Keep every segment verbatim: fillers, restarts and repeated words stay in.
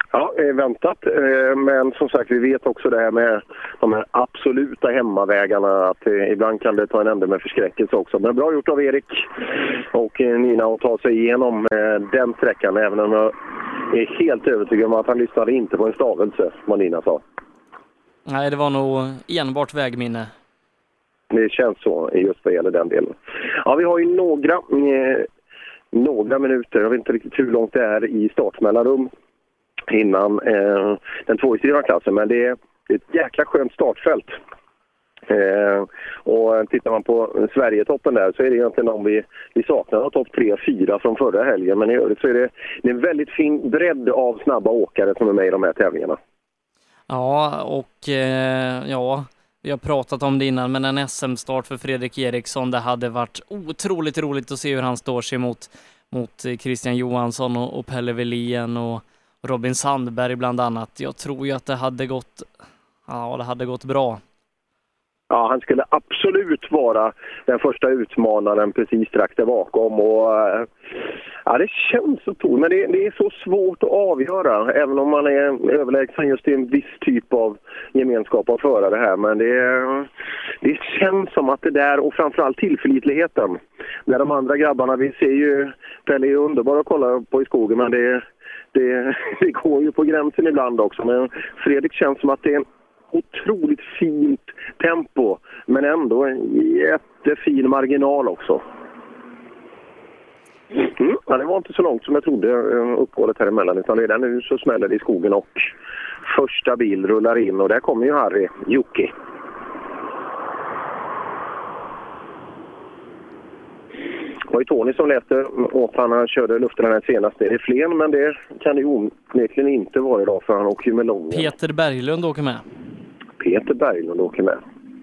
Ja, väntat. Men som sagt, vi vet också det här med de här absoluta hemmavägarna, att ibland kan det ta en ände med förskräckelse också. Men bra gjort av Erik och Nina att ta sig igenom den sträckan, även om jag är helt övertygad om att han lyssnade inte på en stavelse, vad Nina sa. Nej, det var nog enbart vägminne. Det känns så just vad gäller den delen. Ja, vi har ju några, eh, några minuter, jag vet inte riktigt hur långt det är i startmellanrum innan eh, den tvåhjulsdrivna klassen, men det är ett jäkla skönt startfält. Eh, och tittar man på Sverigetoppen där så är det egentligen om vi, vi saknar topp tre fyra från förra helgen, men i övrigt så är det, det är en väldigt fin bredd av snabba åkare som är med i de här tävlingarna. Ja, och eh, ja, vi har pratat om det innan, men en S M-start för Fredrik Eriksson, det hade varit otroligt roligt att se hur han står sig mot, mot Christian Johansson och, och Pelle Velien och Robin Sandberg bland annat. Jag tror ju att det hade gått, ja, det hade gått bra. Ja, han skulle absolut vara den första utmanaren precis strax där bakom. Och, ja, det känns så tog, men det, det är så svårt att avgöra, även om man är överlägsen just i en viss typ av gemenskap av förare här. Men det, det känns som att det där, och framförallt tillförlitligheten. När de andra grabbarna, vi ser ju, Pelle är underbar att kolla på i skogen, men det, det, det går ju på gränsen ibland också. Men Fredrik känns som att det är en otroligt fint tempo, men ändå en jättefin marginal också. Mm, ja, det var inte så långt som jag trodde uppehållet här emellan, utan redan nu så smäller det i skogen och första bil rullar in, och där kommer ju Harry Jocke. Det var ju Tony som läste åt han, han körde luften den här senaste i Flen, men det kan det ju onekligen inte vara idag, för han åker ju med lången. Peter Berglund åker med. Peter Berglund åker med.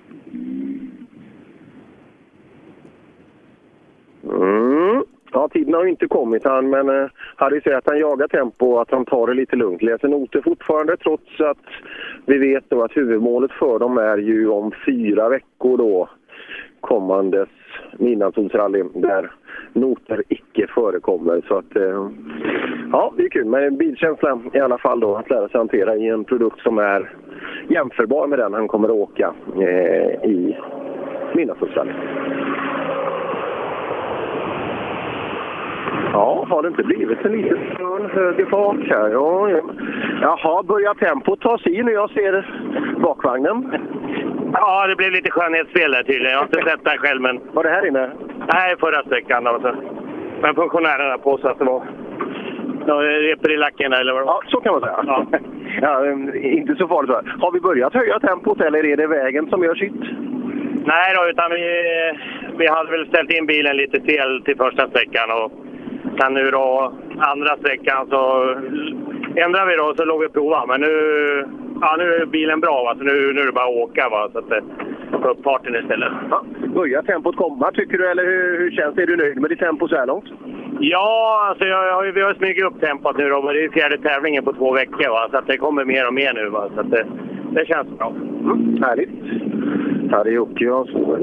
Mm. Ja, tiden har ju inte kommit han, men eh, Harry säger att han jagar tempo och att han tar det lite lugnt. Läser noter fortfarande, trots att vi vet då att huvudmålet för dem är ju om fyra veckor då kommandes midnattssolsrally där noter icke förekommer. Så att, eh, ja, det är kul. Men bilkänsla i alla fall då, att lära sig hantera i en produkt som är jämförbar med den han kommer att åka eh, i midnattssolsrally. Ja, har det inte blivit en liten från höger bak här? Ja, ja. Jaha, börjar tempot ta sig in när jag ser bakvagnen? Ja, det blev lite skönhetsspel där tydligen. Jag har inte sett det själv, men... Var det här inne? Nej, förra sträckan alltså. Men funktionärerna på så att det var... Ja, repor i lacken eller vad det var. Ja, så kan man säga. Ja. Ja, inte så farligt. Har vi börjat höja tempot eller är det vägen som gör sitt? Nej då, utan vi, vi hade väl ställt in bilen lite fel till första sträckan, och sen nu då andra sträckan så ändrar vi då, så låg vi prova. Men nu, ja, nu är bilen bra, va? Så nu, nu är det bara att åka, va? Så att det får upp farten istället. Ja, börjar tempot komma tycker du, eller hur, hur känns det? Är du nöjd med ditt tempo så här långt? Ja, alltså jag, jag, vi har smugit upp tempot nu då. Det är fjärde tävlingen på två veckor, va? Så att det kommer mer och mer nu, va? Så att det, det känns bra. Mm, härligt. Här är Jocke och så.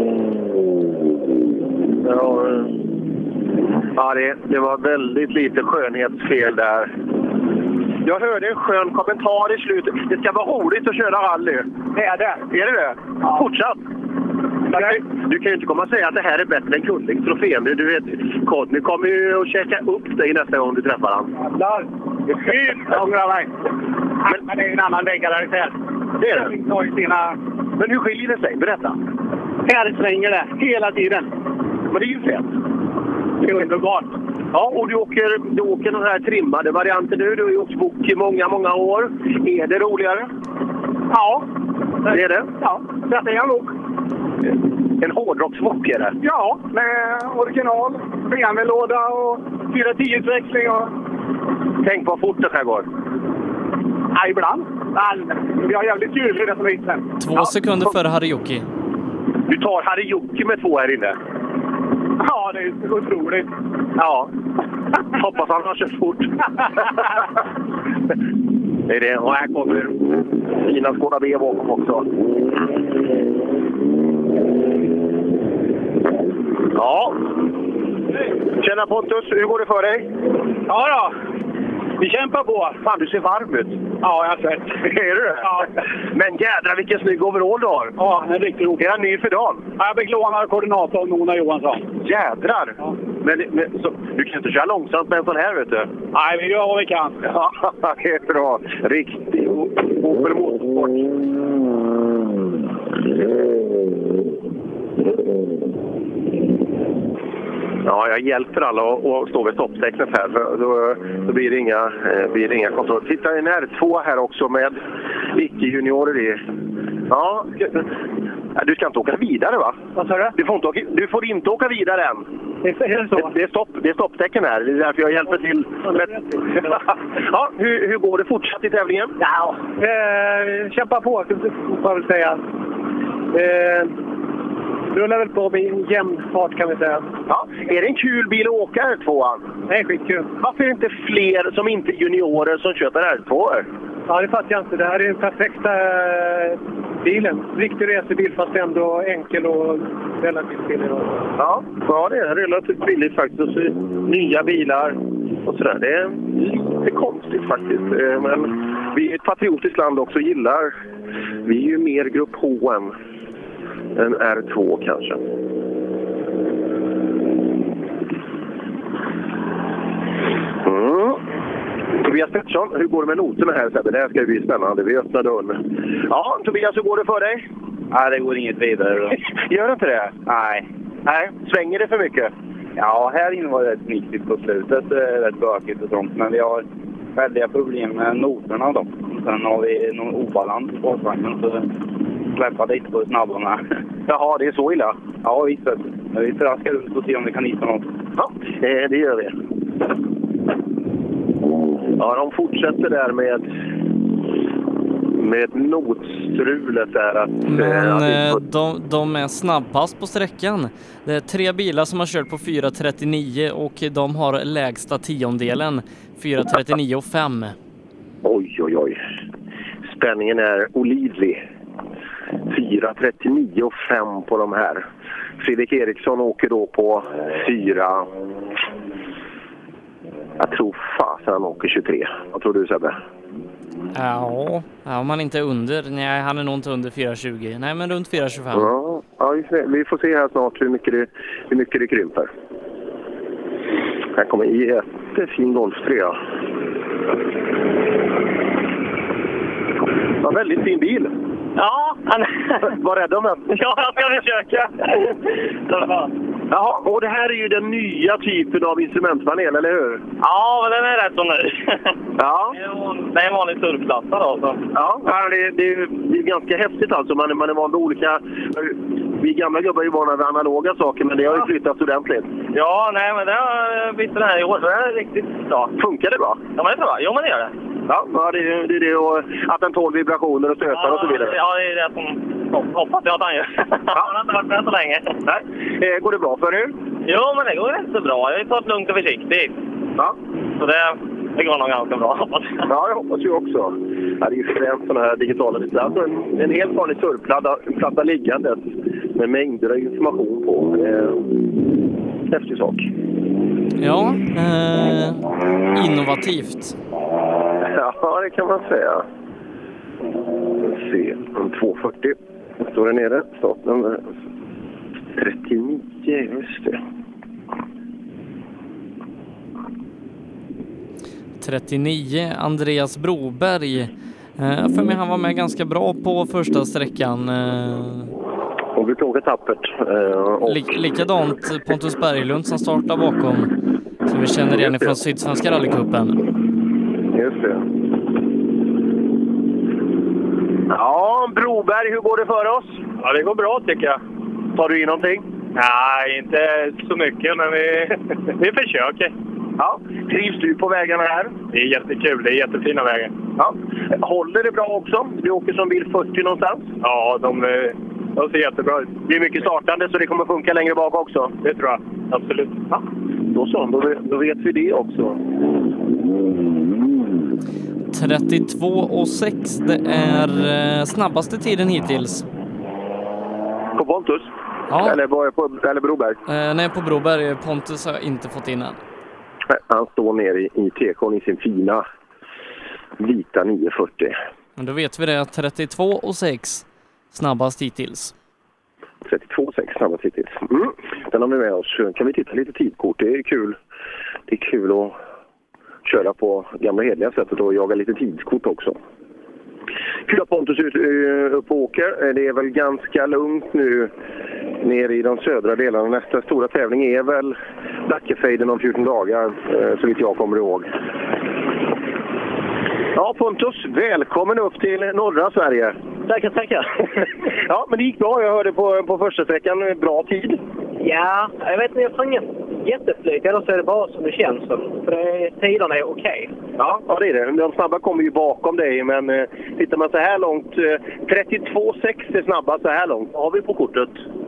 Ja, ja det, det var väldigt lite skönhetsfel där. Jag hörde en skön kommentar i slutet. Det ska vara roligt att köra rally. Det är det. Är det det? Ja. Fortsatt. Du kan ju inte komma och säga att det här är bättre än Kullings trofén. Du vet, Kodny kommer ju att käka upp dig nästa gång du träffar han. Där. Det är fint. Jag ångrar mig. Men, men det är en annan väggarkaraktär. Det är det. Sina... Men hur skiljer det sig? Berätta. Här svänger det hela tiden. Men det är ju fett. Det är underbart. Ja, och du åker, du åker den här trimmade varianten nu. Du har ju åkt bok i många, många år. Är det roligare? Ja. Det är det? Ja, detta är en bok. En hårdrocksbok är det? Ja, med original, B M W-låda och fyra tio-utväxling. Och... Tänk vad fort det här går. Ja, ibland. Men vi har jävligt kul i det som är sen. Två ja. sekunder före Harry Jocke. Du tar Harry Jocke med två här inne. Ja, det är otroligt. Ja. Hoppas han har kört fort. Det är det. Och här kommer fina Skoda B bakom också. Ja. Tjena Pontus, hur går det för dig? Ja då. Vi kämpar på. Fan, du ser varm ut. Ja, jag har sett. Är du det? Ja. Men jädra vilken snygg overall du har. Ja, en riktigt rolig. Är han ny för dagen? Ja, jag fick låna koordinator av Mona Johansson. Jädrar! Ja. Men, men så, du kan inte köra långsamt med en sån här, vet du? Nej, vi gör vad vi kan. Ja, det är bra. Riktig Opel Motorsport. Ja, jag hjälper alla att, att stå vid stopptecknet här. För då, då blir det inga, eh, blir det inga kontroll. Titta en R två här också med icke-juniorer i. Ja, du ska inte åka vidare, va? Vad sa du? Du får inte åka, du får inte åka vidare än. Det är så. Det, det, är stopp, det är stopptecken här. Det är därför jag hjälper till. Men, ja, hur, hur går det fortsatt i tävlingen? Ja, eh, kämpa på, får jag väl säga. Eh, rullar väl på med en jämn fart, kan vi säga. Ja, är det en kul bil att åka R tvåan? Det är skitkul. Varför är det inte fler som inte är juniorer som köper R tvåor? Ja, det fattar jag inte. Det här är den perfekta eh, bilen. Riktig racerbil, fast ändå enkel och relativt billig. Ja, ja, det är relativt billigt faktiskt. Nya bilar och sådär. Det är lite konstigt faktiskt. Men vi är ett patriotiskt land också, gillar. Vi är ju mer grupp H än, än R två kanske. Mm. Tobias Pettersson, hur går det med noterna här, Sebbe? Det här ska ju bli spännande. Vi öppnar dörren. Ja, Tobias, hur går det för dig? Nej, det går inget vidare. Gör det inte det? Nej. Nej, svänger det för mycket? Ja, här inne var det rätt nyttigt på slutet. Rätt bökigt och sånt. Men vi har väldiga problem med noterna då. Sen har vi någon obalans på vagnen, så släppa lite på snabbarna. Jaha, det är så illa? Ja, visst. Men vi traskar runt och ser om vi kan hitta något. Ja, det, det gör vi. Ja, de fortsätter där med med notstrulet där. Att, Men äh, att de, de är snabbast på sträckan. Det är tre bilar som har kört på fyra trettionio och de har lägsta tiondelen fyra trettionio och fem. Oj, oj, oj. Spänningen är olidlig. fyra trettionio och fem på de här. Fredrik Eriksson åker då på fyra. Jag tror fasen han åker tjugotre. Vad tror du, Sebbe? Ja, ja, om man inte är under. Nej, han är nog inte under fyra tjugo. Nej, men runt fyra tjugofem. Ja, ja, vi får se här snart hur mycket det, hur mycket det krymper. Här kommer en jättefin Golf tre. Ja, väldigt fin bil. Ja, han... Var rädd om den. Ja, jag ska försöka. Jaha, och det här är ju den nya typen av instrumentpanel, eller hur? Ja, men den är rätt så ny. Ja. Det är en vanlig surfplatta då. Så. Ja, det, det, är, det är ganska häftigt alltså. Man, man är van vid olika... Vi gamla gubbar är ju vana vid analoga saker, men det har ju flyttat ordentligt. Ja, nej, men det har bytt den här i år. Det är riktigt bra. Funkar det bra? Ja, men det är bra. Jo, men det gör det. Ja, det är det, är det och att den tål vibrationer och stötar ja, och så vidare. Ja, det är det som hoppas jag att han gör. Ja. Han har inte varit med så länge. Nej. Eh, går det bra för er? Jo, men det går rätt så bra. Jag har tagit lugnt och försiktigt. Ja. Så det, det går nog ganska bra, hoppas jag. Ja, jag hoppas ju också. Det är ju främst sådana här digitala displayer. Alltså en, en helt vanlig surfplatta platta liggande med mängder av information på. Eh, häftig sak. Ja, eh, innovativt. Ja, det kan man säga. Se, tvåhundrafyrtio står det nere. Startnummer trettionio, just det. trettionio, Andreas Broberg. Eh, för mig han var med ganska bra på första sträckan. Eh, och vi tog tappert. Eh, och... Lik- likadant Pontus Berglund som startar bakom. Som vi känner igen från Sydsvenska rallycupen. Just det. Ja, Broberg, hur går det för oss? Ja, det går bra tycker jag. Tar du in någonting? Nej, inte så mycket, men vi, vi försöker. Ja, trivs du på vägarna här? Det är jättekul, det är jättefina vägar. Ja. Håller det bra också? Du åker som bil fyrtio någonstans? Ja, de, de ser jättebra ut. Det är mycket startande så det kommer funka längre bak också? Det tror jag, absolut. Ja, då så, då, då vet vi det också. trettiotvå och sex, det är eh, snabbaste tiden hittills. På Pontus? Ja. Eller, på, eller Broberg? Eh, nej, på Broberg. Pontus har jag inte fått in än. Han står nere i, i T K:n i sin fina vita nio fyrtio. Men då vet vi det, trettiotvå och sex snabbast hittills. trettiotvå och sex snabbast hittills. Mm. Den har vi med oss. Kan vi titta lite tidkort? Det är kul. Det är kul att köra på gamla hedliga sättet och jaga lite tidskort också. Kul att Pontus ut, upp och åker. Det är väl ganska lugnt nu nere i de södra delarna. Nästa stora tävling är väl Dackefejden om fjorton dagar, så vitt jag kommer ihåg. Ja, Pontus, välkommen upp till norra Sverige. Tackar, tackar. Ja, men det gick bra. Jag hörde på, på första sträckan bra tid. Ja, jag vet inte, jag får ingen jätteflyg. Eller så är det bara som det känns som. För det, tiderna är okej. Ja, ja, det är det. De snabba kommer ju bakom dig. Men eh, tittar man så här långt, eh, trettiotvå sex är snabba så här långt. Vad har vi på kortet?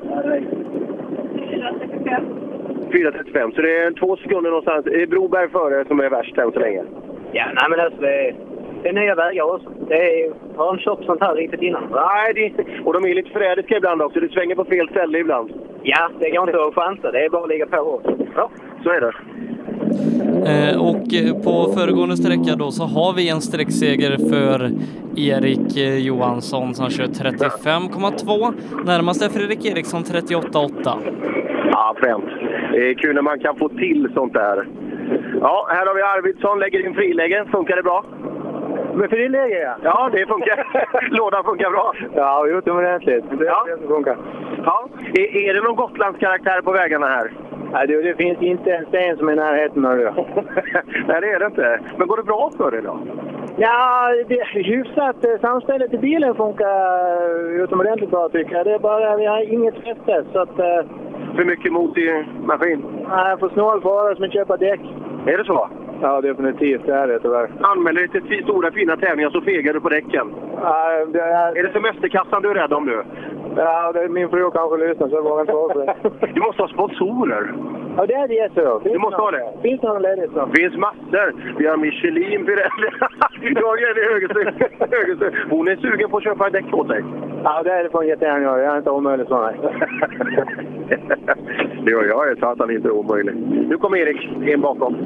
fyra trettiofem. fyra trettiofem, så det är två sekunder någonstans. Det är Broberg före som är värst än så länge. Ja, nej men alltså det är, det är nya vägar också. Det är, har en köpt sånt här riktigt innan. Nej, det, och de är lite förrädiska ibland också. Det svänger på fel ställe ibland. Ja, det går inte att chansa. Det är bara att ligga på hårt. Ja, så är det. Eh, och på föregående sträcka då så har vi en sträckseger för Erik eh, Johansson som kör trettiofem komma två. Närmast är Fredrik Eriksson trettioåtta komma åtta. Ja, främt. Det är kul när man kan få till sånt där. Ja, här har vi Arvidsson. Lägger in friläge. Funkar det bra? Med friläge, ja. Ja, det funkar. Lådan funkar bra. Ja, utomordentligt. Det är ja. det som funkar. Ja. Är, är det någon Gotlandskaraktär på vägarna här? Nej, det, det finns inte en sten som är i närheten. Nej, det är det inte. Men går det bra för dig då? Ja, det är hyfsat. Samspelet i bilen funkar utomordentligt bra tycker jag. Det är bara, vi har inget fäste så att... För mycket mot i maskin? Nej, jag får snål förare som inte köper däck. Är det så? Ja, definitivt. Det är det tyvärr. Anmäler dig till stora fina tävlingar så fegar du på däcken. Ja, det är... är det semesterkassan du är rädd om nu? Ja, det är min fru kanske lyssnar så jag vågar inte vara det. Du måste ha sponsorer. Ja, det är det så. Finns du måste någon, ha det. Finns det någon ledigt så? Det finns massor. Vi har Michelin, Pirelli. Du har Jenny Högerström. Hon är sugen på att köpa en däck på sig. Ja, det är det på en jättegärna göra. Jag är inte omöjlig så, nej. Det gör jag, är så att han inte är omöjlig. Nu kommer Erik in bakom.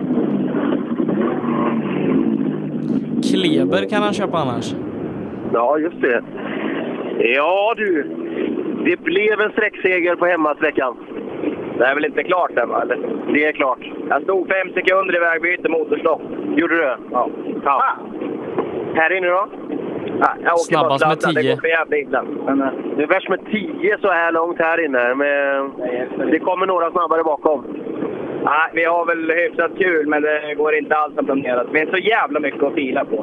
Kleber kan han köpa annars. Ja, just det. Ja du, det blev en sträckseger på hemmasträckan. Det är väl inte klart än, va? Eller? Det är klart. Jag stod fem sekunder i vägbyte motorstopp. Gjorde du det? Ja. ja. Ah. Här inne då? Ja, jag åker snabbast med tio. Det går för jävligt illa. Men, uh... det är värst med tio så här långt här inne. Men det kommer några snabbare bakom. Nej, vi har väl hyfsat kul, men det går inte alls som planerat. Vi är så jävla mycket att fila på.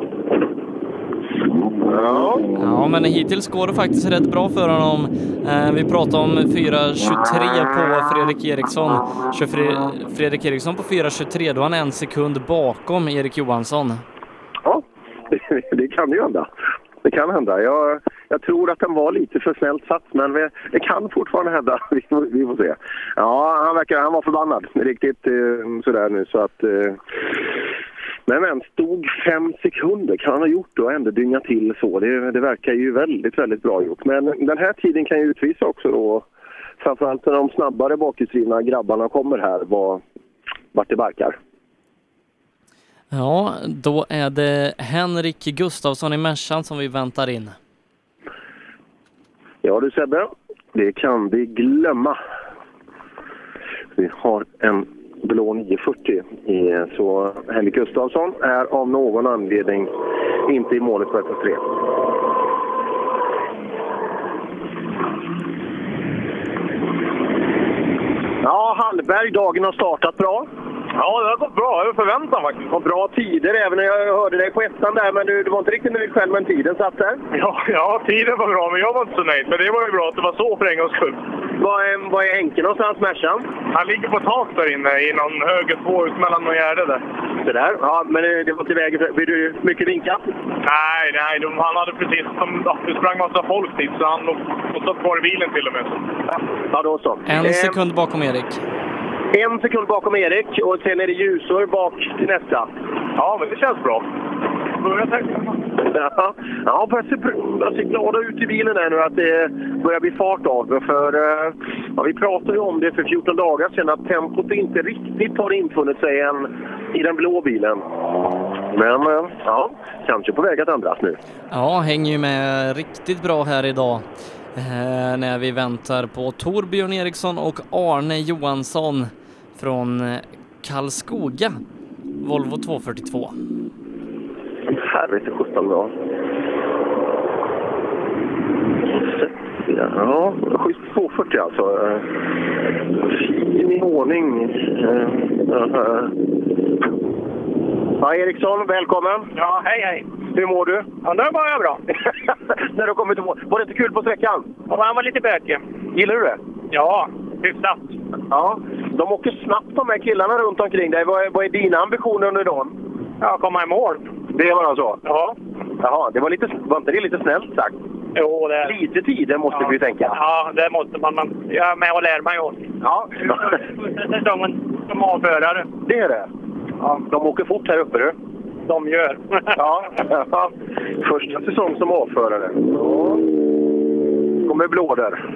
Ja. ja, men hittills går det faktiskt rätt bra för honom. Eh, vi pratar om fyra tjugotre på Fredrik Eriksson. Kör Fre- Fredrik Eriksson på fyra tjugotre, då är han en sekund bakom Erik Johansson. Ja, det, det kan ju hända. Det kan hända. Jag, jag tror att den var lite för snällt satt, men vi, det kan fortfarande hända. Vi får, vi får se. Ja, han verkar, han var förbannad riktigt eh, sådär nu så att... Eh, men men, stod fem sekunder kan han ha gjort och ändå dynga till så. Det, det verkar ju väldigt, väldigt bra gjort. Men den här tiden kan ju utvisa också då, framförallt när de snabbare bakhjulsdrivna grabbarna kommer här, var, vart det barkar. Ja, då är det Henrik Gustafsson i Mercan som vi väntar in. Ja du Sebbe, det kan vi glömma. Vi har en blå nio fyrtio i, så Henrik Gustafsson är av någon anledning inte i målet på ett tre. Ja, Hallberg, dagen har startat bra. Ja, det har gått bra. Jag förväntar mig faktiskt. Och bra tider, även när jag hörde dig på ettan där, men du, du var inte riktigt nöjd själv med tiden satt där. Ja, ja, tiden var bra, men jag var inte så nöjd. Men det var ju bra att det var så för en gångs skull. Vad är, vad är Henke någonstans, Mercan? Han ligger på tak där inne, i någon höger två ut mellan någon gärde där. Det där? Ja, men det var till vägen. Blir du mycket vinkat? Nej, nej. De, han hade precis som... Ja, det sprang massa folk dit, så han låg och stod kvar i bilen till och med. Ja, ja då så. En sekund bakom Erik. En sekund bakom Erik och sen är det ljusor bak till nästa. Ja, men det känns bra. Börja tänka. Ja, ja börjar se, börjar se glada ut i bilen här nu att det börjar bli fart av. För ja, vi pratade ju om det för fjorton dagar sedan att tempot inte riktigt har infunnit sig än i den blå bilen. Men ja, kanske på väg att ändras nu. Ja, hänger ju med riktigt bra här idag. Eh, när vi väntar på Torbjörn Eriksson och Arne Johansson från Karlskoga, Volvo tvåhundrafyrtiotvå. Härligt sjutton bra. Ja, schysst tvåhundrafyrtio alltså. Fin i ordning. Ja, Eriksson, välkommen. Ja, hej hej. Hur mår du? Ja, nu var jag bra. När du kommit till mål. Var det inte kul på sträckan? Ja, han var lite bökig. Gillar du det? Ja, hyfsat. Ja, de åker snabbt de här killarna runt omkring dig. Vad är, vad är dina ambitioner under dagen? Ja, komma i mål. Det var alltså? Ja. Jaha, det var, lite, var inte det lite snällt sagt? Jo, det... Lite tider måste ja. vi ju tänka. Ja, det måste man. man jag är med och lär mig åt. Ja. Första säsongen som avförare. Det är det? Ja, de åker fort här uppe, du. De gör. Ja, första säsong som avförare. Ja. Kommer blå där.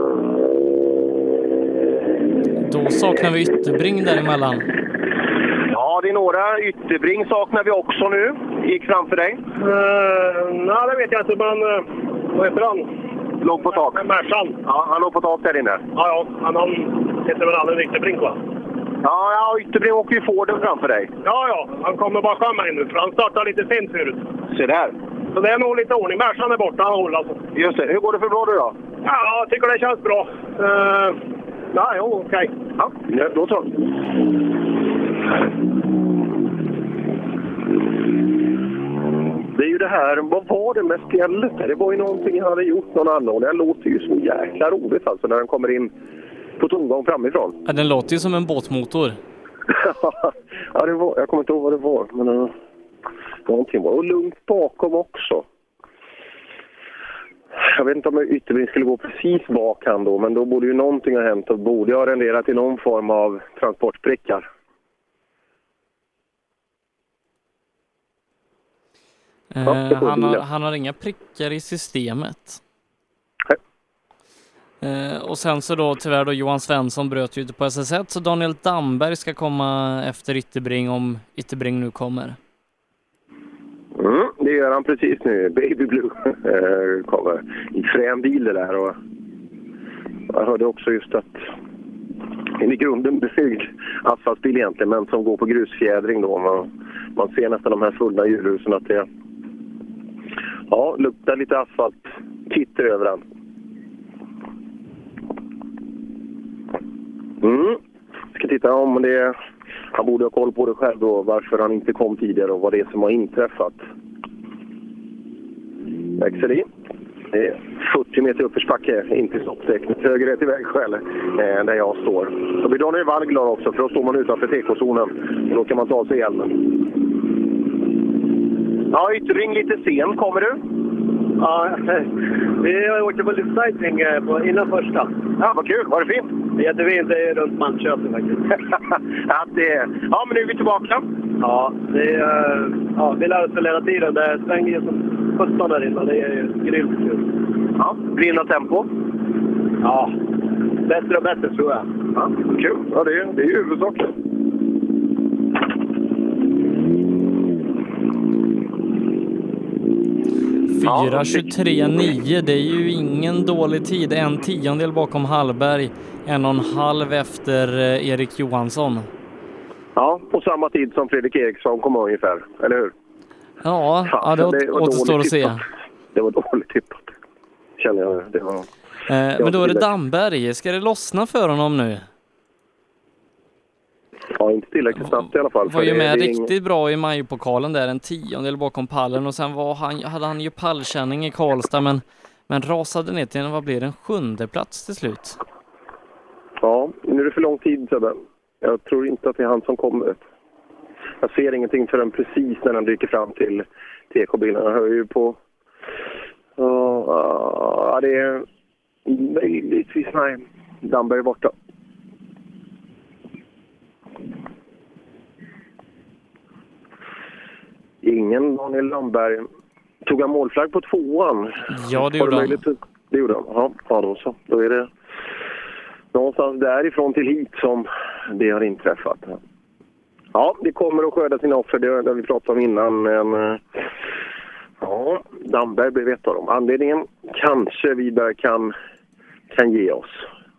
Då saknar vi Ytterbring däremellan. Ja, det är några. Ytterbring saknar vi också nu. Gick framför dig. Uh, nej, det vet jag inte, men uh, vad heter han? Låg på tak. Märsan. Ja, han låg på tak där inne. Ja, ja. Han, han heter väl aldrig Ytterbrink, va? Ja, ja, Ytterbring åker ju Forden framför dig. Ja, ja. Han kommer bakom mig nu, för han startar lite sent förut. Se där. Så det är nog lite ordning. Märsan är borta, han håller alltså. Just det. Hur går det för bra du då? Ja, jag tycker det känns bra. Uh, ja, jo, okej. Okay. Ja, då så. Det är ju det här, vad var det med stjället? Det var ju någonting jag hade gjort någon annan. Det låter ju så jäkla roligt alltså när den kommer in på tomgång framifrån. Ja, den låter ju som en båtmotor. Ja, det var, jag kommer inte ihåg vad det var. Men uh, någonting var och lugnt bakom också. Jag vet inte om Ytterbring skulle gå precis bak han då, men då borde ju någonting ha hänt och borde ha renderat i någon form av transportprickar. Eh, han, har, han har inga prickar i systemet. Eh, och sen så då tyvärr då Johan Svensson bröt ju ute på S S ett, så Daniel Damberg ska komma efter Ytterbring om Ytterbring nu kommer. Mm, det gör han precis nu. Baby Blue eh, kommer. I frän bil det där. Och jag hörde också just att en i grunden bebyggd asfaltbil egentligen, men som går på grusfjädring då. Man, man ser nästan de här fulla hjulhusen att det ja, luktar lite asfalt. Titter över den. Mm. Ska titta om det. Han borde ha koll på det själv då, varför han inte kom tidigare och vad det är som har inträffat. Växel i. Det är fyrtio meter uppförsbacke in till stopptecknet. Höger är till vägskäl eh, där jag står. Så blir Daniel Wall glad också, för då står man utanför T K-zonen. Och då kan man ta sig hjälmen. Ja, Ytterbring lite sen. Kommer du? Ja, vi åkte på lite sightseeing innan första. Ja, vad kul. Var det fint? Jättefint, det är runt Malmköping faktiskt. ja, det, ja, men nu är vi tillbaka. Ja, det är, ja, vi lär oss väl hela tiden. Det svänger ju som sjutton där inne. Det är grymt kul. Ja, blir det tempo? Ja, bättre och bättre tror jag. Ja, kul. Ja, det är, det är ju huvudsaken. fyra tjugotre nio, det är ju ingen dålig tid. En tiondel bakom Hallberg, en och en halv efter Erik Johansson. Ja, på samma tid som Fredrik Eriksson kom ungefär, eller hur? Ja, ja det, det återstår att se. Det var dåligt tippat, känner jag. Det var, eh, det men då är det tillräckligt. Damberg. Ska det lossna för honom nu? Ja, inte tillräckligt snabbt i alla fall. Var ju det, med det riktigt ing... bra i majpokalen där, en tiondel bakom pallen, och sen var han, hade han ju pallkänning i Karlstad, men, men rasade ner till en, vad blir det, en sjunde plats till slut. Ja, nu är det för lång tid, Sebbe. Jag tror inte att det är han som kommer. Jag ser ingenting förrän precis när han dyker fram till T K-bilen. Jag hör ju på... Ja, det är möjligtvis... Nej, Damberg är borta. Ingen Daniel Damberg. Tog han målflagg på tvåan? Ja, det gjorde han. Det gjorde han. Ja, ja, då så. Då är det någonstans därifrån till hit som det har inträffat. Ja, det kommer att skörda sina offer. Det har vi pratat om innan, men ja, Damberg blir ett av dem. Anledningen kanske Wiberg kan, kan ge oss.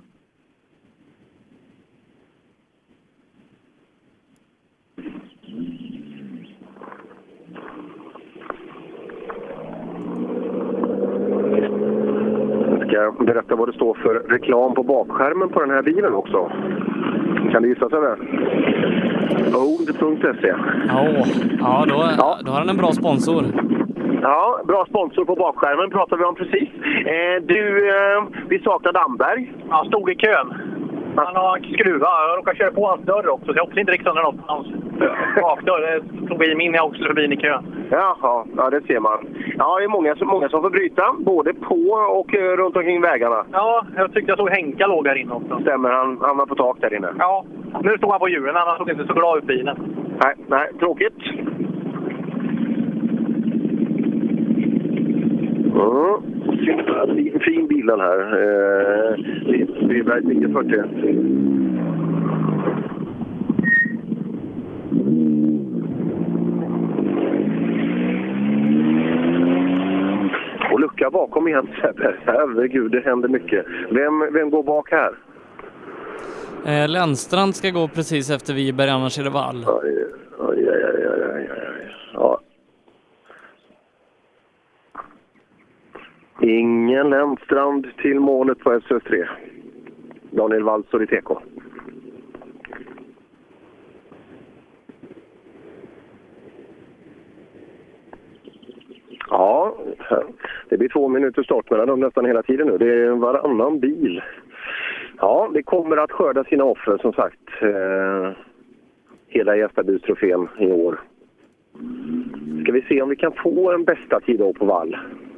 Jag ska berätta vad det står för reklam på bakskärmen på den här bilen också. Kan du gissa sig det? old punkt se. Ja, ja, då, ja, då har han en bra sponsor. Ja, bra sponsor på bakskärmen pratar vi om precis. Eh, du, eh, vi saknar Damberg. Han stod i kön. Han har skruvat. Jag råkade köra på hans dörr också, så jag hoppas inte riktigt under något. Hans bakdörr. Jag tog i min när jag också förbi in i kön. Jaha, ja, det ser man. Ja, det är många, många som får bryta, både på och uh, runt omkring vägarna. Ja, jag tyckte jag såg Henka låg där inne också. Stämmer, han, han var på tak där inne. Ja, nu stod han på hjulen. Han såg inte så glad ut bilen. Nej, nej, tråkigt. Mm. Fin, fin bil den här. Eh, det är väldigt mycket fyrtio. Och lucka bakom igen. Herregud, det händer mycket. Vem, vem går bak här? Eh, Lennstrand ska gå precis efter Wiberg, annars är det Wall. Oj, oj, oj, oj, oj, oj. Ja. Ingen Lennstrand till målet på S S tre. Daniel Wall står i T K. Ja, det blir två minuter start mellan dem nästan hela tiden nu. Det är varannan bil. Ja, det kommer att skörda sina offer som sagt. Eh, hela Gästabilstrofén i år. Ska vi se om vi kan få en bästa tid då på Wall.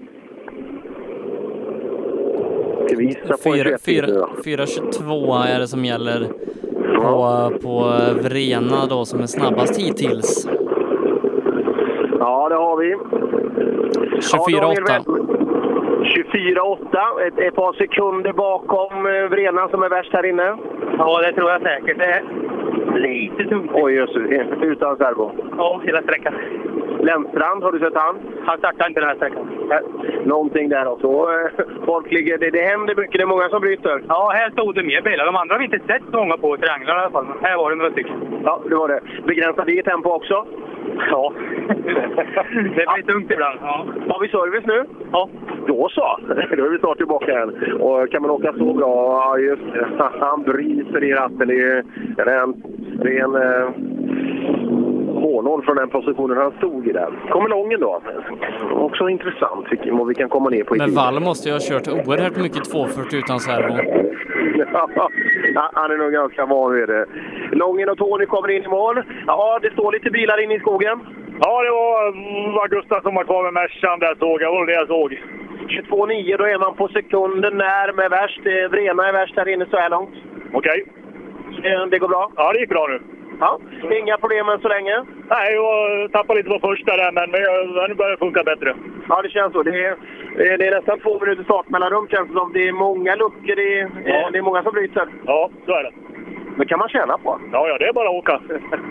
Ska vi gissa på fyra tjugotvå är det som gäller på, på Vrena då, som är snabbast hittills. Ja, det har vi. tjugofyra åtta. tjugofyra åtta. Ett, ett par sekunder bakom Vrena som är värst här inne. Ja, det tror jag säkert. Det är lite tungt. Oj, just det. Utan servo. Ja, hela sträckan. Lennstrand, har du sett han? Han startar inte den här sträckan. Någonting där också. Folk ligger, det, det händer mycket, det är många som bryter. Ja, här stod det mer bilar. De andra har vi inte sett så många på trianglar i alla fall. Här var det några stycken. Ja, det var det. Begränsar det i tempo också? Ja. Det blir tungt ibland. Ja. Har vi service nu? Ja. Då så. Då är vi snart tillbaka igen. Och kan man åka så bra? Ja, just han bryter i ratten. Det är en ren eh, månål från den positionen han stod i där. Kommer lången då. Också intressant vad vi kan komma ner på. Men Wall måste ju ha kört oerhört mycket tvåhundrafyrtio utan servo. Ja, han är nog ganska van vid det. Lången och Tony kommer in i mål. Ja, det står lite bilar inne i skogen. Ja, det var, var Gustav som var kvar med Mercan där, såg jag. Vad var det jag såg? tjugotvå nio, då är man på sekunden när med värst. Vrena är värst här inne så här långt. Okej. Okay. Det går bra? Ja, det gick bra nu. Ja, inga problem än så länge? Nej, jag tappade lite på första där, men nu börjar det funka bättre. Ja, det känns så. Det är, det är nästan två minuter start mellan dem, känns det som. Det är många luckor, det är, ja. Det är många som bryter. Ja, så är det. Det kan man tjäna på. Ja, ja, det är bara att åka.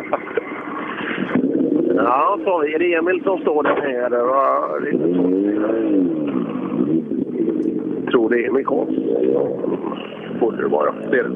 Ja, så är det Emil som står där nere. Det var lite så. Jag tror det är Emil Karlsson. Borde det vara. Det är det.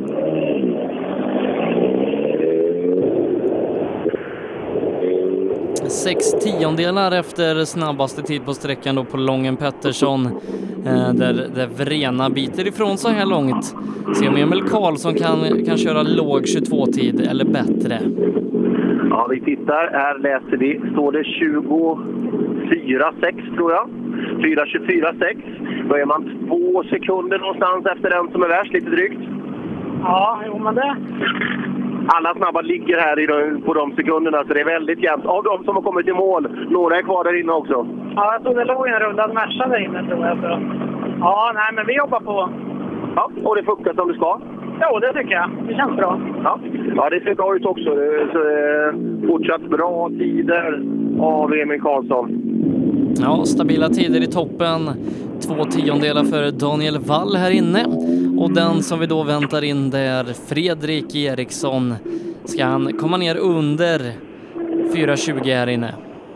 Sex tiondelar efter snabbaste tid på sträckan då på Lången Pettersson, eh, där, där Vrena biter ifrån så här långt. Se om Emil Karlsson kan, kan köra låg tjugotvå-tid eller bättre. Ja, vi tittar. Här läser vi. Står det tjugofyra sex tror jag. fyra tjugofyra sex. Då är man två sekunder någonstans efter den som är värst, lite drygt. Ja, jo men det... Alla snabba ligger här i, på de sekunderna, så det är väldigt jämnt. Av de som har kommit i mål, några är kvar där inne också. Ja, jag tror det låg en rundad Merca där inne, tror jag. Så. Ja, nej, men vi jobbar på. Ja, och det funkar som det ska? Jo, det tycker jag. Det känns bra. Ja, ja det ser bra ut också. Så, eh, fortsatt bra tider av Emil Karlsson. Ja, stabila tider i toppen. Två tiondelar för Daniel Wall här inne. Och den som vi då väntar in där, Fredrik Eriksson. Ska han komma ner under fyra tjugo här inne?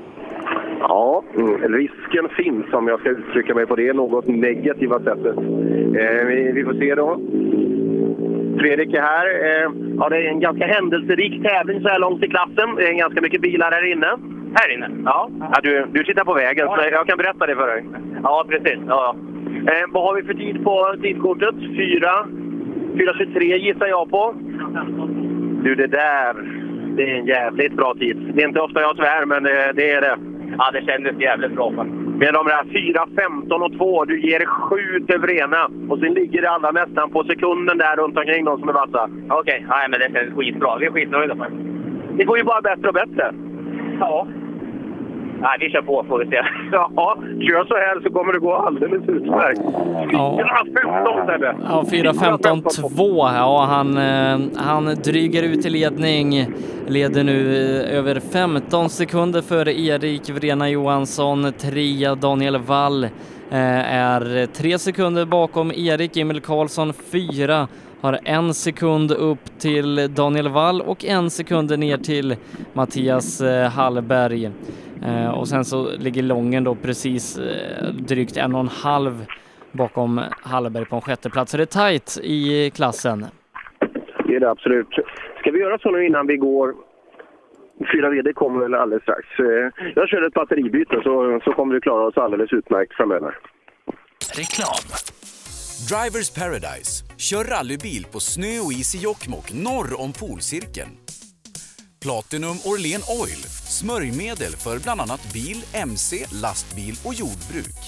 Ja, risken finns om jag ska uttrycka mig på det något negativa sättet. Eh, vi, vi får se då. Fredrik är här. Eh, ja, det är en ganska händelserik tävling så här långt i klassen. Det är ganska mycket bilar här inne. Här inne? Ja, ja du, du tittar på vägen så jag kan berätta det för dig. Ja, precis. Ja. Eh, vad har vi för tid på tidkortet? fyra tjugotre gissar jag på. Du, det där, det är en jävligt bra tid. Det är inte ofta jag svär, men det, det är det. Ja, det kändes jävligt bra. Med de där fyra femton och två, du ger sju till Vrena. Och sen ligger det alla nästan på sekunden där runt omkring de som är vassa. Okej, okay. Nej, men det känns skitbra. Vi är skitnöjda faktiskt. Det går ju bara bättre och bättre. Ja. Nej, vi kör på, får vi se. Ja, kör så här så kommer det gå alldeles utmärkt. Ja. fyra femton, Sebbe. Ja, fyra femton två. Ja, han, han dryger ut i ledning. Leder nu över femton sekunder före Erik Vrena Johansson. Trea Daniel Wall är tre sekunder bakom Erik. Emil Karlsson fyra. Har en sekund upp till Daniel Wall och en sekund ner till Mattias Hallberg. Och sen så ligger Lången då precis drygt en och en halv bakom Hallberg på en sjätte plats. Så det är tajt i klassen. Det är det absolut. Ska vi göra så nu innan vi går? fyra V D kommer väl alldeles strax. Jag kör ett batteribyte så, så kommer vi klara oss alldeles utmärkt framöver. Reklam. Drivers Paradise. Kör rallybil på snö och is i Jokkmokk norr om polcirkeln. Platinum Orlen Oil. Smörjmedel för bland annat bil, M C, lastbil och jordbruk.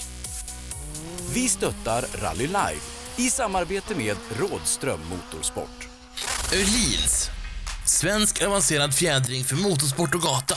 Vi stöttar Rally Live i samarbete med Rådström Motorsport. Öhlins. Svensk avancerad fjädring för motorsport och gata.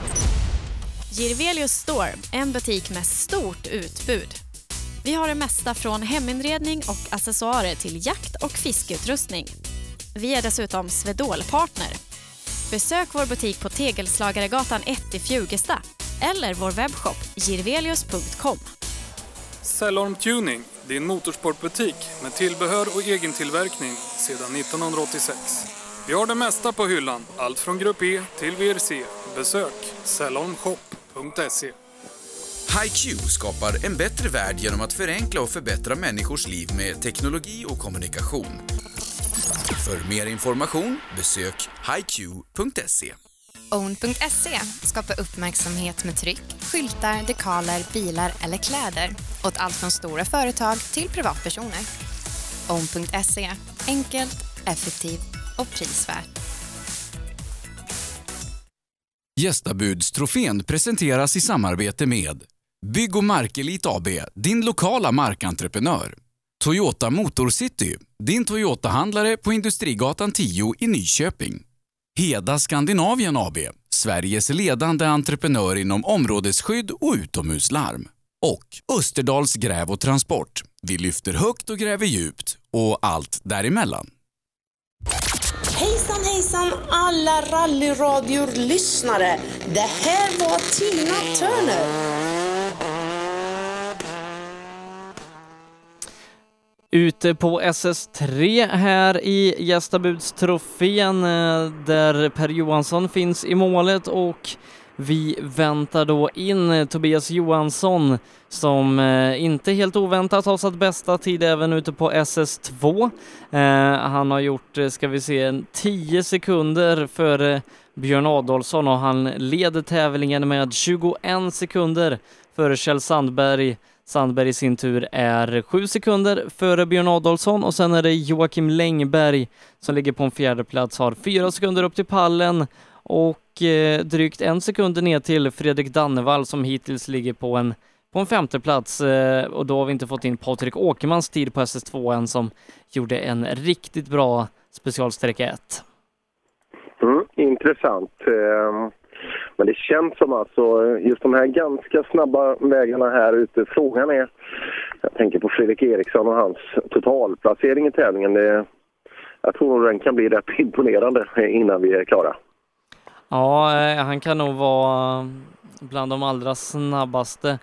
Jirvelius Store, en butik med stort utbud. Vi har det mesta från heminredning och accessoarer till jakt- och fiskeutrustning. Vi är dessutom Swedol-partner. Besök vår butik på Tegelslagaregatan ett i Fjugesta eller vår webbshop jirvelius punkt com. Cellorm Tuning, din motorsportbutik med tillbehör och egen tillverkning sedan nittonhundraåttiosex. Vi har det mesta på hyllan, allt från Grupp E till V R C. Besök cellorm shop punkt se. HiQ skapar en bättre värld genom att förenkla och förbättra människors liv med teknologi och kommunikation. För mer information, besök hiq punkt se. own punkt se skapar uppmärksamhet med tryck, skyltar, dekaler, bilar eller kläder åt allt från stora företag till privatpersoner. own punkt se. Enkelt, effektivt och prisvärt. Gästabudstrofén presenteras i samarbete med Bygg- och Markelit A B, din lokala markentreprenör. Toyota Motorcity, din Toyota-handlare på Industrigatan tio i Nyköping. Heda Skandinavien A B, Sveriges ledande entreprenör inom områdesskydd och utomhuslarm. Och Österdals gräv och transport. Vi lyfter högt och gräver djupt och allt däremellan. Hejsan hejsan alla rallyradio-lyssnare. Det här var Tina Turner. Ute på S S tre här i Gästabudstrofén där Per Johansson finns i målet och vi väntar då in Tobias Johansson som eh, inte helt oväntat har satt bästa tid även ute på S S två. Eh, han har gjort, ska vi se, tio sekunder för Björn Adolfsson och han leder tävlingen med tjugoen sekunder för Kjell Sandberg. Sandberg i sin tur är sju sekunder före Björn Adolfsson och sen är det Joakim Längberg som ligger på en fjärde plats, har fyra sekunder upp till pallen och eh, drygt en sekund ner till Fredrik Dannevall som hittills ligger på en, på en femte plats eh, och då har vi inte fått in Patrik Åkermans tid på S S två än som gjorde en riktigt bra specialsträcka ett. Mm, intressant. Men det känns som alltså just de här ganska snabba vägarna här ute. Frågan är, jag tänker på Fredrik Eriksson och hans totalplacering i tävlingen. Det, jag tror den kan bli rätt imponerande innan vi är klara. Ja, han kan nog vara bland de allra snabbaste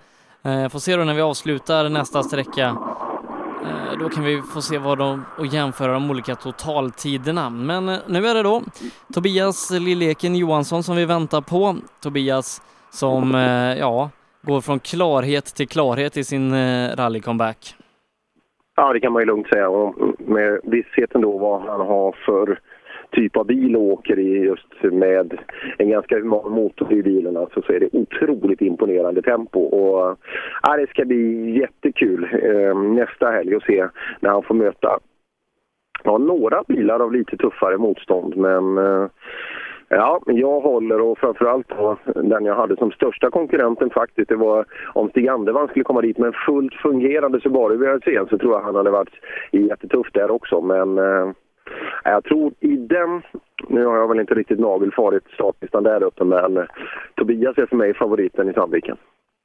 Eh, får se då när vi avslutar nästa sträcka. Eh, då kan vi få se vad de och jämföra de olika totaltiderna. Men eh, nu är det då Tobias Lilleken Johansson som vi väntar på. Tobias som eh, ja, går från klarhet till klarhet i sin eh, rally-comeback. Ja, det kan man ju lugnt säga. Och med vissheten då vad han har för typ av bil och åker i just med en ganska human motor i bilen, alltså, så är det otroligt imponerande tempo. Och ja, det ska bli jättekul eh, nästa helg att se när han får möta ja, några bilar av lite tuffare motstånd. Men eh, ja, jag håller, och framförallt då, den jag hade som största konkurrenten faktiskt, det var om Stig Andervang skulle komma dit med en fullt fungerande Subaru V R C, så tror jag han hade varit jättetufft där också. Men eh, jag tror i den, nu har jag väl inte riktigt nagelfarligt startlistan där uppe, men Tobias är för mig favoriten i Sandviken.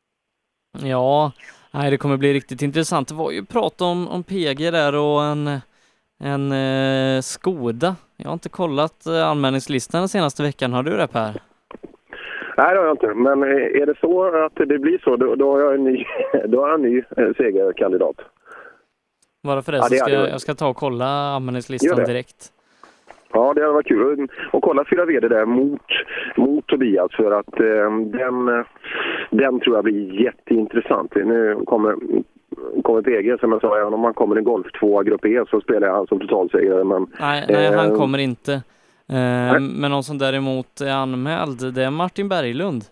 Ja, nej, det kommer bli riktigt intressant. Det var ju prat om, om P G där och en, en eh, Skoda. Jag har inte kollat eh, anmälningslistan den senaste veckan. Har du det, Per? Nej, det har jag inte. Men är det så att det blir så, då, då har jag en ny, då har jag en ny eh, segerkandidat. Bara för det, ja, det så ska jag, jag ska ta och kolla anmälningslistan direkt. Ja, det har varit kul att kolla fyra V D där mot, mot Tobias, för att eh, den, den tror jag blir jätteintressant. Nu kommer, kommer P G, som jag sa, även om man kommer en Golf två grupp E så spelar jag han som totalsegrare. Men, nej, nej eh, han kommer inte. Eh, nej. Men någon som däremot är anmäld, det är Martin Berglund.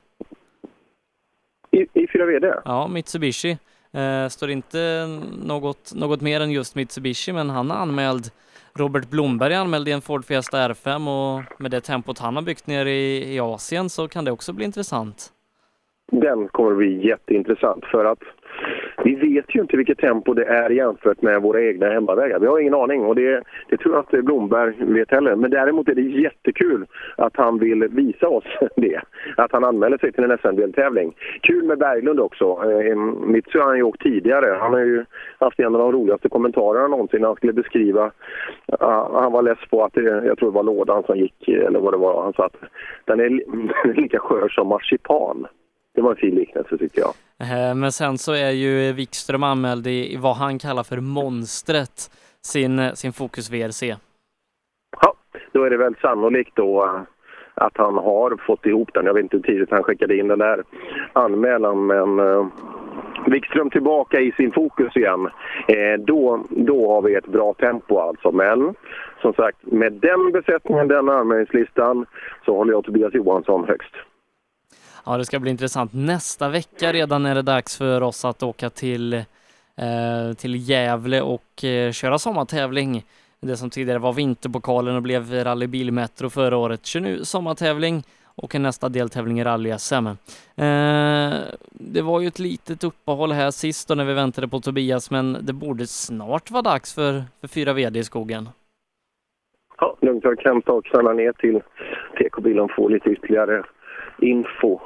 I, i fyra V D? Ja, Mitsubishi. Eh, står inte något, något mer än just Mitsubishi, men han är anmäld. Robert Blomberg är anmäld i en Ford Fiesta R fem, och med det tempot han har byggt ner i, i Asien så kan det också bli intressant. Den kommer att bli jätteintressant, för att vi vet ju inte vilket tempo det är jämfört med våra egna hemmavägar. Vi har ingen aning, och det, det tror jag att Blomberg vet heller. Men däremot är det jättekul att han vill visa oss det. Att han anmäler sig till en S M D-tävling. Kul med Berglund också. Eh, Mitsu har han ju åkt tidigare. Han har ju haft en av de roligaste kommentarerna någonsin när han skulle beskriva. Uh, han var less på att det, jag tror det var lådan som gick, eller vad det var. Han sa att den är lika skör som marsipan. Det var en fin liknelse, tycker jag. Men sen så är ju Wikström anmäld i vad han kallar för monstret, sin, sin Focus V R C. Ja, då är det väl sannolikt då att han har fått ihop den. Jag vet inte hur tidigt han skickade in den där anmälan, men uh, Wikström tillbaka i sin Focus igen. Eh, då, då har vi ett bra tempo alltså. Men som sagt, med den besättningen, den anmälningslistan, så håller jag Tobias Johansson högst. Ja, det ska bli intressant. Nästa vecka redan är det dags för oss att åka till, eh, till Gävle och eh, köra sommartävling. Det som tidigare var vinterpokalen och blev Rally Bilmetro förra året. Kör nu sommartävling och en nästa deltävling i Rally S M. Eh, det var ju ett litet uppehåll här sist då när vi väntade på Tobias, men det borde snart vara dags för, för fyra V D i skogen. Ja, lugnt. Jag kan ta och knalla ner till T K-bilen och få lite ytterligare info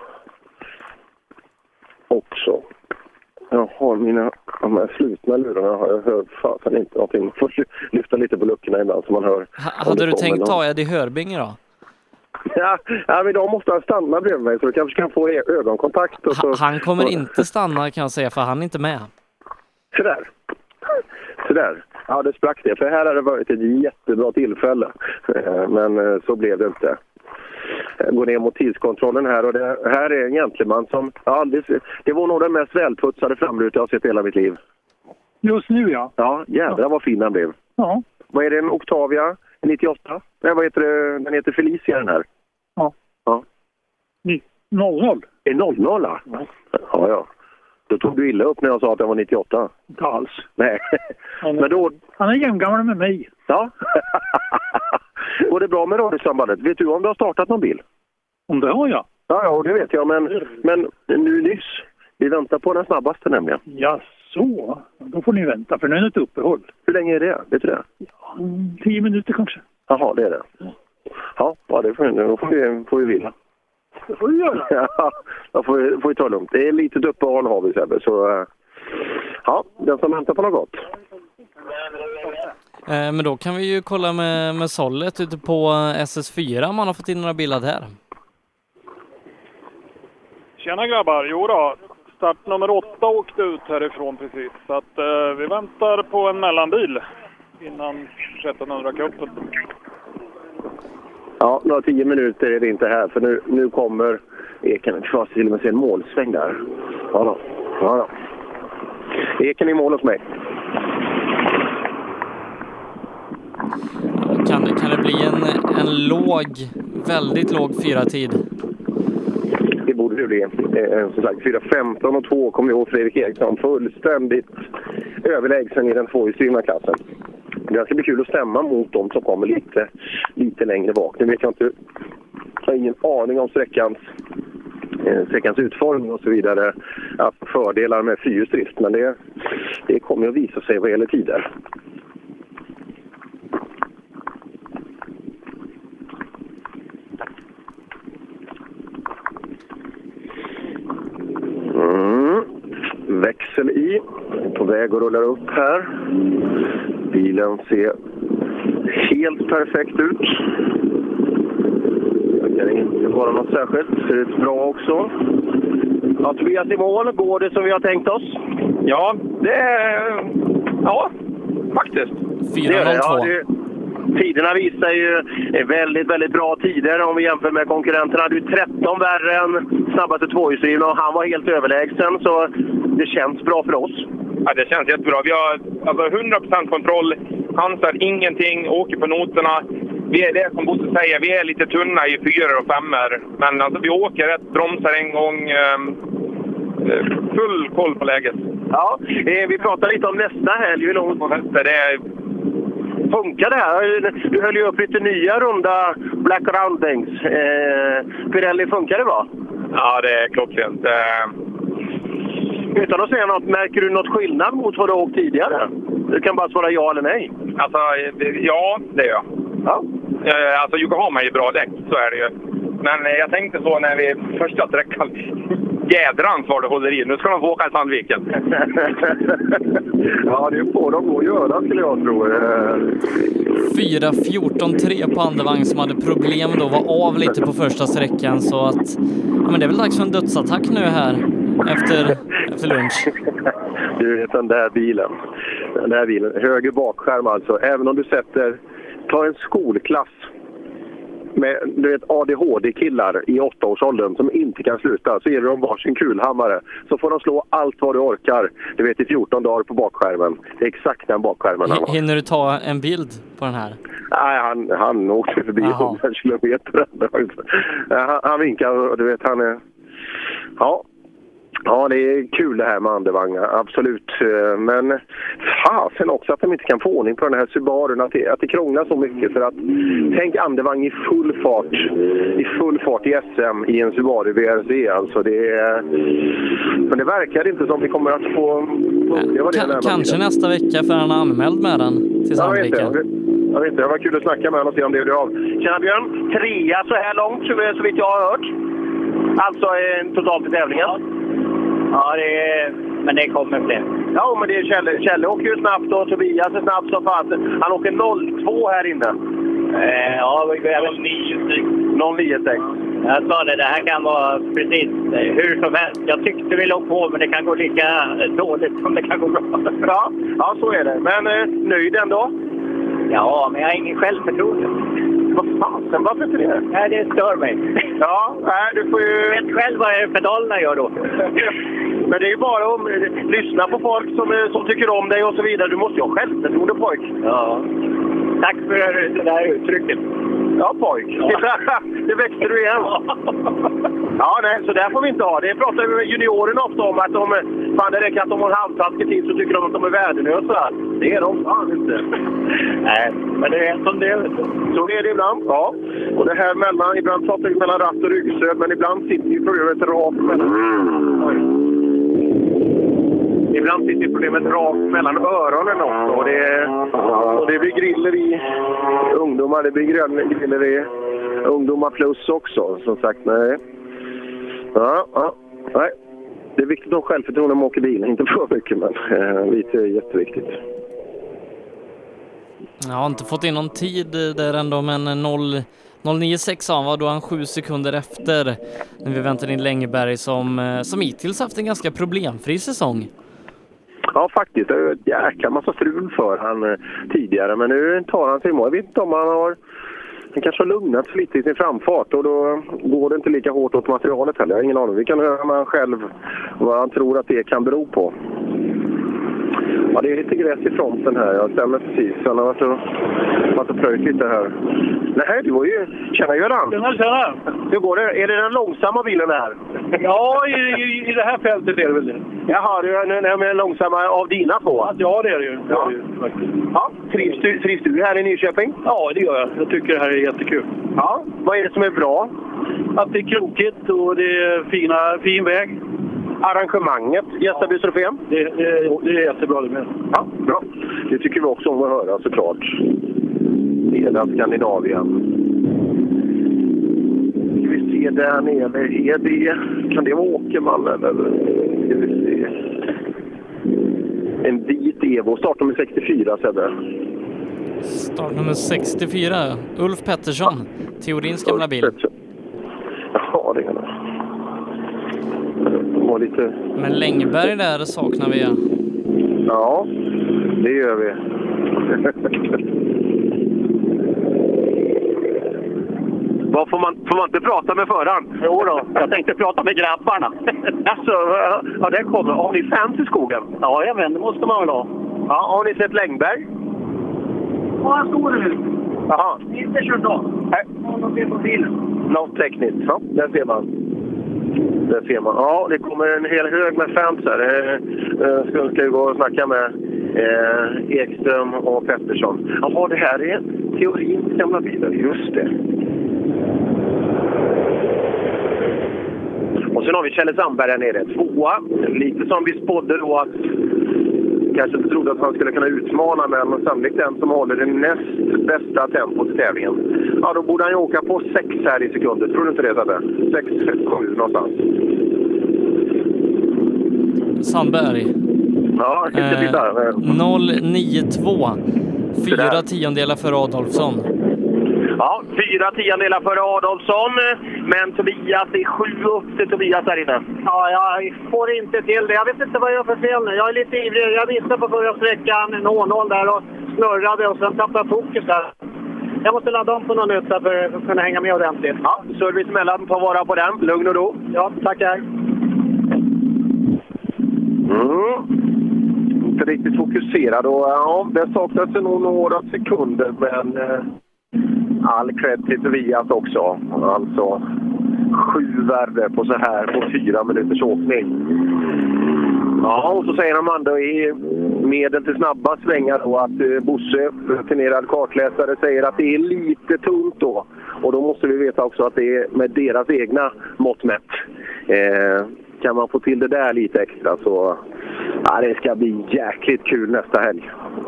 också. Jag har mina de här slutna lurarna, har jag hört fasen inte någonting. Man får lyfta lite på luckorna ibland så man hör. Ha, hade du tänkt ta Eddie Hörbing då? Ja, ja, men då måste han stanna bredvid mig så du kanske kan få ögonkontakt. Och så. Han kommer inte stanna, kan jag säga, för han är inte med. Sådär. Sådär. Ja, det sprack det. För här har det varit ett jättebra tillfälle. Men så blev det inte. Jag går ner mot tidskontrollen här, och det här är en gentleman som ja, det, det var nog den mest välputsade framruta jag har sett i hela mitt liv. Just nu, ja. Ja, jävlar vad fin den blev. Ja. Vad är det, en Octavia? En nittioåtta? Nej, vad heter det? Den heter Felicia, den här. Ja. Ja. noll noll. En noll noll? Ja. ja, ja. Då tog du illa upp när jag sa att den var nittioåtta. Inte alls. Nej. Han är, Men då... han är jämngammal med mig. Ja. Går det bra med radiosambandet? Vet du om du har startat någon bil? Om det har jag. Ja, ja, det vet jag. Men, men nu nyss. Vi väntar på den snabbaste nämligen. Ja, så. Då får ni vänta, för nu är det ett uppehåll. Hur länge är det? Vet du det? Ja, tio minuter kanske. Jaha, det är det. Ja, ja det får, då får vi, får vi vila. Det får vi göra. Ja, då får vi, får vi ta lugnt. Det är ett litet uppehåll har vi, Sebbe. Så ja, den som väntar på något gott. Eh, men då kan vi ju kolla med, med Sollet ute på S S fyra om man har fått in några bilar där. Tjena grabbar, jo då. Start nummer åtta åkte ut härifrån precis. Så att eh, vi väntar på en mellanbil innan trettonhundra-cupen. Ja, några tio minuter är det inte här, för nu, nu kommer Eken. Jag tror till och med se en målsväng där. Ja då. Ja då. Eken i mål hos mig. Kan, kan det bli en, en låg, väldigt låg fyra tid? Det borde det bli. Eh, som sagt, fyra femton och två kommer vi ihåg Fredrik Eriksson fullständigt överlägsen i den tvåhjulsdrivna klassen. Det ska bli kul att stämma mot dem som kommer lite, lite längre bak. Nu vet jag inte, jag har ingen aning om sträckans, eh, sträckans utformning och så vidare. Ja, fördelar med fyrhjulsdrift, men det, det kommer att visa sig vad gäller tider. Mm. Växel i. På väg att rulla upp här. Bilen ser helt perfekt ut. Det kan inte vara något särskilt. Ser ut bra också. Ja, Tobias i mål. Går det som vi har tänkt oss? Ja, det är... Ja, faktiskt. fyra noll två. Ja, det... Tiderna visar ju väldigt, väldigt bra tider om vi jämför med konkurrenterna. Du är tretton värre än snabbaste tvåhjulsdrivna och han var helt överlägsen, så det känns bra för oss. Ja, det känns jättebra. Vi har alltså hundra procent kontroll, chansar ingenting, åker på noterna. Vi är det som Bosse säger, vi är lite tunna i fyra och femmer. Men alltså vi åker rätt, bromsar en gång, full koll på läget. Ja, vi pratar lite om nästa helg. Hur långt det är... Funkar det här? Du höll ju upp lite nya runda Black Roundings. Eh, Pirelli, funkar det bra? Ja, det är klockrent. Eh... Utan att säga något, märker du något skillnad mot vad du åkt tidigare? Du kan bara svara ja eller nej. Alltså, ja, det gör jag. Ja. Eh, alltså, Yokohama är ju bra däck, så är det ju. Men eh, jag tänkte så när vi första sträckan... Jädrans var det håller i. Nu ska de få åka i Sandviken. Ja, det får de att göra, skulle jag tro. fyra fjorton tre på andevagn som hade problem då, var av lite på första sträckan, så att ja, men det är väl dags för en dödsattack nu här efter, efter lunch. Du vet, den där bilen. Den där bilen. Höger bakskärm alltså. Även om du sätter, ta en skolklass med, du vet, A D H D-killar i åttaårsåldern som inte kan sluta, så ger de varsin kulhammare. Så får de slå allt vad du orkar, du vet, i fjorton dagar på bakskärmen. Det är exakt den bakskärmen han har. Hinner du ta en bild på den här? Nej, han, han åkte förbi hundra kilometer. Han, han vinkar och du vet, han är... Ja. Ja, det är kul det här med andevagnar, absolut. Men fasen också att de inte kan få ordning på den här Subarun, att det, att det krånglar så mycket. För att tänk andevagn i full fart, i full fart i S M i en Subaru V R C. Alltså det är... Men det verkar inte som vi kommer att få... Ja, kan, kanske nästa vecka, för han är anmäld med den till Sandviken. Jag vet inte. Jag vet inte, det var kul att snacka med honom och se om det blir av. Tjena Björn, trea så här långt så vitt jag har hört. Alltså eh, totalt i tävlingen. Ja. Ja, det är, men det kommer fler. Ja, men det är Kjelle. Kjelle åker ju snabbt och Tobias är snabbt som fan. Han åker noll två här inne. Eh, ja, noll nio sex. noll nio sex. Jag sa det, det här kan vara precis hur som helst. Jag tyckte vi låg på, men det kan gå lika dåligt som det kan gå bra. Ja, ja så är det. Men eh, nöjd ändå? Ja, men jag har ingen självförtroende. Vad fasen, varför inte det? Nej, det stör mig. Ja, nej, du får ju... Jag vet själv vad pedalerna gör då. Men det är ju bara att lyssna på folk som, som tycker om dig och så vidare. Du måste ju ha självförtroende, pojk. Ja. Tack för det där uttrycket. Ja, pojk. Ja. Det växte du igen. Ja, nej, så där får vi inte ha. Det pratar vi med juniorerna ofta om. Att de, fan, det räcker att de har en halvflaska till så tycker de att de är värdelösa. Det är de fan inte. Nej, men det är som det är. Så är det ibland, ja. Och det här mellan, ibland pratar vi mellan ratt och ryggstöd, men ibland sitter ju problemet rakt mellan... Oj. Ibland sitter problemet rakt mellan öronen också. Och det, och det blir griller i ungdomar, det blir griller i ungdomar plus också. Som sagt, nej. Ja, ja, nej. Det är viktigt att självförtroende med åker bilen, inte för mycket, men eh, lite är jätteviktigt. Jag har inte fått in någon tid där ändå, men noll nio sex sa han, var då han sju sekunder efter när vi väntade in Längeberg som, som hittills haft en ganska problemfri säsong. Ja, faktiskt. Det är ett jäkla massa strul för han tidigare, men nu tar han sig i mål. Jag vet inte om han har... Han kanske har lugnat sig lite i sin framfart och då går det inte lika hårt åt materialet heller. Jag har ingen aning. Vi kan höra med han själv vad han tror att det kan bero på. Ja, det är lite gräs i fronten här. Jag stämmer precis. Han har varit och, varit och plöjt lite här. Nej, du var ju... Tjena, Göran! Tjena, tjena! Hur går det? Är det den långsamma bilen här? Ja, i, i, i det här fältet är det väl det. Jaha, du är den, den långsamma av dina två? Ja, det är det ju. Ja. Det är det ju ja. Trivs, du, trivs du här i Nyköping? Ja, det gör jag. Jag tycker det här är jättekul. Ja, vad är det som är bra? Att det är krokigt och det är fina, fin väg. Arrangemanget, Gästabys trofén? Det, det, det är jättebra det med. Ja, bra. Det tycker vi också om att höra såklart. Hela Skandinavien. Ska vi se där nere. Är det, kan det vara Åkerman eller? Ska vi se. En vit Evo. Startnummer sextiofyra, Sebbe. Startnummer sextiofyra. Ulf Pettersson. Teorins gamla bil. Ja, det är det. Lite... Men Längeberg där saknar vi. Ja, det gör vi. Vad får man, får man inte prata med föraren? Jo då, jag tänkte prata med grabbarna. Alltså, ja, det kommer. Har ni fans i skogen? Ja, jag vet, det måste man väl ha. Ja, har ni sett Längberg? Ja, han står nu. Jaha. Inte kört av. Nej. Någon ser på bilen. Något tekniskt, ja, där ser man. Där ser man. Ja, det kommer en hel hög med fans här. Jag ska, ska ju gå och snacka med eh, Ekström och Pettersson. Jaha, det här är teorins gamla bilar. Just det. Och sen har vi Kjelle Sandberg här nere. Tvåa. Lite som vi spådde då att kanske inte trodde att han skulle kunna utmana, men sannolikt den som håller det näst bästa tempot i tävlingen. Ja, då borde han ju åka på sex här i sekunder. Tror du inte det, Sebbe? sex sju någonstans. Sandberg. Ja, jag ska titta. Eh, noll nio två. Fyra tiondelar för Adolfsson. Ja, fyra tiondelar för Adolfsson. Men Tobias är sju upp till Tobias här inne. Ja, jag får inte till det. Jag vet inte vad jag gör för fel nu. Jag är lite ivrig. Jag missade på förra sträckan noll noll där och snurrade och sen tappade fokus där. Jag måste ladda om på någon nytt för att kunna hänga med ordentligt. Ja, service mellan. Ta vara på den. Lugn och ro. Ja, tackar. Mm. Inte riktigt fokuserad och ja, det saknas nog några sekunder, men eh, all cred till Tobias också. Alltså sju värde på så här på fyra minuters åkning. Ja, och så säger Amanda i medel till snabba svängar då att eh, Bosse, rutinerad kartläsare, säger att det är lite tungt då. Och då måste vi veta också att det är med deras egna mått mätt. Eh, kan man få till det där lite extra så ja, det ska bli jäkligt kul nästa helg.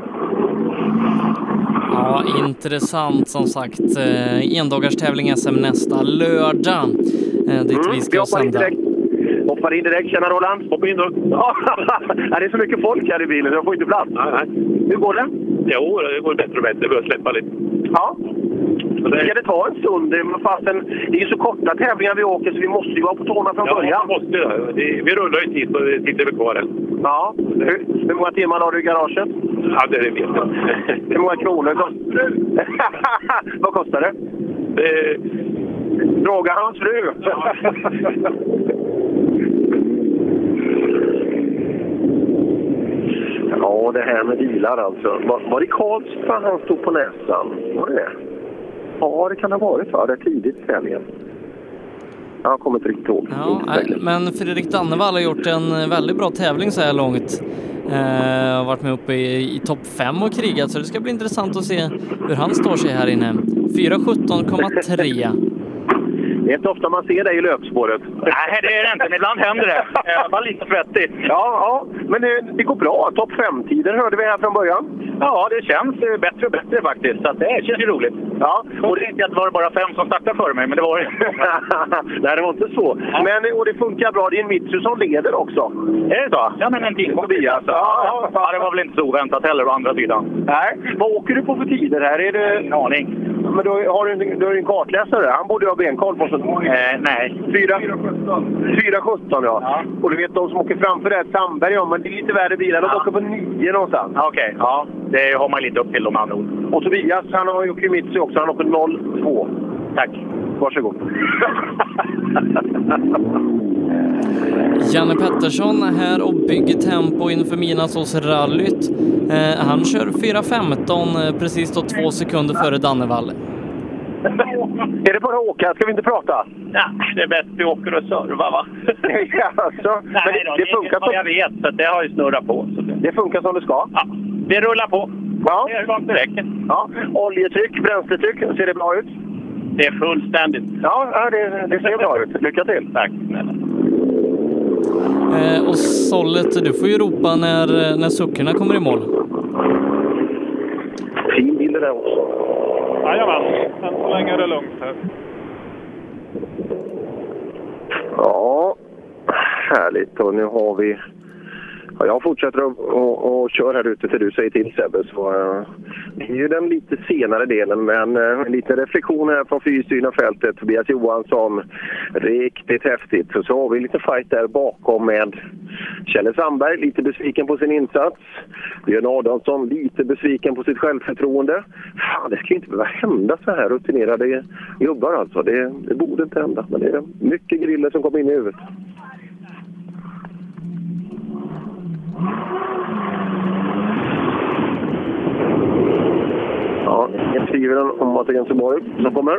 Ja, intressant som sagt. Eh, endagars tävling S M nästa lördag. Eh, dit mm, vi ska sända. Hoppar in direkt. Tjena Roland. Hoppa in då. Ja, det är så mycket folk här i bilen så jag får inte plats. Nej, nej. Hur går det? Jo, det går bättre och bättre. Det börjar släppa lite. Ja. Det ska det ta en stund. Det är ju så korta tävlingar vi åker så vi måste ju vara på tårna från ja, början. Ja, måste det. Vi rullar ju tid och sitter vi kvar här. Ja. Hur, hur många timmar har du i garaget? Ja, det vet jag. Hur många kronor kostar det? Vad kostar det? Eh... Fråga hans fru. Ja, det här med bilar alltså. Var, var det Karlstad han stod på näsan? Var det det? Ja, det kan ha varit va? Det är tidigt i helgen. Jag kommer inte riktigt ihåg. Ja, nej, men Fredrik Dannevall har gjort en väldigt bra tävling så här långt. Eh, har varit med uppe i, i topp fem och krigat, så det ska bli intressant att se hur han står sig här inne. fyra sjutton komma tre. Det är inte ofta man ser dig i löpspåret. Nej, det är det inte. Men ibland händer det. Jag var lite svettig. Ja, ja, men det, det går bra. Topp fem-tider hörde vi här från början. Ja, det känns bättre och bättre faktiskt. Så det känns ju roligt. Ja, och det är inte att det var bara fem som startade före mig, men det var det. Nej, det var inte så. Men och det funkar bra. Det är en Mitsu som leder också. Är det så? Ja, men en timme. Tobias. Ja, ja, det var väl inte så oväntat heller å andra sidan. Nej. Vad åker du på för tider här? Är det en aning? men då har du en, du har en kartläsare. Han borde ju ha benkoll på sånt. Eh, nej. fyra sjutton, ja. ja. Och du vet, de som åker framför det här Sandberg, ja, men det är lite värre bilar. De ja. åker på nio någonstans. Okej, okay. ja. Det har man lite upp till de andra ord. Och Tobias, han har ju åkt Mitsu också. Han åker noll två. Tack. Varsågod. Janne Pettersson här och bygger tempo inför Midnattsåsrallyt. Eh, han kör fyra femton, eh, precis då två sekunder före Dannevall. Är det bara att åka? Ska vi inte prata? Ja, det är bäst vi åker och servar, va? ja, alltså. Nej, men det, då, det det funkar som jag vet, så det har ju snurrat på. Så det... det funkar som det ska? Ja, det rullar på. Ja. Det är långt det räcker. Ja. Oljetryck, bränsletryck, ser det bra ut? Det är fullständigt. Ja, det, det ser bra ut. Lycka till. Tack. Eh, och Sollet, du får ju ropa när, när suckorna kommer i mål. Fin bild där också. Jajamän, än så länge är det lugnt här. Ja, härligt. Och nu har vi... Ja, jag fortsätter och, och, och kör här ute till du säger till, Sebbe. Så, uh, det är ju den lite senare delen, men uh, en liten reflektion här från fyrstyrna fältet. Tobias Johansson, riktigt häftigt. Så, så har vi lite fight där bakom med Kjelle Sandberg, lite besviken på sin insats. Björn Adolfsson, lite besviken på sitt självförtroende. Fan, det ska inte behöva hända så här rutinerade gubbar alltså. Det, det borde inte hända, men det är mycket griller som kommer in i huvudet. Ja, ett tvivel om att det är Jensborg som kommer.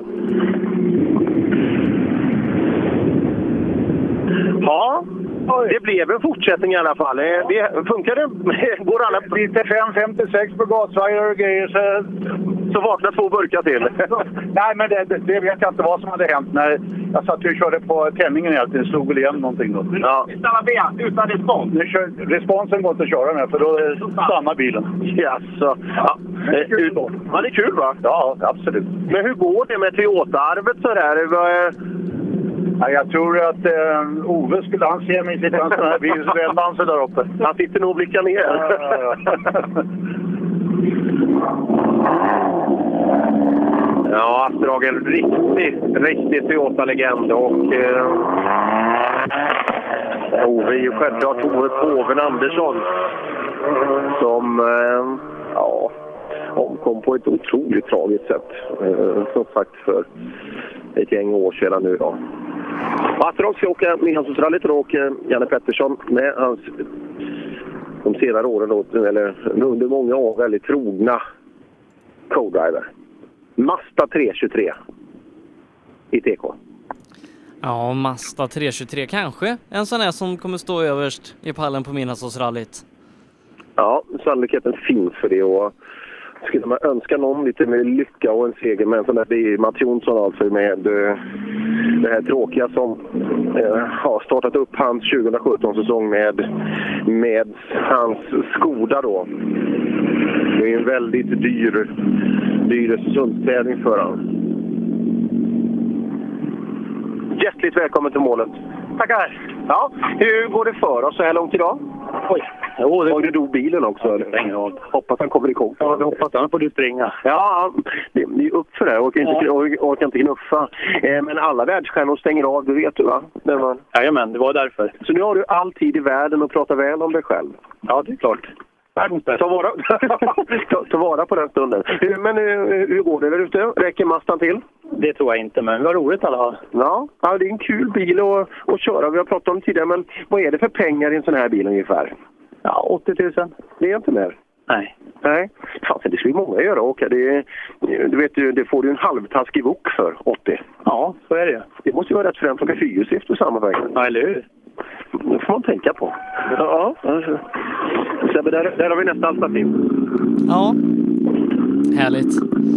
Ja, det blev en fortsättning i alla fall. Det funkar det? Går alla... Lite fem femtiosex på gasvajrar och grejer så... Så vaknar två burkar till. Nej, men det, det vet jag inte vad som hade hänt när jag satt och körde på tändningen egentligen. Slog väl igen någonting då. Ja. Utan respons. Nu kör, responsen går inte att köra med för då stannar bilen. Jaså. Ja. Det är kul då. Ja, det är kul va? Ja, absolut. Men hur går det med Toyota-arvet sådär? Ja, jag tror att eh, Ove skulle han se mig sitta en sån här bil så vänder han sig där uppe. Han sitter nog och blickar ner. Ja, ja, ja. Ja, Astragen, riktigt, riktigt Toyota-legend och eh, Ove är ju självklart Ove Påven Andersson som eh, ja, omkom på ett otroligt tragiskt sätt eh, som sagt för ett gäng år sedan nu då. Astragen ska åka Midnattsåsrallyt och eh, Janne Pettersson med hans de senare åren då, eller under många år väldigt trogna co-driver. Mazda tre tjugotre i T K. Ja, Mazda tre tjugotre kanske. En sån här som kommer stå överst i pallen på Midnattsåsrallyt. Ja, sannolikheten finns för det och skulle man önska någon lite mer lycka och en seger med en sån där, det är Mats Jonsson alltså med uh, det här tråkiga som uh, har startat upp hans tjugohundrasjutton-säsong med, med hans Skoda då. Det är en väldigt dyr, dyr Östersundstävling för han. Hjärtligt välkommen till målet. Tackar. Ja, hur går det för oss så här långt idag? Oj. Jo, det... Har du dog bilen också? Ja, det är hoppas han kommer igång. Ja, jag hoppas han får du springa. Ja, det är upp för det. Orkar inte, ja. orkar inte knuffa. Eh, men alla världsstjärnor stänger av, det vet du va? Det var... Jajamän, det var därför. Så nu har du all tid i världen att prata väl om dig själv? Ja, det är klart. Världens bästa. Ta vara, ta, ta vara på den stunden. Men hur, hur går det där ute? Räcker mastan till? Det tror jag inte, men vad roligt alla har. Ja, ja, det är en kul bil att, att köra. Vi har pratat om det tidigare, men vad är det för pengar i en sån här bil ungefär? Ja, åttio tusen. Det är inte mer. Nej. Nej. Fan, det skulle många göra åka. Det, du vet, det får du en halvtaskig vok för åttio. Ja, så är det. Det måste ju vara rätt för den som åker fyrhjulsdrift efter samma väg. Ja, eller hur? Det får man tänka på. Ja, alltså. Sebbe, där, där har vi nästa alternativ. Ja, härligt.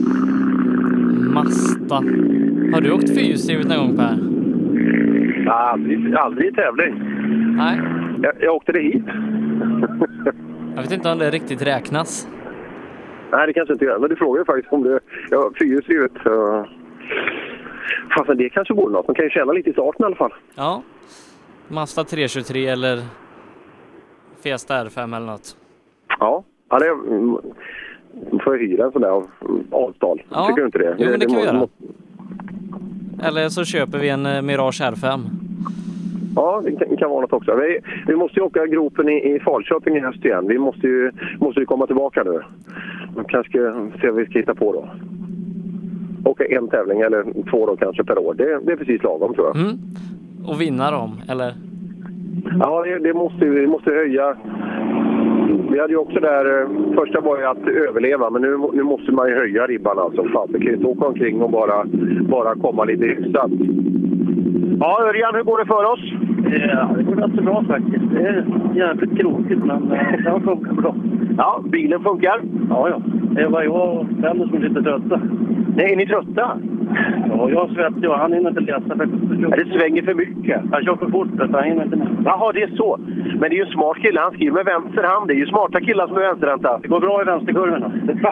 Mazda. Har du åkt fyrhjulsdrivet någon gång, Per? Ja, aldrig, aldrig i tävling. Nej. Jag, jag åkte det hit. Jag vet inte om det riktigt räknas. Nej, det kanske inte gör. Men du frågar ju faktiskt om det. Ja, fyrhjulsdrivet. Uh... Fast det kanske går något. Man kan ju känna lite i starten i alla fall. Ja. Mazda tre tjugotre eller Fiesta R fem eller något. Ja, ja det, får jag hyra en sån där av avtal. Ja. Tycker du inte det? Jo, men det, det kan vi må, göra. må... Eller så köper vi en uh, Mirage R fem. Ja, det kan, kan vara något också. Vi, vi måste ju åka gropen i, i Falköping i höst igen. Vi måste ju, måste ju komma tillbaka nu. Man kanske ska se vad vi ska hitta på då. Åka en tävling eller två då kanske per år. Det, det är precis lagom, tror jag. Mm. Och vinna dem, eller? Ja, det, det måste vi måste höja. Vi hade ju också där, första var ju att överleva, men nu, nu måste man ju höja ribban alltså. Fan, det kan ju inte åka omkring och bara, bara komma lite hyfsat. Ja, Örjan, hur går det för oss? Ja, det går rätt bra faktiskt. Det är jävligt krokigt, men det har funkat bra. Ja, bilen funkar? Ja, ja. Det var jag och Fender som är lite trötta. Nej, är ni trötta? Ja, jag är svettig och han hinner inte läsa. För ja, det svänger för mycket. Jag kör för fort, så han hinner inte med. Jaha, det är så. Men det är ju en smart kille. Han skriver med vänster hand. Det är ju smarta killar som är vänsterhänta. Det går bra i vänsterkurvorna.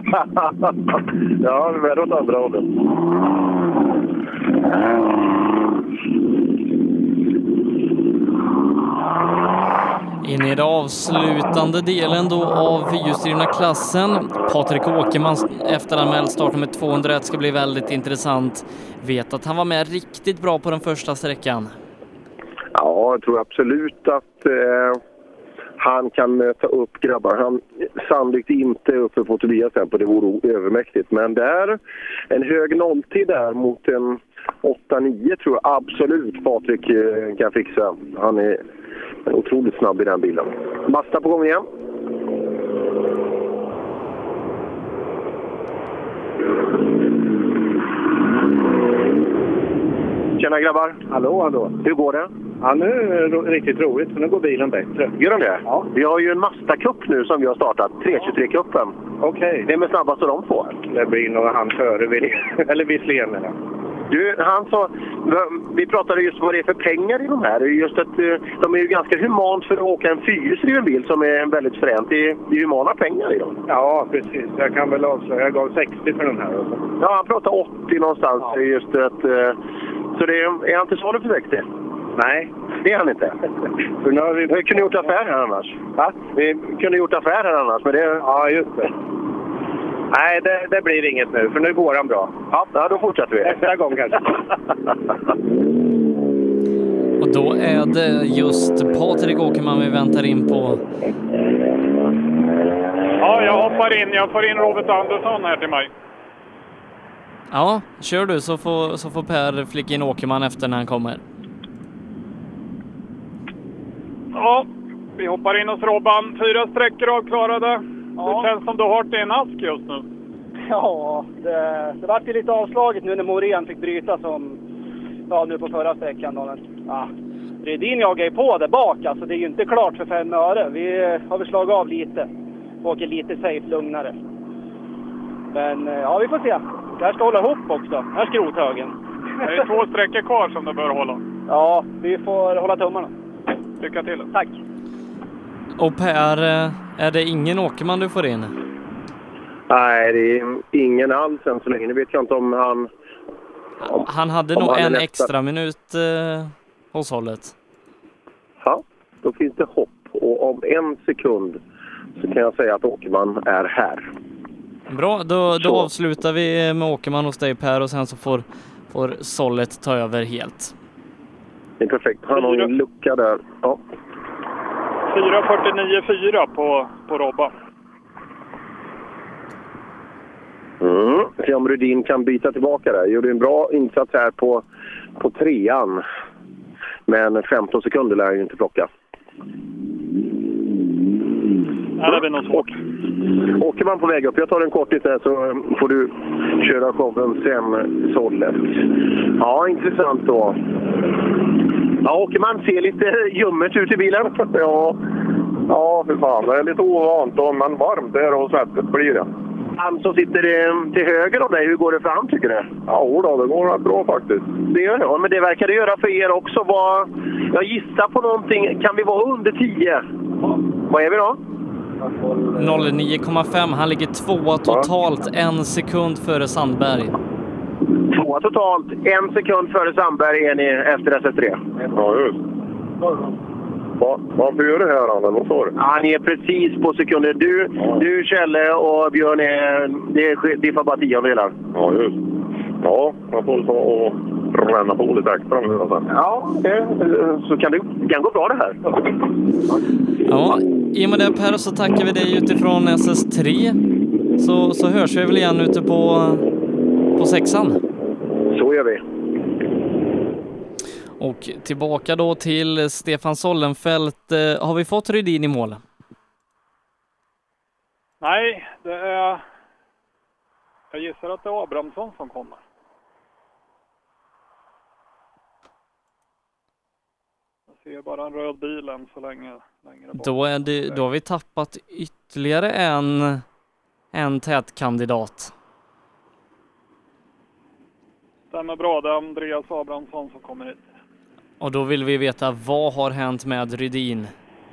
Ja, det är åt andra hållet. In i den avslutande delen då av fyrhjulsdrivna klassen. Patrik Åkerman efteranmäld start nummer tvåhundraett ska bli väldigt intressant. Vet att han var med riktigt bra på den första sträckan. Ja, jag tror absolut att eh, han kan möta upp grabbar. Han sannolikt inte uppe på Tobias tempo, det vore övermäktigt. Men där, en hög nolltid där mot en åtta nio tror jag absolut Patrik eh, kan fixa. Han är otroligt snabb i den bilen. Masta på gång igen. Tjena grabbar. Hallå, hallå. Hur går det? Ja, nu är det riktigt roligt för nu går bilen bättre. Gör den det? Ja. Vi har ju en Mazda Cup nu som vi har startat. tre tjugotre-cupen. Okej. Okay. Det är med snabbast av de två. Det blir nog han före, eller visserligen menar jag. Du, han sa, vi pratade just vad det är för pengar i de här. Just att de är ju ganska humant för att åka en fyrhjulsdriven bil som är väldigt fränt. Det är, det är humana pengar i dem. Ja, precis. Jag kan väl avslöja. Jag gav sextio för den här. Också. Ja, han pratade åttio någonstans. Ja. Just att, så det är, är han till salu för sextio? Nej. Det är han inte. För nu har vi... vi kunde gjort affär här annars. Va? Vi kunde gjort affär här annars. Men det... Ja, just det. Nej, det, det blir inget nu, för nu går han bra. Ja, då fortsätter vi. Nästa gång kanske. Och då är det just Patrik Åkerman vi väntar in på. Ja, jag hoppar in. Jag får in Robert Andersson här till mig. Ja, kör du så får, så får Per flicka in Åkerman efter när han kommer. Ja, vi hoppar in hos Robban. Fyra sträckor avklarade. Ja. Det känns som du har hårt i en ask just nu. Ja, det, det var ju lite avslaget nu när Morén fick bryta som ja, nu på förra sträckan. Då. Ja. Redin jagar ju på där bak, alltså det är ju inte klart för fem öre. Vi har väl slagit av lite. Åker lite safe, lugnare. Men ja, vi får se. Det här ska hålla ihop också. Här skrothögen. Det är två sträckor kvar som du bör hålla. Ja, vi får hålla tummarna. Lycka till. Tack. Och Per, är det ingen Åkerman du får in? Nej, det är ingen alls än så länge. Nu vet jag inte om han... Om, han hade nog han en nästa... extra minut eh, hos hållet. Ja, då finns det hopp. Och om en sekund så kan jag säga att Åkerman är här. Bra, då, då avslutar vi med Åkerman hos dig Per och sen så får, får Sollet ta över helt. Det är perfekt. Han har en lucka där. Ja. fyra fyrtionio fyra på, på Robba. Mm. Se om Rudin kan byta tillbaka där. Gjorde en bra insats här på, på trean. Men femton sekunder lär ju inte plocka. Ja, det blir nog svårt. Åker man på väg upp, jag tar en kort lite här så får du köra showen sen Sollet. Ja, intressant då. Ja, åker man ser lite ljummet ut i bilen. Ja, ja för fan. Det är lite ovant då, men varmt där och svettigt blir det. Han som sitter till höger om dig, hur går det för han tycker du? Ja, då, det går rätt bra faktiskt. Det gör det, men det verkar det göra för er också. Vad, jag gissar på någonting, kan vi vara under tio? Vad är vi då? noll nio komma fem, han ligger tvåa totalt, en sekund före Sandberg. Tvåa totalt, en sekund före Sandberg är ni efter S S tre. Ja, just. Vad vad gör det här, Anna? Vad sa du? Han är precis på sekunder. Du, ja. du Kjelle och Björn är... Det är diffar bara tiondelar. Ja, just. Ja, man får ta och ränna på lite extra nu. Alltså. Ja, det, så kan det kan gå bra det här. Ja, i och med det Per så tackar vi dig utifrån S S tre. Så, så hörs vi väl igen ute på, på sexan. Så gör vi. Och tillbaka då till Stefan Sollenfelt. Har vi fått Rydin i mål? Nej, det är... Jag gissar att det är Abrahamsson som kommer. Jag ser bara en röd bil än så länge. längre bort. Då, är det, då har vi tappat ytterligare en, en tätkandidat. Stämmer bra, det är Andreas Abrahamsson som kommer hit. Och då vill vi veta, vad har hänt med Rydin?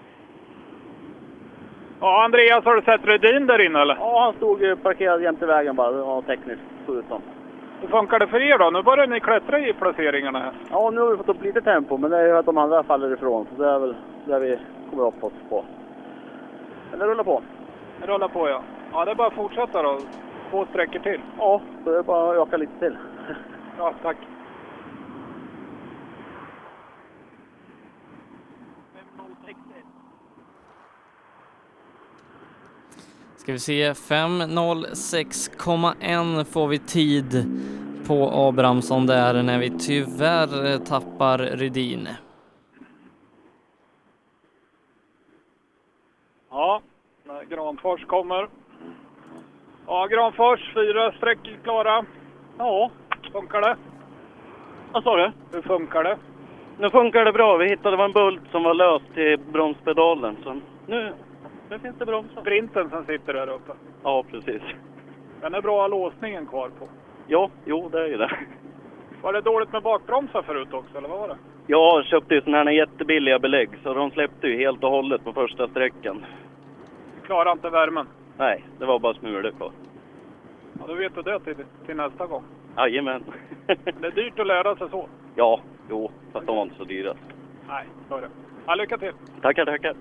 Ja, Andreas, har du sett Rydin där inne eller? Ja, han stod parkerad jämte vägen bara. Det var tekniskt så ut som. Hur funkar det för er då? Nu börjar ni klättra i placeringarna här. Ja, nu har vi fått upp lite tempo, men det är ju att de andra faller ifrån. Så det är väl där vi kommer upp oss på. Men det rullar på. Det rullar på, ja. Ja, det är bara att fortsätta då. Två sträckor till. Ja, så det är bara att öka lite till. Ja, tack. Ska vi se, fem noll sex komma ett får vi tid på Abrahamsson där när vi tyvärr tappar Rydin. Ja, när Granfors kommer. Ja, Granfors, fyra sträckor klara. Ja, funkar det? Vad sa du? Hur funkar det? Nu funkar det bra. Vi hittade en bult som var löst till bromspedalen. Så nu, nu finns det bromsar. Sprinten som sitter där uppe. Ja, precis. Den är bra låsningen kvar på. Ja, jo, det är ju det. Var det dåligt med bakbromsar förut också, eller vad var det? Jag köpte ju sådana här jättebilliga belägg, så de släppte ju helt och hållet på första sträckan. Du klarar inte värmen? Nej, det var bara smulor kvar. Ja, då vet du det till, till nästa gång. Jajamän. Det är dyrt att lära sig så. Ja, jo, fast de var inte så dyra. Nej, så är det. Ja, lycka till. Tackar, tackar.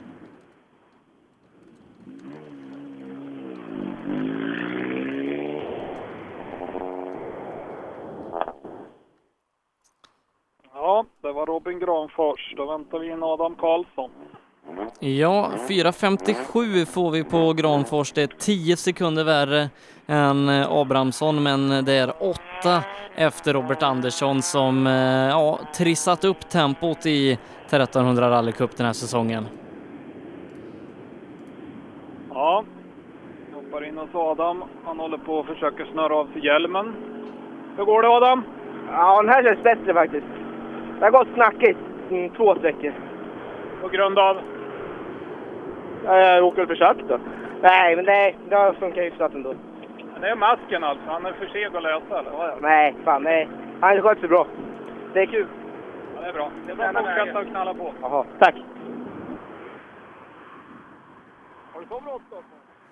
Ja, det var Robin Granfors. Då väntar vi in Adam Karlsson. Ja, fyra femtiosju får vi på Granfors. Det är tio sekunder värre än Abrahamsson, men det är åtta efter Robert Andersson som ja, trissat upp tempot i trettonhundra rallycup den här säsongen. Ja, hoppar in hos Adam. Han håller på och försöker snöra av sig hjälmen. Hur går det, Adam? Ja, den här känns bättre faktiskt. Det har gått snackigt mm, två sträckor. På grund av? Ja, jag åker väl för sakta då. Nej, men det, det funkar ju snabbt ändå. Det är masken alltså. Han är för seg att läsa, eller? Ja, ja. Nej, fan nej. Han har skött sig bra. Det är kul. Ja, det är bra. Det är bra att fortsätta och knalla på. Jaha, tack. Har du så bråttom?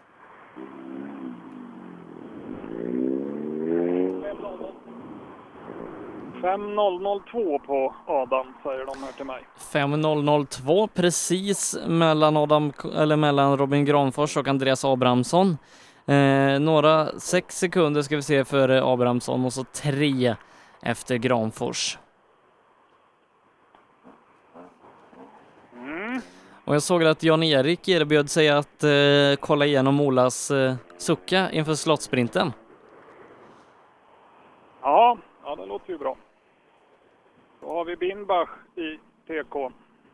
fem noll noll två på Adam, säger de här till mig. fem noll noll två precis mellan, Adam, eller mellan Robin Granfors och Andreas Abrahamsson. Eh, några sex sekunder ska vi se för Abrahamsson och så tre efter Granfors. Mm. Och jag såg att Jan-Erik erbjöd sig att eh, kolla igenom Olas eh, sucka inför slottsprinten. Ja, ja, det låter ju bra. Då har vi Binbach i T K.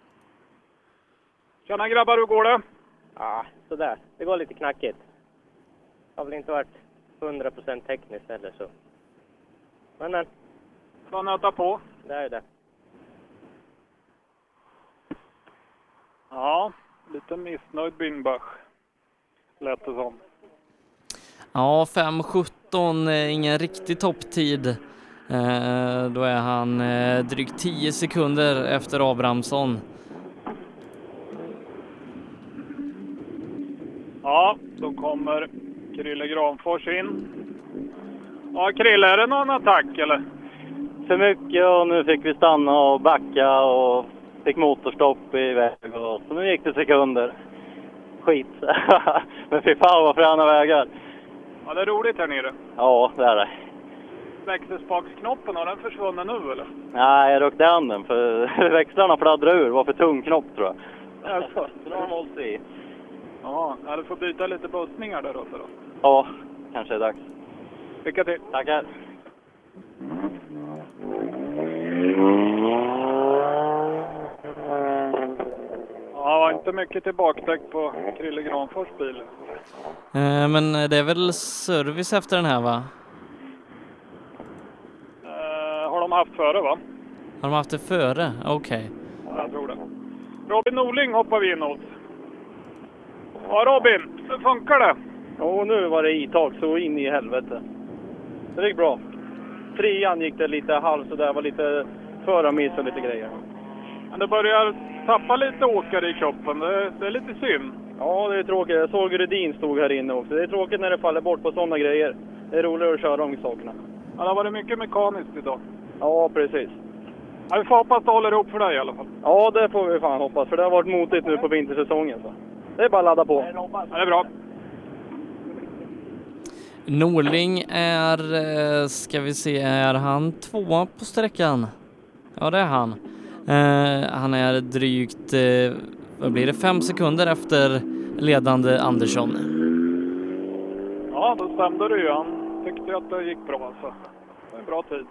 Tjena grabbar, hur går det? Ja, sådär. Det går lite knackigt. Det har väl inte varit hundra procent tekniskt heller så. Men men. Ska nöta på? Det är det. Ja, lite missnöjd Binbach. Lät det som. Ja, fem sjutton, ingen riktig topptid. Eh, då är han eh, drygt tio sekunder efter Abrahamsson. Ja, då kommer Krille Granfors in. Ja, Krille, är det någon attack eller? För mycket och nu fick vi stanna och backa och fick motorstopp i väg och så nu gick det sekunder. Skit. Men fy fan vad fräna vägar. Ja, det är roligt här nere. Ja, det är det. Växelspaksknoppen, har den försvunnit nu eller? Nej, jag rökte an den för växlarna fladdrade ur. Det var för tung knopp tror jag. Alltså, så då har de hållit i. Ja, du får byta lite bussningar där uppe då. Ja, kanske är dags. Lycka till. Tackar. Ja, var inte mycket till bakdäck på Krille Granfors bil. Eh, men det är väl service efter den här, va? Eh, har de haft före, va? Har de haft det före? Okej. Okay. Ja, jag tror det. Robin Norling hoppar vi in åt. Ja, Robin, hur funkar det? Ja, nu var det i-tag så in i helvete. Det gick bra. Trean gick det lite halv så där var lite förarmiss och lite grejer. Men det börjar tappa lite åkare i kroppen. Det, det är lite synd. Ja, det är tråkigt. Jag såg Rudin stod här inne också. Det är tråkigt när det faller bort på sådana grejer. Det är roligare att köra de sakerna. Ja, det har varit mycket mekaniskt idag. Ja, precis. Ja, vi får hoppas att det håller ihop för dig i alla fall. Ja, det får vi fan hoppas. För det har varit motigt nu på vintersäsongen. Så. Det är bara att ladda på. Ja, det är bra. Norling är, ska vi se, är han tvåa på sträckan? Ja, det är han. Eh, han är drygt, eh, vad blir det, fem sekunder efter ledande Andersson. Ja, då stämde det ju. Han tyckte att det gick bra. Så. Det var en bra tid.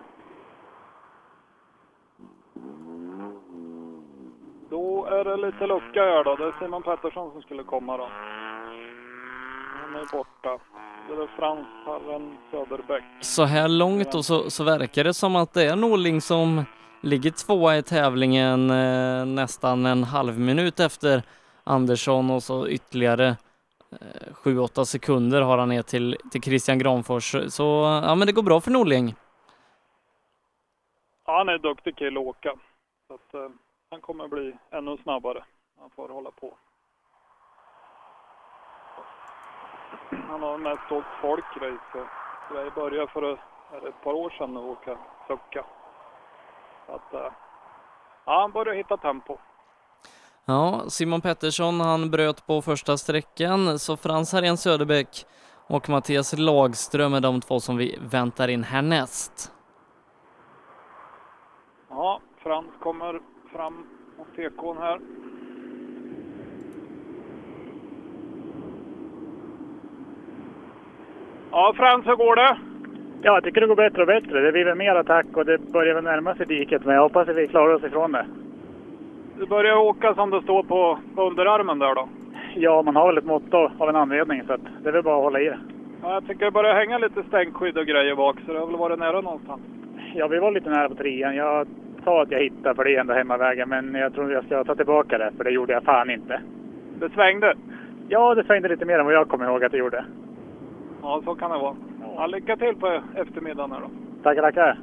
Då är det lite lucka här då. Det är Simon Pettersson som skulle komma då. Han är borta. Det är Frans Harren Söderbäck. Så här långt och så, så verkar det som att det är Norling som ligger tvåa i tävlingen eh, nästan en halv minut efter Andersson och så ytterligare eh, sju åtta sekunder har han ner till, till Christian Granfors. Så ja, men det går bra för Norling. Ja, han är en duktig kille att åka. Så att, eh, han kommer bli ännu snabbare. Han får hålla på. Han har mest åkt folkrace. Jag började för ett par år sedan att åka sucka. Så att, ja, han börjar hitta tempo. Ja, Simon Pettersson han bröt på första sträckan. Så Frans Harren Söderbäck och Mattias Lagström är de två som vi väntar in härnäst. Ja, Frans kommer fram mot T K:n här. Ja, Frans, hur går det? Ja, jag tycker det går bättre och bättre. Det blir väl mer attack och det börjar väl närma sig diket, men jag hoppas att vi klarar oss ifrån det. Du börjar åka som det står på, på underarmen där då? Ja, man har väl ett motto av en anledning, så att det är väl bara att hålla i det. Ja, jag tycker det börjar hänga lite stänkskydd och grejer bak, så det har väl varit nära någonstans. Ja, vi var lite nära på trean. Jag sa att jag hittade, för det är ändå hemmavägen, men jag tror jag ska ta tillbaka det, för det gjorde jag fan inte. Det svängde? Ja, det svängde lite mer än vad jag kommer ihåg att det gjorde. Ja, så kan det vara. Ja, lycka till på eftermiddagen här då. Tackar, tackar.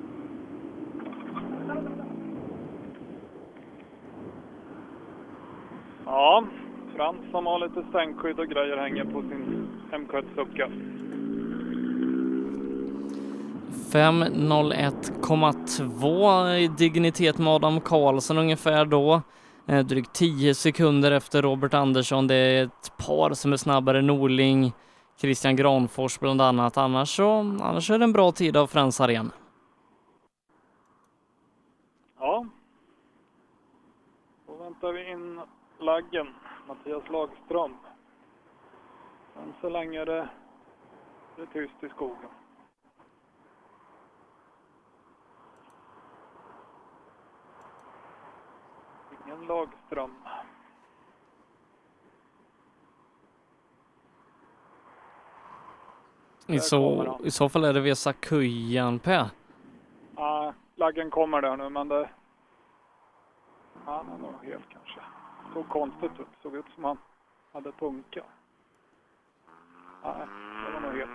Ja, Frans som har lite stänkskydd och grejer hänger på sin M K ett-sucka. fem noll ett komma två i dignitet med Adam Karlsson ungefär då. Eh, drygt tio sekunder efter Robert Andersson. Det är ett par som är snabbare. Norling, Christian Granfors bland annat. Annars så annars är det en bra tid av Frans Harren. Ja. Då väntar vi in laggen. Mattias Lagström. Men så länge är det, det är tyst i skogen. Ingen Lagström. I så, I så fall är det Vesa Kujanpää. Ja, laggen kommer där nu, men det... Han är nog helt kanske. Såg konstigt ut. Såg ut som han hade punka. Nej, det var nog helt.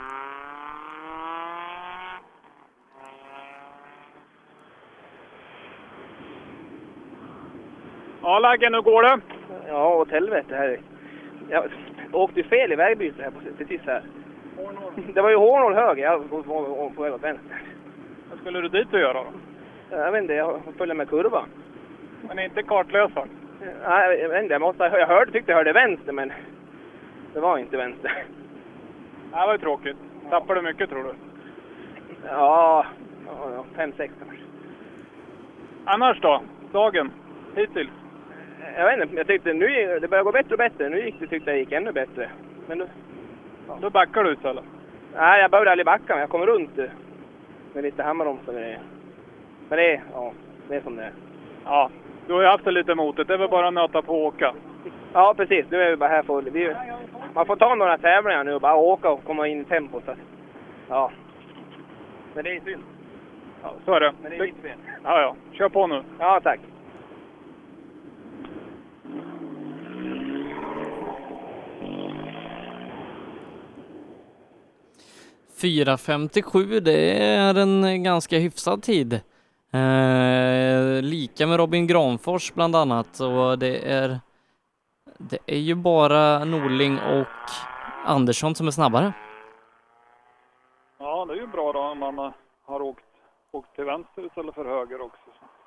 Ja, laggen, nu går det. Ja, åt helvete här. Jag åkte fel i vägbytet här precis här. Det var ju hårnål höger, jag var på väg åt vänster. Vad skulle du dit och göra då? Jag vet inte, jag följde med kurva. Men inte kartlös va? Nej, jag vet inte. Jag, måste, jag hörde, tyckte jag hörde vänster, men det var inte vänster. Det här var ju tråkigt. Tappade du mycket tror du? Ja, ja fem sex kanske. Annars då? Dagen? Hittills? Jag vet inte, jag tyckte nu det började gå bättre och bättre. Nu gick det, tyckte jag gick ännu bättre. Men då, ja. Då backar du ut eller? Nej, jag började aldrig backa, men jag kom runt med lite hammaromsar med det. Men det är, ja, det är som det är. Ja, du har ju haft det lite motigt. Det är väl bara att nöta på och åka. Ja, precis. Nu är vi bara här för vi, man får ta några tävlingar nu och bara åka och komma in i tempo. Så. Ja. Men det är synd. Ja, så är det. Men det är inte fel. Ja, ja. Kör på nu. Ja, tack. fyra femtiosju, det är en ganska hyfsad tid. Eh, lika med Robin Granfors bland annat. Och det är, det är ju bara Norling och Andersson som är snabbare. Ja, det är ju bra då om man har åkt, åkt till vänster istället för höger också.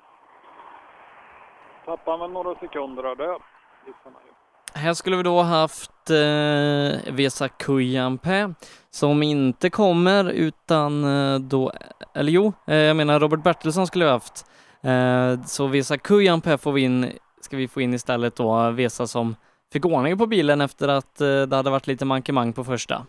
Tappar man några sekunder där, det visar man ju. Här skulle vi då ha haft eh, Vesa Kujanpää som inte kommer utan eh, då, eller jo, eh, jag menar Robert Bertilsson skulle vi ha haft. Eh, så Vesa Kujanpää får vi in, ska vi få in istället då Vesa som fick ordning på bilen efter att eh, det hade varit lite mankemang på första.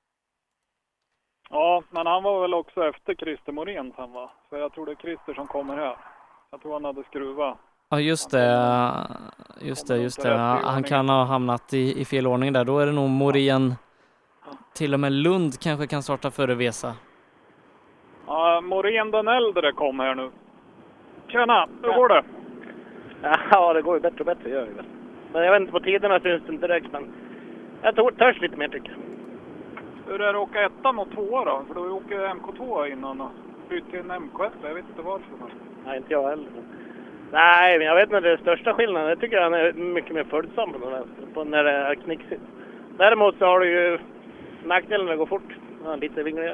Ja, men han var väl också efter Christer Morén sen va? Så jag tror det är Christer som kommer här. Jag tror han hade skruvat. Ja just det, just det, just det. Han kan ha hamnat i, i fel ordning där. Då är det nog Morén, till och med Lund kanske kan starta före Vesa. Ja, Morén den äldre kom här nu. Tjena, hur går det? Ja, det går ju bättre och bättre gör det väl. Men jag vet inte, på tiderna syns det inte direkt, men jag tog, törs lite mer tycker jag. Hur är det att åka etta mot tvåa då? För då åker M K två innan och byter till en M K ett. Jag vet inte varför. Nej, inte jag heller. Nej, men jag vet inte, det största skillnaden, jag tycker han är mycket mer följsam på när det är knixigt. Däremot så har du ju nackdelen när det går fort. Ja, lite vingligare.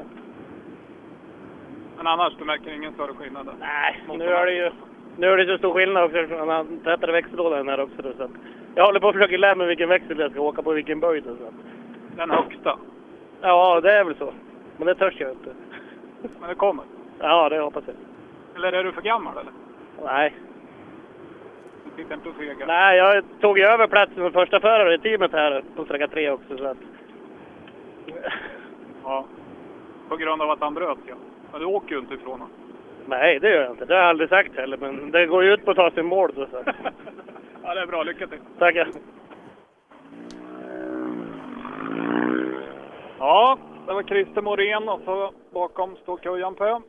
Men annars, du märker ingen större skillnad? Nej, nu är det ju nu är det så stor skillnad också. Han har tätare växellådan här också. Så jag håller på att försöka lära mig vilken växel jag ska åka på, vilken böjd. Så. Den högsta? Ja, det är väl så. Men det törs jag inte. Men det kommer? Ja, det hoppas jag. Eller är du för gammal eller? Nej. Du sitter inte och fegar? Nej, jag tog ju över platsen som första förare i teamet här på sträcka tre också. Så att... Ja, på grund av att han bröt ja. Men du åker ju inte ifrån honom. Nej, det gör jag inte. Det har jag aldrig sagt heller. Men det går ju ut på att ta sin mål. Så. Ja, det är bra. Lycka till. Tackar. Ja, det var Christer Morén och så bakom står Kujanpää.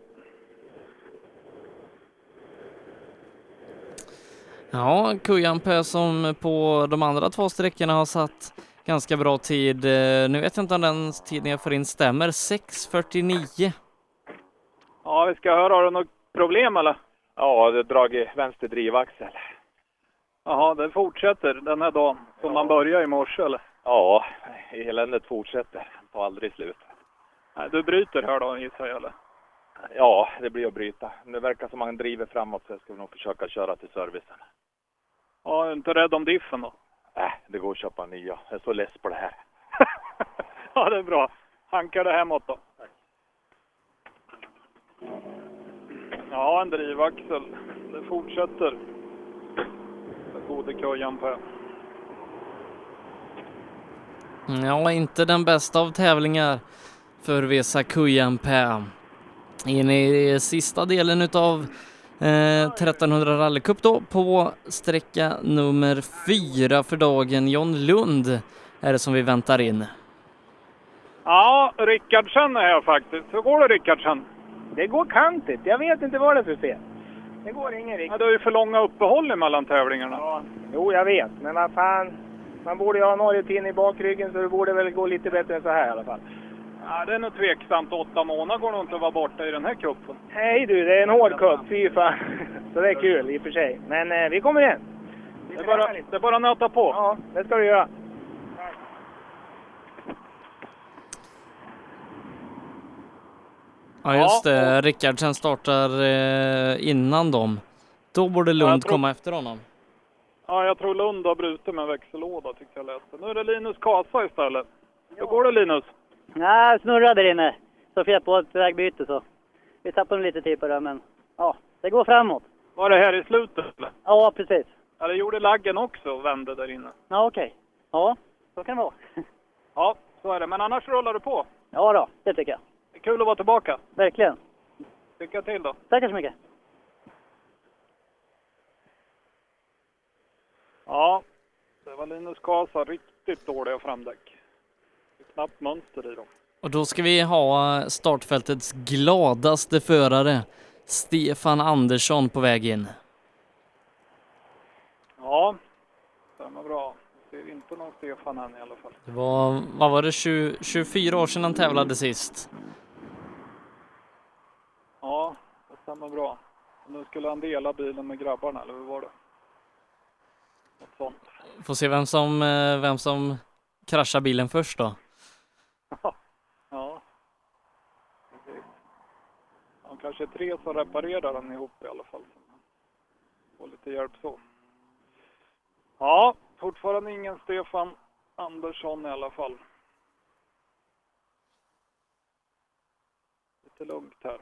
Ja, Kujanpää som på de andra två sträckorna har satt ganska bra tid. Nu vet jag inte om den tiden jag får in stämmer. sex fyrtionio. Ja, vi ska höra. Har du något problem eller? Ja, det drar i vänster drivaxel. Jaha, det fortsätter den här dagen som man börjar i morse eller? Ja, eländet fortsätter. Det tar aldrig slut. Nej, du bryter här då gissar jag eller? Ja, det blir att bryta. Det verkar som man driver framåt så jag ska nog försöka köra till servicen. Ja, är du inte rädd om diffen då? Nej, det går att köpa nya. Jag är så less på det här. Ja, det är bra. Hankar det hemåt då. Tack. Ja, en drivaxel. Det fortsätter. Det gode Kujanpää. Ja, inte den bästa av tävlingar för Vesa Kujanpää. In i sista delen utav eh, trettonhundra rallycup då på sträcka nummer fyra för dagen. John Lund är det som vi väntar in. Ja, Rickardsen är här faktiskt. Hur går det Rickardsen? Det går kantigt. Jag vet inte vad det är för fel. Det går ingen riktigt. Ja, det är ju för långa uppehåll mellan tävlingarna. Ja. Jo, jag vet. Men vad fan. Man borde ju ha Norge-tin i bakryggen så det borde väl gå lite bättre än så här i alla fall. Ja, det är nog tveksamt. Åtta månader går nog inte att vara borta i den här kuppen. Nej du, det är en hård kupp. Fy fan. Så det är kul i och för sig. Men eh, vi kommer igen. Det är bara, det är bara att nöta på. Ja, det ska vi göra. Ja, just det. Rickardsen startar eh, innan dem. Då borde Lund tror... komma efter honom. Ja, jag tror Lund har brutit med växellåda, tyckte jag läste. Nu är det Linus Kasa istället. Hur går det, Linus? Nej, snurrade där inne. Så fel på ett vägbyte så. Vi tappade lite tid på det, men ja, det går framåt. Var det här i slutet eller? Ja, precis. Ja, det gjorde laggen också och vände där inne. Ja, okej. Okay. Ja, så kan det vara. Ja, så är det. Men annars rullar du på. Ja då, det tycker jag. Det är kul att vara tillbaka. Verkligen. Lycka till då. Tackar så mycket. Ja, det var Linus Kasa. Riktigt dåliga framdäck. Det är knappt mönster i dem. Och då ska vi ha startfältets gladaste förare, Stefan Andersson, på väg in. Ja, det var bra. Det är inte någon Stefan än i alla fall. Det var, vad var det, tjugo, tjugofyra år sedan han tävlade sist? Ja, det stämmer bra. Nu skulle han dela bilen med grabbarna, eller hur var det? Något sånt. Får se vem som, vem som kraschar bilen först då. Ja. Han kanske är tre som reparerar den ihop i alla fall. Får lite hjälp så. Ja, fortfarande ingen Stefan Andersson i alla fall. Lite lugnt här.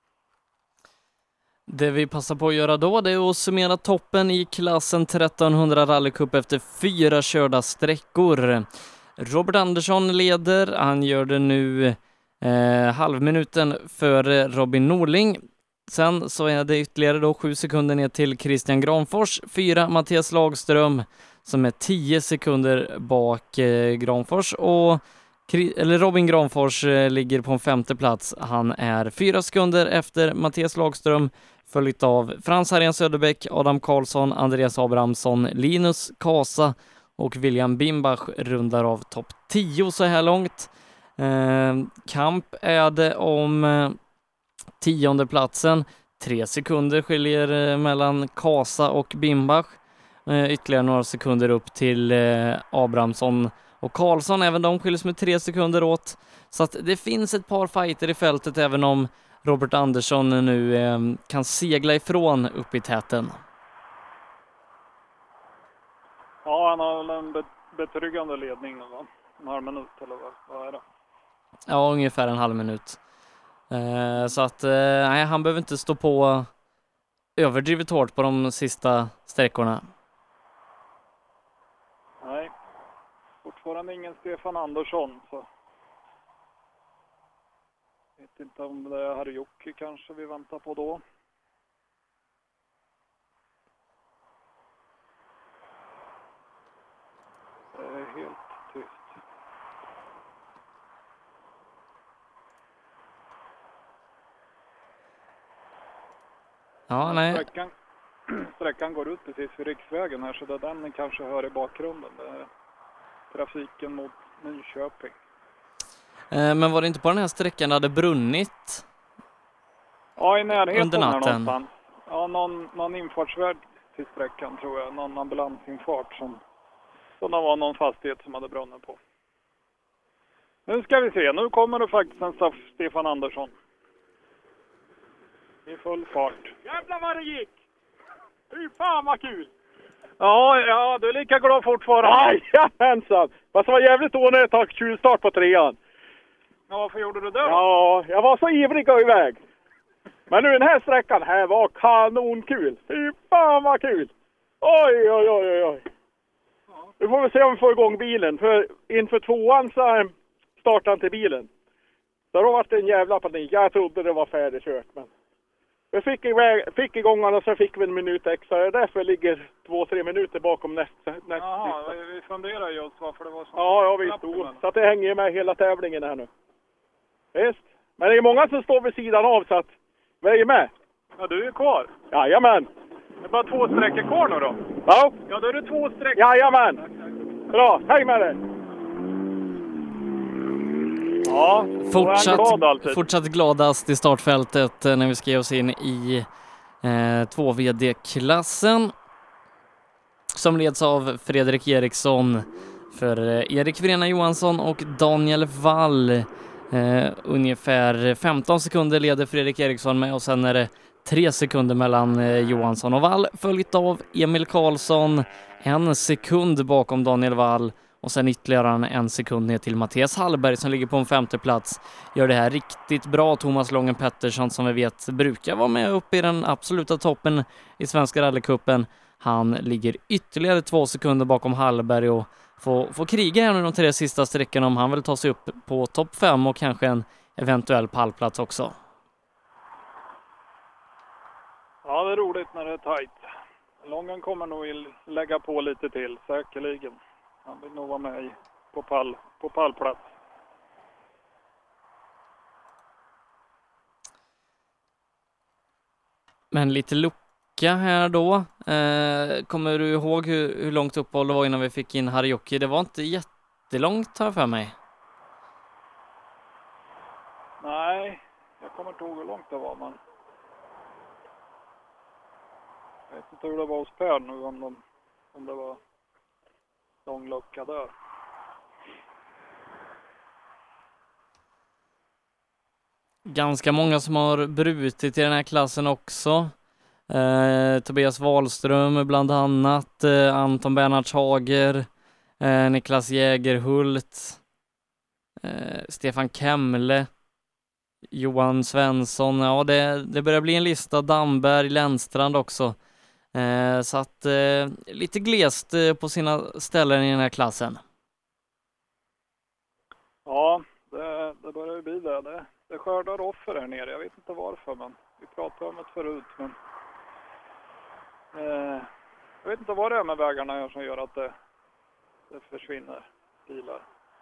Det vi passar på att göra då, det är att summera toppen i klassen trettonhundra rallycup efter fyra körda sträckor. Robert Andersson leder, han gör det nu eh, halvminuten före Robin Norling. Sen så är det ytterligare då sju sekunder ner till Christian Granfors, fyra Mattias Lagström som är tio sekunder bak eh, Granfors, och eller Robin Granfors eh, ligger på en femte plats. Han är fyra sekunder efter Mattias Lagström, följt av Frans Harén Söderbäck, Adam Karlsson, Andreas Abrahamsson, Linus Kasa och William Bimbach rundar av topp tio så här långt. Eh, kamp är det om eh, tionde platsen. Tre sekunder skiljer eh, mellan Kasa och Bimbach. Eh, ytterligare några sekunder upp till eh, Abrahamsson och Karlsson. Även de skiljs med tre sekunder åt. Så att det finns ett par fighter i fältet, även om Robert Andersson nu eh, kan segla ifrån upp i täten. Ja, han har väl en betryggande ledning nu, va? En halv minut eller vad, vad är det? Ja, ungefär en halv minut. Eh, så att eh, nej, han behöver inte stå på överdrivet hårt på de sista sträckorna. Nej, fortfarande ingen Stefan Andersson. Så. Jag vet inte om det är Harry-Jocke kanske vi väntar på då. Det är helt tyst. Ja, nej. Sträckan, sträckan går ut precis vid riksvägen här, så det är den ni kanske hör i bakgrunden. Det är trafiken mot Nyköping. Eh, men var det inte på den här sträckan det hade brunnit? Ja, i närheten under natten. någonstans. Ja, någon, någon infartsväg till sträckan tror jag. Någon ambulansinfart som, som det var någon fastighet som hade brunnit på. Nu ska vi se. Nu kommer det faktiskt en Stefan Andersson. I full fart. Jävlar vad det gick! Fy fan vad kul! Ja, ja, du är lika glad fortfarande. Jajamensan! Fast det var jävligt onödigt att ha tjuvstart på trean. Ja, varför gjorde du det? Ja, jag var så ivrig och iväg. Men nu den här sträckan här var kanonkul. Fy fan vad kul! Oj, oj, oj, oj. Nu får vi se om vi får igång bilen. För inför tvåan så startade inte bilen. Så då var det en jävla panik. Jag trodde det var färdigkört, men vi fick, iväg, fick igång den och så fick vi en minut extra. Det är därför ligger två, tre minuter bakom nästa. nästa Jaha, vi, vi funderar just varför det var så. Ja, ja, vi stod. Så att det hänger med hela tävlingen här nu. Visst. Men det är många som står vid sidan av, så att vi är med. Ja, du är kvar. Jajamän. Det är bara två sträckor kvar nu då. Ja. Ja, då är det två sträckor. Jajamän. Bra, häng med dig. Ja, fortsatt, glad fortsatt gladast i startfältet när vi ska ge oss in i eh, två V D-klassen som leds av Fredrik Eriksson för eh, Erik Vrena Johansson och Daniel Wall. Eh, ungefär femton sekunder leder Fredrik Eriksson med, och sen är det tre sekunder mellan eh, Johansson och Wall, följt av Emil Karlsson, en sekund bakom Daniel Wall och sen ytterligare en, en sekund ner till Mattias Hallberg som ligger på en femte plats. Gör det här riktigt bra. Thomas Lången Pettersson, som vi vet brukar vara med upp i den absoluta toppen i Svenska rallycupen. Han ligger ytterligare två sekunder bakom Hallberg och får, får kriga här nu de tre sista sträckorna om han vill ta sig upp på topp fem och kanske en eventuell pallplats också. Ja, det är roligt när det är tajt. Lången kommer nog lägga på lite till, säkerligen. Han vill nog vara med i, på, pall, på pallplats. Men lite lucka här då. Eh, kommer du ihåg hur, hur långt uppehåll det var innan vi fick in Harjoki? Det var inte jättelångt här för mig. Nej, jag kommer inte ihåg hur långt det var, men jag vet inte hur det var hos Per nu, om, de, om det var lång lucka där. Ganska många som har brutit i den här klassen också. Eh, Tobias Wahlström bland annat, eh, Anton Bernhardshager, eh, Niklas Jägerhult, eh, Stefan Kemle, Johan Svensson. Ja, det, det börjar bli en lista. Damberg, Lennstrand också. Eh, så att eh, lite glest eh, på sina ställen i den här klassen. Ja, det, det börjar ju bli det. det. Det skördar offer här nere. Jag vet inte varför, men vi pratade om det förut. Men, eh, jag vet inte vad det är med vägarna här som gör att det, det försvinner bilar.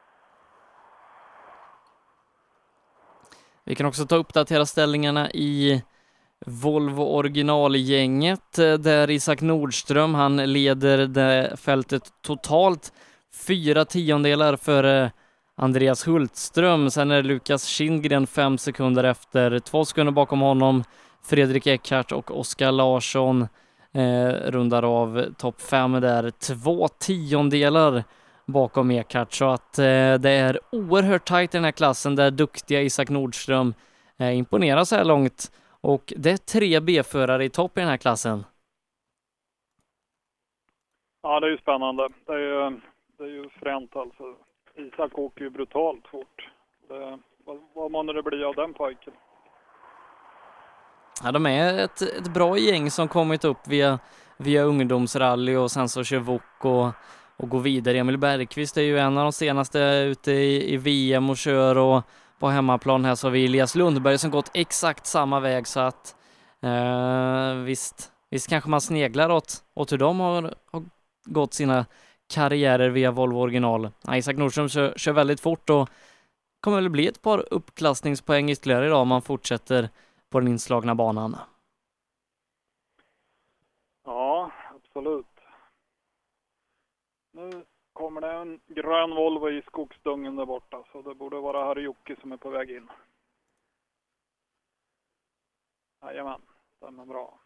Vi kan också ta uppdatera ställningarna i Volvo originalgänget där Isak Nordström, han leder det fältet totalt fyra tiondelar för Andreas Hultström. Sen är det Lukas Kindgren fem sekunder efter, två sekunder bakom honom Fredrik Eckhart och Oskar Larsson eh, rundar av topp fem där, två tiondelar bakom Eckhart. Så att eh, det är oerhört tajt i den här klassen där duktiga Isak Nordström eh, imponerar så här långt. Och det är tre B-förare i topp i den här klassen. Ja, det är ju spännande. Det är ju, det är ju fränt alltså. Isak åker ju brutalt fort. Det, vad, vad måste det bli av den pojken? Ja, de är ett, ett bra gäng som kommit upp via, via ungdomsrally och sen så kör V O K och, och går vidare. Emil Bergqvist är ju en av de senaste ute i, i V M och kör, och på hemmaplan här så har vi Elias Lundberg som gått exakt samma väg, så att eh, visst, visst kanske man sneglar åt, åt hur de har, har gått sina karriärer via Volvo original. Ja, Isak Nordström kör, kör väldigt fort och kommer väl bli ett par uppklassningspoäng ytterligare idag om man fortsätter på den inslagna banan. Ja, absolut. Nu kommer det en grön Volvo i skogsdungen där borta, så det borde vara Harjoki som är på väg in. Jajamän, den är bra.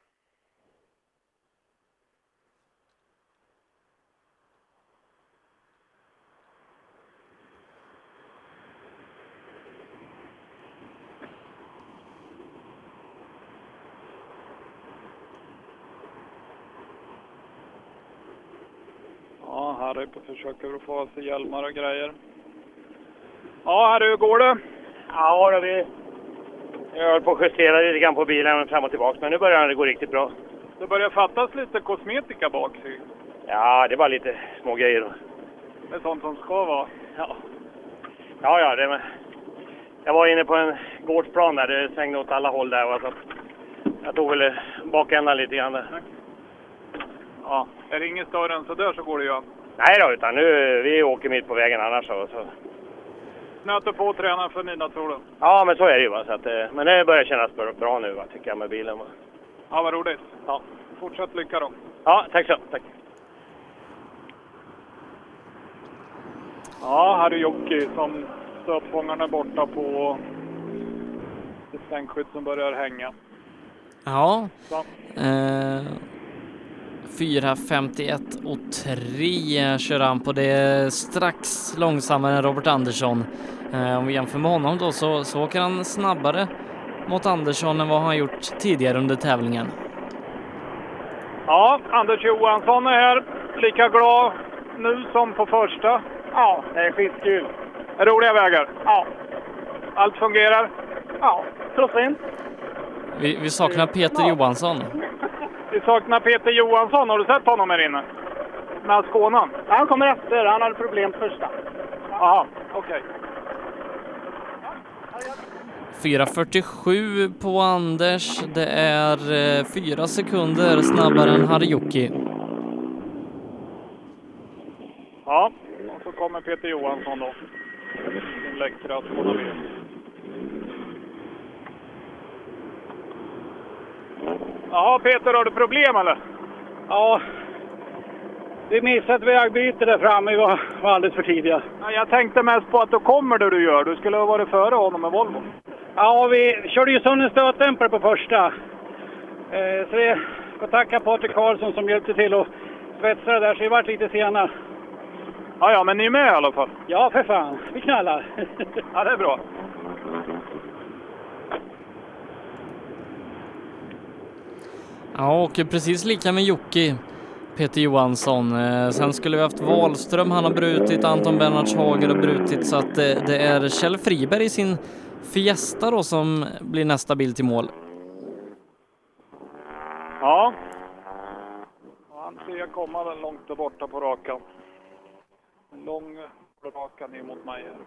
Ja, Harry på försöker att få av sig hjälmar och grejer. Ja, Harry, hur går det? Ja, då vi... Jag höll på att justera lite grann på bilen fram och tillbaka, men nu börjar det gå riktigt bra. Det börjar fattas lite kosmetika bak sig. Ja, det är bara lite små grejer då. Det är sånt som ska vara. Ja, ja, ja det med. Jag var inne på en gårdsplan där, det svängde åt alla håll där. Så jag tog väl bakändan lite grann där. Ja, är det ingen större än så där så går det ju. Nej då, utan nu vi åker mitt på vägen annars. Så, så. Nöter på att träna för mina, tror du? Ja, men så är det ju. Va? Så att, men det börjar kännas bra nu, va, tycker jag, med bilen. Va? Ja, vad roligt. Ja. Fortsätt lycka då. Ja, tack så. Tack. Ja, här är Jocke som stötfångarna borta på det stänkskydd som börjar hänga. Ja. Eh, fyra femtioett och tre kör han på det, strax långsammare än Robert Andersson. Eh, om vi jämför med honom då så, så åker han snabbare mot Andersson än vad han gjort tidigare under tävlingen. Ja, Anders Johansson är här. Lika glad nu som på första. Ja, det är skitkul. Roliga vägar. Ja. Allt fungerar. Ja, trots Vi, vi saknar Peter Ja. Johansson. Vi saknar Peter Johansson. Har du sett honom här inne? Med Skånan? Han kommer efter. Han hade problem första. Jaha, okej. Okay. fyra fyrtiosju på Anders. Det är eh, fyra sekunder snabbare än Harjuki. Ja, och så kommer Peter Johansson då. Sin läckra Skånabil. Jaha Peter, har du problem eller? Ja, vi missade ett vägbyte där framme. Vi var, var alldeles för tidiga. Ja, jag tänkte mest på att du kommer det du gör. Du skulle ha varit före honom med Volvo. Ja, vi körde ju sönder stötdämpare på första. Eh, så vi får tacka Patrik Karlsson som hjälpte till att svetsa det där, så vi var lite sena. Ja, ja, men ni är med i alla fall. Ja, för fan. Vi knallar. Ja, det är bra. Ja, och precis lika med Jocke, Peter Johansson. Eh, sen skulle vi haft Wahlström, han har brutit, Anton Bernhardshager har brutit, så att det, det är Kjell Friberg i sin Fiesta då som blir nästa bil till mål. Ja. Han ser jag komma den långt där borta på rakan. En lång raka ner mot mig här.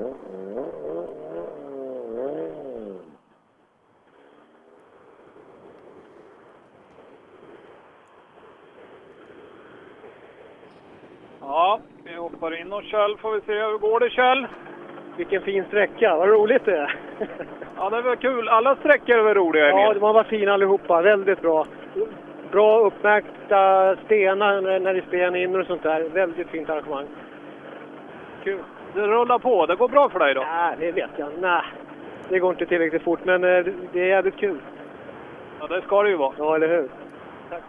Ja, vi hoppar in och Kjell får vi se. Hur går det Kjell? Vilken fin sträcka, vad roligt det är. Ja, det var kul. Alla sträckor är roliga. Ja, de var fina allihopa. Väldigt bra. Bra uppmärkta stenar när, när det spelar in och sånt där. Väldigt fint arrangemang. Kul. Det rullar på. Det går bra för dig då? Nej, det vet jag. Nej, det går inte tillräckligt fort, men eh, det är jävligt kul. Ja, det ska det ju vara. Ja, eller hur? Tack.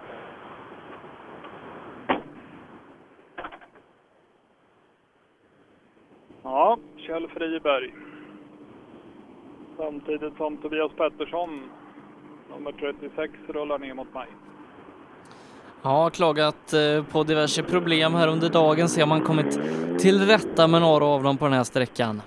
Ja, Kjell Friberg. Samtidigt som Tobias Pettersson, nummer trettiosex, rullar ner mot mig. Ja, klagat på diverse problem här under dagen. Ser man kommit till rätta med några av dem på den här sträckan.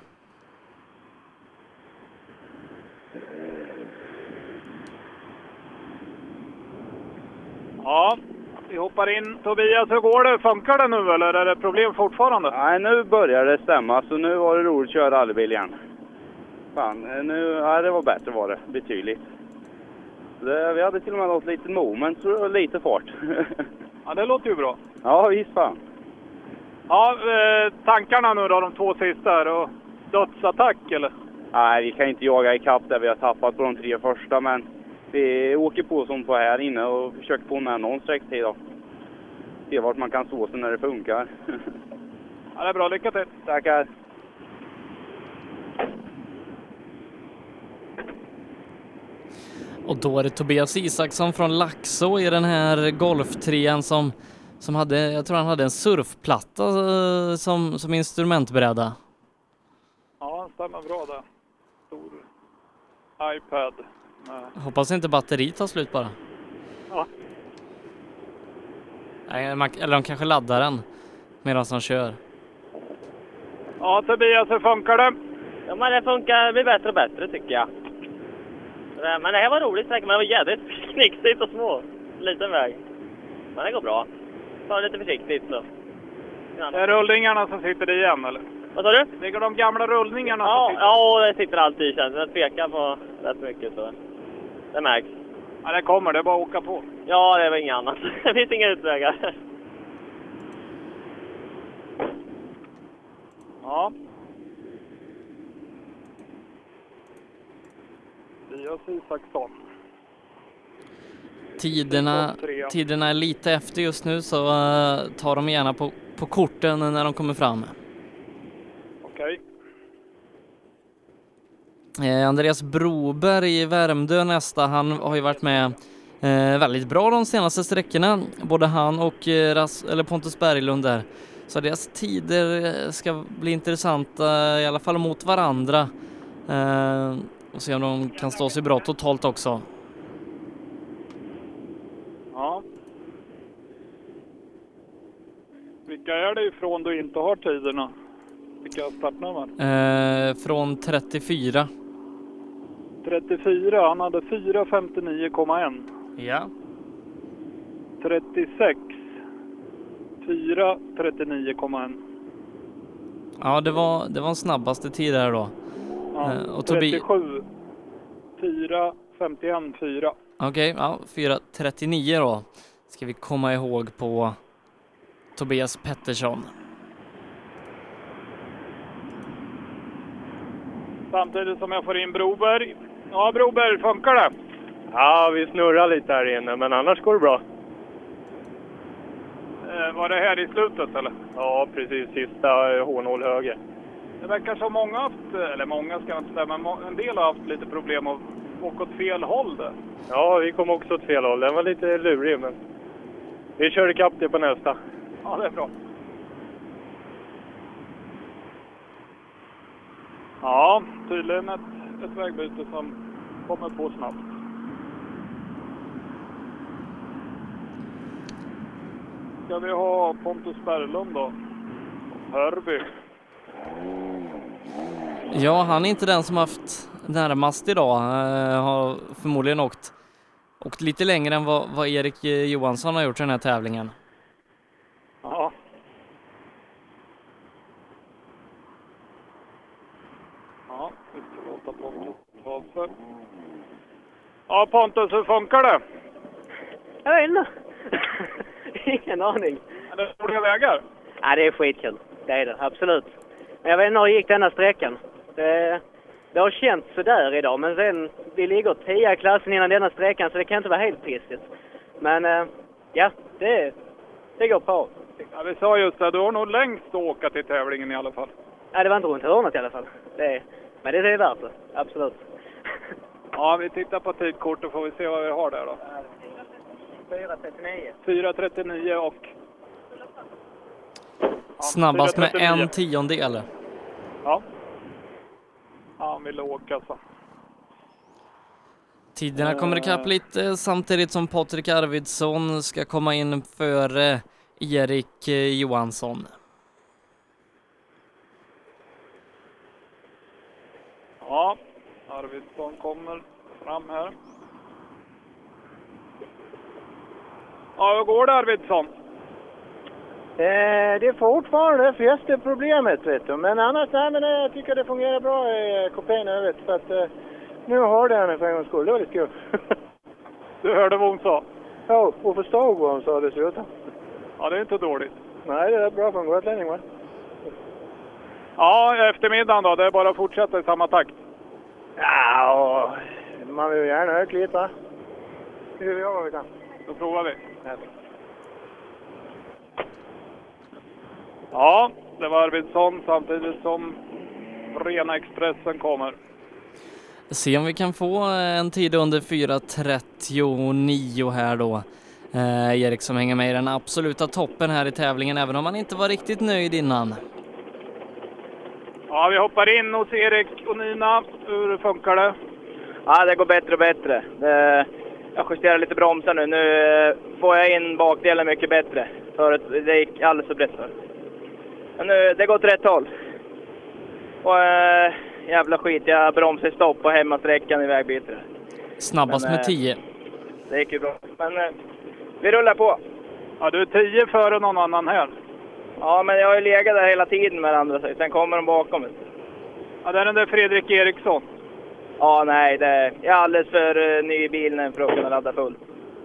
Ja, vi hoppar in. Tobias, hur går det? Funkar det nu eller är det problem fortfarande? Nej, nu börjar det stämma. Så nu var det roligt att köra rallybil igen. Fan, nu, ja, det var bättre var det. Betydligt. Det, vi hade till och med något litet moment, så det var lite fart. Ja, det låter ju bra. Ja, visst fan. Ja, eh, tankarna nu då, de två sista här. Och dödsattack eller? Nej, vi kan inte jaga i kapp där vi har tappat på de tre första, men vi åker på som på här inne och försöker få med någon sträcktid då. Se vart man kan stå sig när det funkar. Ja, det är bra. Lycka till. Tackar. Och då är det Tobias Isaksson från Laxå i den här golftrean som, som hade, jag tror han hade en surfplatta eh, som, som instrumentbräda. Ja, stämmer bra där. Stor iPad. Med... Hoppas inte batteriet tar slut bara. Ja. Nej, man, eller de kanske laddar den medan de kör. Ja, Tobias, hur funkar det? Ja, men det funkar, det blir bättre och bättre tycker jag. Men det här var roligt säkert, men det var jävligt knixigt och små. Liten väg. Men det går bra. Ta det lite försiktigt så. Det är rullningarna som sitter igen, eller? Vad sa du? Ligger de gamla rullningarna ja, som sitter? Ja, det sitter alltid i känns. Det pekar på rätt mycket så. Det märks. Ja, det kommer. Det är bara att åka på. Ja, det var inget annat. Det finns inga utvägar. Ja. Tobias Isaksson. Tiderna, tiderna är lite efter just nu, så uh, tar de gärna på, på korten när de kommer fram. Okej. Eh, Andreas Broberg i Värmdö nästa, han har ju varit med eh, väldigt bra de senaste sträckorna. Både han och eh, Ras- eller Pontus Berglund där. Så deras tider ska bli intressanta, i alla fall mot varandra. Eh, Och se om de kan stå sig bra totalt också. Ja. Vilka är det ifrån du inte har tiderna? Vilka startnummer? Eh, från trettiofyra. trettiofyra, han hade fyra femtionio komma ett. Ja. trettiosex, fyra trettionio komma ett. Ja, det var, det var en snabbaste tid här då. Ja, eh, och Tobi... trettiosju, fyra femtioett, fyra. Okej, okay, ja, fyra trettionio då. Ska vi komma ihåg på Tobias Pettersson. Samtidigt som jag får in Broberg. Ja, Broberg, funkar det? Ja, vi snurrar lite här inne, men annars går det bra. Eh, var det här i slutet, eller? Ja, precis. Sista hårnål höger. Det verkar som många haft, eller många ska inte säga, men en del har haft lite problem att åka åt fel håll där. Ja, vi kom också åt fel håll. Den var lite lurig, men vi kör ikapp det på nästa. Ja, det är bra. Ja, tydligen ett, ett vägbyte som kommer på snabbt. Ska vi ha Pontus Berglund då? Hörby. Ja, han är inte den som haft närmast idag. Uh, har förmodligen åkt, åkt lite längre än vad, vad Erik Johansson har gjort i den här tävlingen. Ja. Ja, vi ska låta Pontus ta sig. Ja, Pontus, hur funkar det? Jag vet inte. Ingen aning. Är det roliga vägar? Ja, det är skitkul. Det är det, absolut. Men jag vet inte hur det gick denna sträckan. Det, det har känts sådär idag, men sen vi ligger tio i klassen innan denna sträckan, så det kan inte vara helt pissigt. Men äh, ja, det, det går på. Ja, vi sa just det, du har nog längst att åka till tävlingen i alla fall. Ja, det var inte runt hörnet i alla fall. Det, men det är värt det, absolut. Ja, vi tittar på tidkortet, får vi se vad vi har där då. fyra trettionio. fyra trettionio och... Ja, snabbast med en tiondel. Ja. Ja, han ville åka så. Tiderna kommer ikapp lite samtidigt som Patrik Arvidsson ska komma in före Erik Johansson. Ja, Arvidsson kommer fram här. Ja, hur går det, Arvidsson? Eh, det är fortfarande fästeproblemet, vet du. Men annars, nej, men jag tycker det fungerar bra i kupén övrigt. Så att eh, nu har det henne för en gångs skull. Det var lite kul. Du hörde vad hon sa? Ja, och förstod vad hon sa dessutom. Ja, det är inte dåligt. Nej, det är bra för en gotlänning, va? Ja, eftermiddagen då. Det är bara att fortsätta i samma takt. Ja, man vill ju gärna öka lite, va? Det vill vi göra vad vi kan. Då provar vi. Ja, det var Arvidsson samtidigt som Rena Expressen kommer. Se om vi kan få en tid under fyra trettionio här då. Eh, Erik som hänger med i den absoluta toppen här i tävlingen, även om han inte var riktigt nöjd innan. Ja, vi hoppar in hos Erik och Nina. Hur funkar det? Ja, det går bättre och bättre. Det, jag justerar lite bromsar nu. Nu får jag in bakdelen mycket bättre. För det gick alldeles för brett för. Men nu, det går åt rätt håll. Och äh, jävla skit, jag bromsar i stopp på hemmasträckan i vägbytet. Snabbast Men, med tio. Det gick ju bra. Men äh, vi rullar på. Ja, du är tio före någon annan här. Ja, men jag har ju legat där hela tiden med andra. Sen kommer de bakom. Ja, det är den där Fredrik Eriksson. Ja, nej, det är, jag är alldeles för uh, ny i bilen för att kunna ladda full.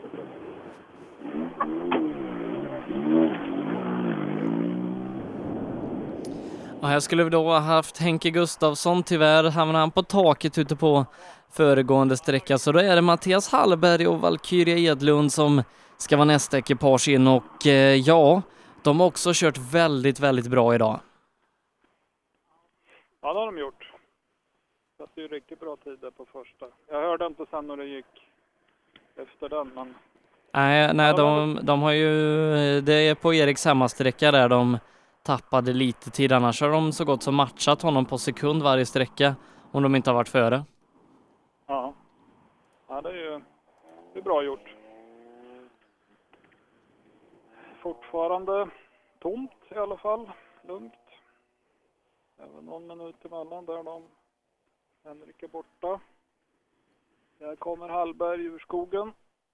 Och här skulle vi då ha haft Henke Gustafsson. Tyvärr hamnade han på taket ute på föregående sträcka. Så då är det Mattias Hallberg och Valkyria Edlund som ska vara nästa ekipage in. Och eh, ja, de har också kört väldigt, väldigt bra idag. Ja, det har de gjort. Det är ju riktigt bra tider på första. Jag hörde inte sen hur det gick efter den, men... Nej, nej de, de har ju... Det är på Eriks hemmasträcka där de tappade lite tid. Annars har de så gott som matchat honom på sekund varje sträcka om de inte har varit före. Det är bra gjort. Fortfarande tomt i alla fall. Lugnt. Även någon minut emellan där de Henrik är borta. Där kommer Hallberg ur skogen.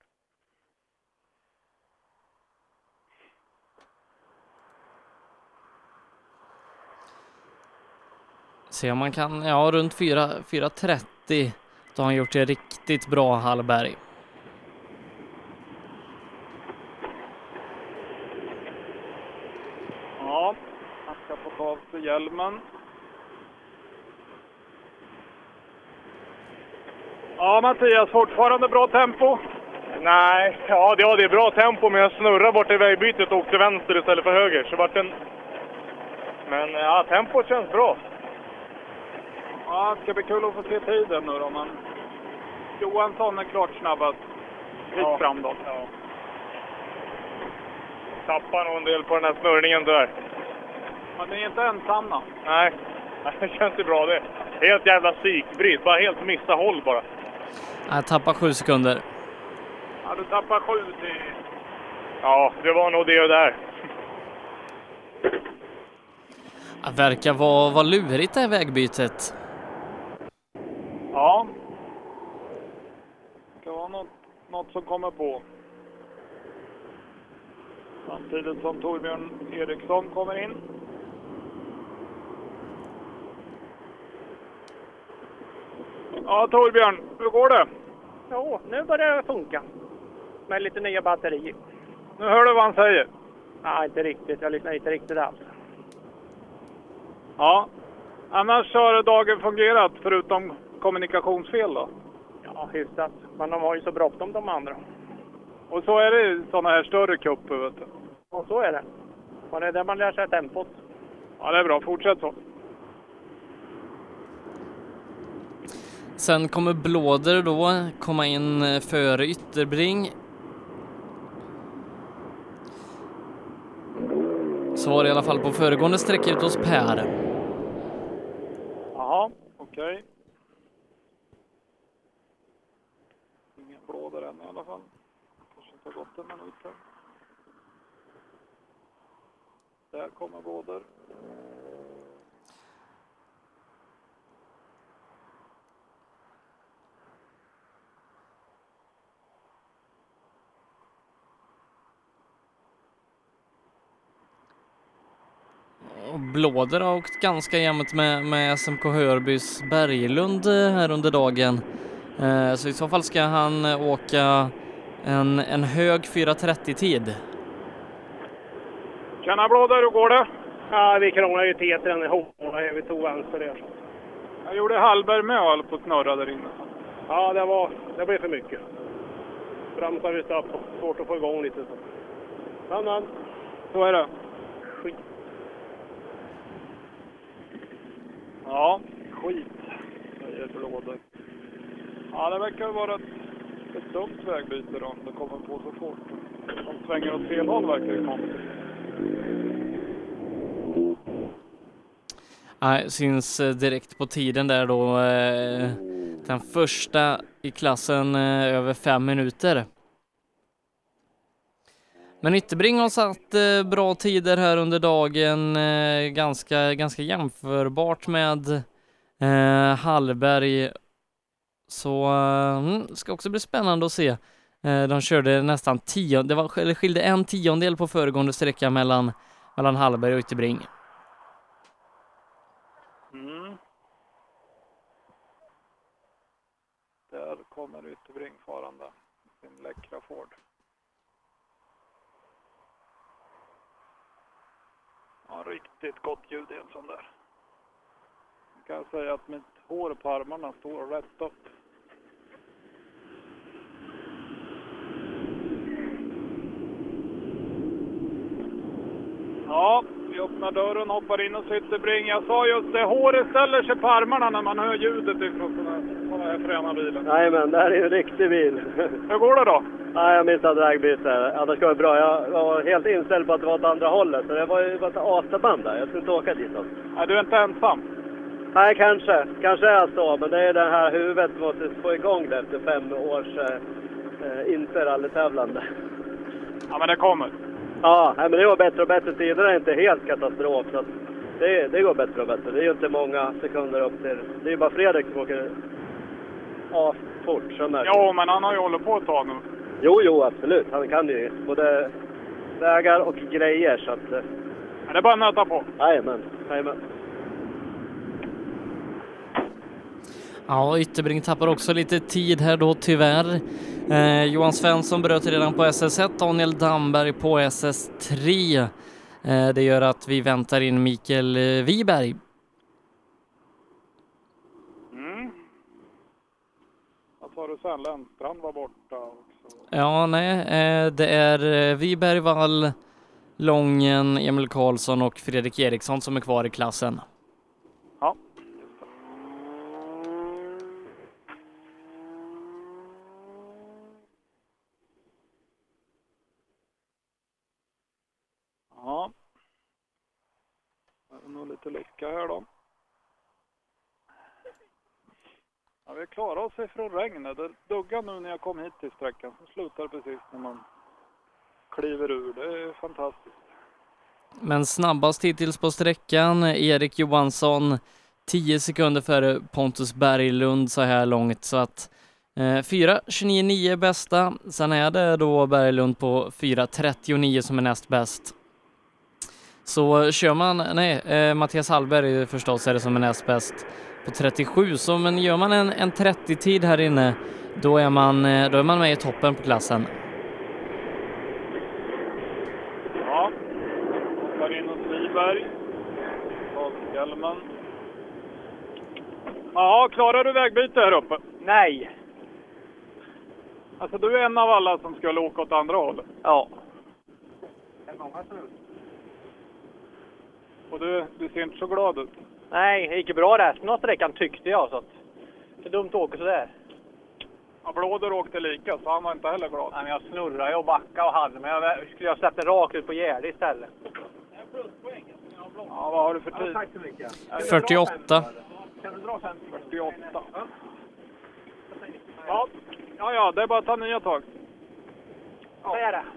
Se om man kan, ja runt fyra trettio då har han gjort det riktigt bra, Hallberg. Ja, han ska få ta av sig hjälmen. Ja, Mattias, fortfarande bra tempo? Nej, ja det, ja, det är bra tempo, men jag snurrar bort i vägbytet och åkte vänster istället för höger. Så vart en... Men ja, tempot känns bra. Ja, det ska bli kul att få se tiden nu då, men Johansson är klart snabbast. Gick ja. fram då. Ja. Tappar nog en del på den här snurrningen där. Men ni är inte ensamma. Nej, det känns ju bra det. Helt jävla psykbryt, bara helt missa håll bara. Jag tappar sju sekunder. Ja, du tappar sju till... Ja, det var nog det där. Det verkar vara, vara lurigt det här vägbytet. Ja. Det ska vara något, något som kommer på. Samtidigt som Torbjörn Eriksson kommer in. Ja, Torbjörn, hur går det? Jo, nu börjar det funka. Med lite nya batterier. Nu hör du vad han säger. Nej, inte riktigt. Jag lyssnar inte riktigt alls. Ja, annars har dagen fungerat förutom kommunikationsfel då? Ja, hyfsat. Men de har ju så bråttom de andra. Och så är det i sådana här större kupper, vet du. Och så är det. Och det är där man lär sig tempot. Ja, det är bra. Fortsätt så. Sen kommer Blåder då komma in före Ytterbring. Så var det i alla fall på föregående sträcka ut hos Per. Jaha, okej. Okay. Ingen Blåder än i alla fall. Kanske inte har gått en minut här. Där kommer Blåder. Blåder har åkt ganska jämnt med, med S M K Hörbys Berglund här under dagen. Eh, så i så fall ska han åka en, en hög fyra trettio-tid. Tjena Blåder, hur går det? Ja, vi krånglar ju tetren ihop och vi tog vänster där. Jag gjorde Hallberg med och höll på att snurra där inne. Ja, det, var, det blev för mycket. Bromsar vi stopp och svårt att få igång lite så. Men, men. Så är det. Skit. Ja, skit, säger Blåder. Ja, det verkar vara ett, ett dumt vägbyte då, det kommer på så fort. De svänger åt fel håll verkar det konstigt. Nej, syns direkt på tiden där då. Den första i klassen över fem minuter. Men Ytterbring har satt eh, bra tider här under dagen, eh, ganska, ganska jämförbart med eh, Hallberg. Så eh, det ska också bli spännande att se. Eh, de körde nästan tio, det var, eller skilde en tiondel på föregående sträcka mellan, mellan Hallberg och Ytterbring. Mm. Där kommer Ytterbring farande, sin läckra Ford. Ja, riktigt gott ljud i en sån där. Jag kan säga att mitt hår på armarna står rätt upp. Ja, vi öppnar dörren, hoppar in och sitter Bring. Jag sa just det, håret ställer sig på armarna när man hör ljudet ifrån såna här, såna här fräna bilen. Nej men det här är ju en riktig bil. Hur går det då? Nej, jag missade vägbyte. Annars går det bra. Jag var helt inställd på att det var åt andra hållet. Så det var ju bara ett asaband där. Jag skulle inte åka dit då. Nej, du är inte ensam? Nej, kanske. Kanske är så. Men det är det här huvudet som måste få igång det efter fem års eh, eh, inte rallytävlande. Ja, men det kommer. Ja, men det går bättre och bättre. Tiderna är inte helt katastrof. Så att det, det går bättre och bättre. Det är ju inte många sekunder upp till. Det är ju bara Fredrik som åker ja, fort. Jo, men han har ju hållit på ett tag nu. Jo, jo, absolut. Han kan ju både vägar och grejer. Så att, ja, det är bara att nöta på. Jajamän, jajamän. Ja, Ytterbring tappar också lite tid här då tyvärr. Eh, Johan Svensson bröt redan på S S ett, Daniel Damberg på S S tre. Eh, det gör att vi väntar in Mikael Wiberg. Mm. Vad tar du sen? Lennstrand var borta också. Ja, nej, eh, det är Wiberg, Wall, Lången, Emil Karlsson och Fredrik Eriksson som är kvar i klassen. Ja. Ja. Det är nog lite lycka här då. Ja, vi klarar oss ifrån regnet. Det duggade nu när jag kom hit till sträckan. Så slutar precis när man kliver ur. Det är fantastiskt. Men snabbast hittills på sträckan, Erik Johansson, tio sekunder före Pontus Berglund så här långt. Så att eh, fyra tjugonio nio bästa. Sen är det då Berglund på fyra trettionio som är näst bäst. Så kör man, nej, eh, Mattias Hallberg förstås är det som är näst bäst på trettiosju. Så men gör man en, en trettio-tid här inne, då är, man, då är man med i toppen på klassen. Ja, tar in hos Wiberg. Hjälmen. Ja, klarar du vägbyte här uppe? Nej. Alltså du är en av alla som skulle åka åt andra hållet. Ja. Och du, du ser inte så glad ut. Nej, det gick bra resten av sträckan tyckte jag. Så att det är dumt att åka sådär. Ja, Blåder åkte lika så han var inte heller glad. Nej, men jag snurrade och backade och hade. Men jag skulle ha släppt den rakt ut på Gärde istället. Ja, vad har du för tid? Ja, tack så mycket. fyrtioåtta. Kan du dra sen? fyrtioåtta. Ja, ja, ja, det är bara att ta nya tag. Ja, det är det.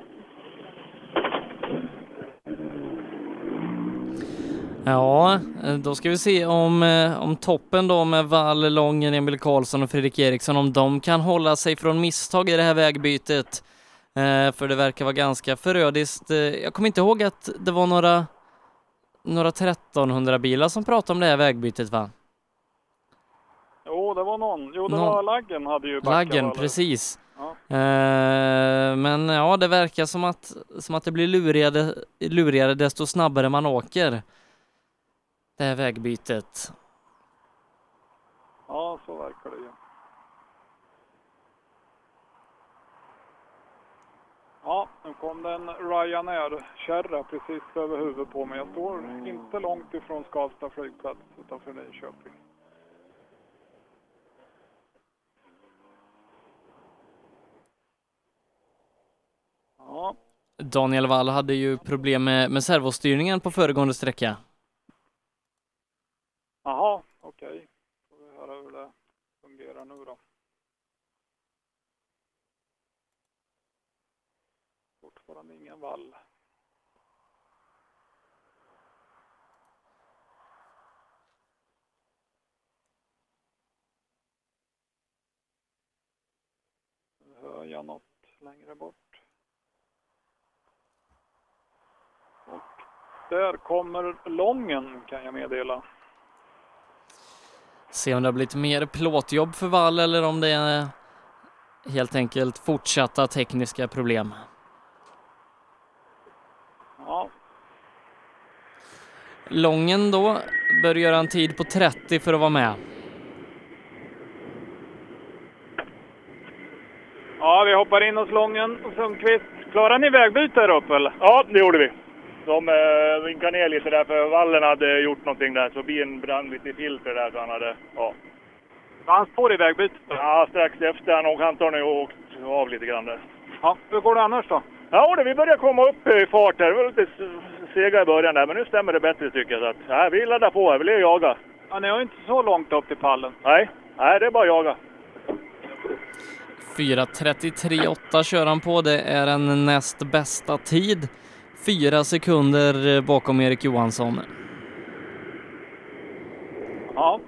Ja, då ska vi se om, om toppen då med Wall, Lången, Emil Karlsson och Fredrik Eriksson, om de kan hålla sig från misstag i det här vägbytet. Eh, för det verkar vara ganska förödiskt. Jag kommer inte ihåg att det var några, några trettonhundra bilar som pratade om det här vägbytet, va? Jo, det var någon. Jo, det någon. var Laggen hade ju backat. Laggen, precis. Ja. Eh, men ja, det verkar som att, som att det blir lurigare, lurigare desto snabbare man åker. Det här vägbytet. Ja, så verkar det ju. Ja, nu kom det en Ryanair-kärra precis över huvudet på mig. Jag står inte långt ifrån Skavsta flygplats utanför Nyköping. Ja. Daniel Wall hade ju problem med, med servostyrningen på föregående sträcka. Jaha, okej. Okay. Får vi höra hur det fungerar nu då. Fortfarande ingen Wall. Nu hör jag något längre bort. Och där kommer Lången, kan jag meddela. Se om det har blivit mer plåtjobb för Wall eller om det är helt enkelt fortsatta tekniska problem. Ja. Lången då bör göra en tid på trettio för att vara med. Ja, vi hoppar in hos Lången och Sundqvist. Klarar ni vägbyte här uppe eller? Ja, det gjorde vi. De eh, vinkade ner lite där för vallen hade gjort någonting där, så bilen brann lite i filter där så han hade, ja. Var han spår i vägbytet? Ja, strax efter han och Anton och åkt av lite grann där. Ja, hur går det annars då? Ja, det, vi börjar komma upp i fart här. Det var lite sega i början där, men nu stämmer det bättre tycker jag. Så att, ja, vi laddar på här, vi vill jaga. Ja, ni har inte så långt upp till pallen. Nej, nej det är bara att jaga. fyra trettiotre åtta kör han på. Det är en näst bästa tid. Fyra sekunder bakom Erik Johansson. Ja.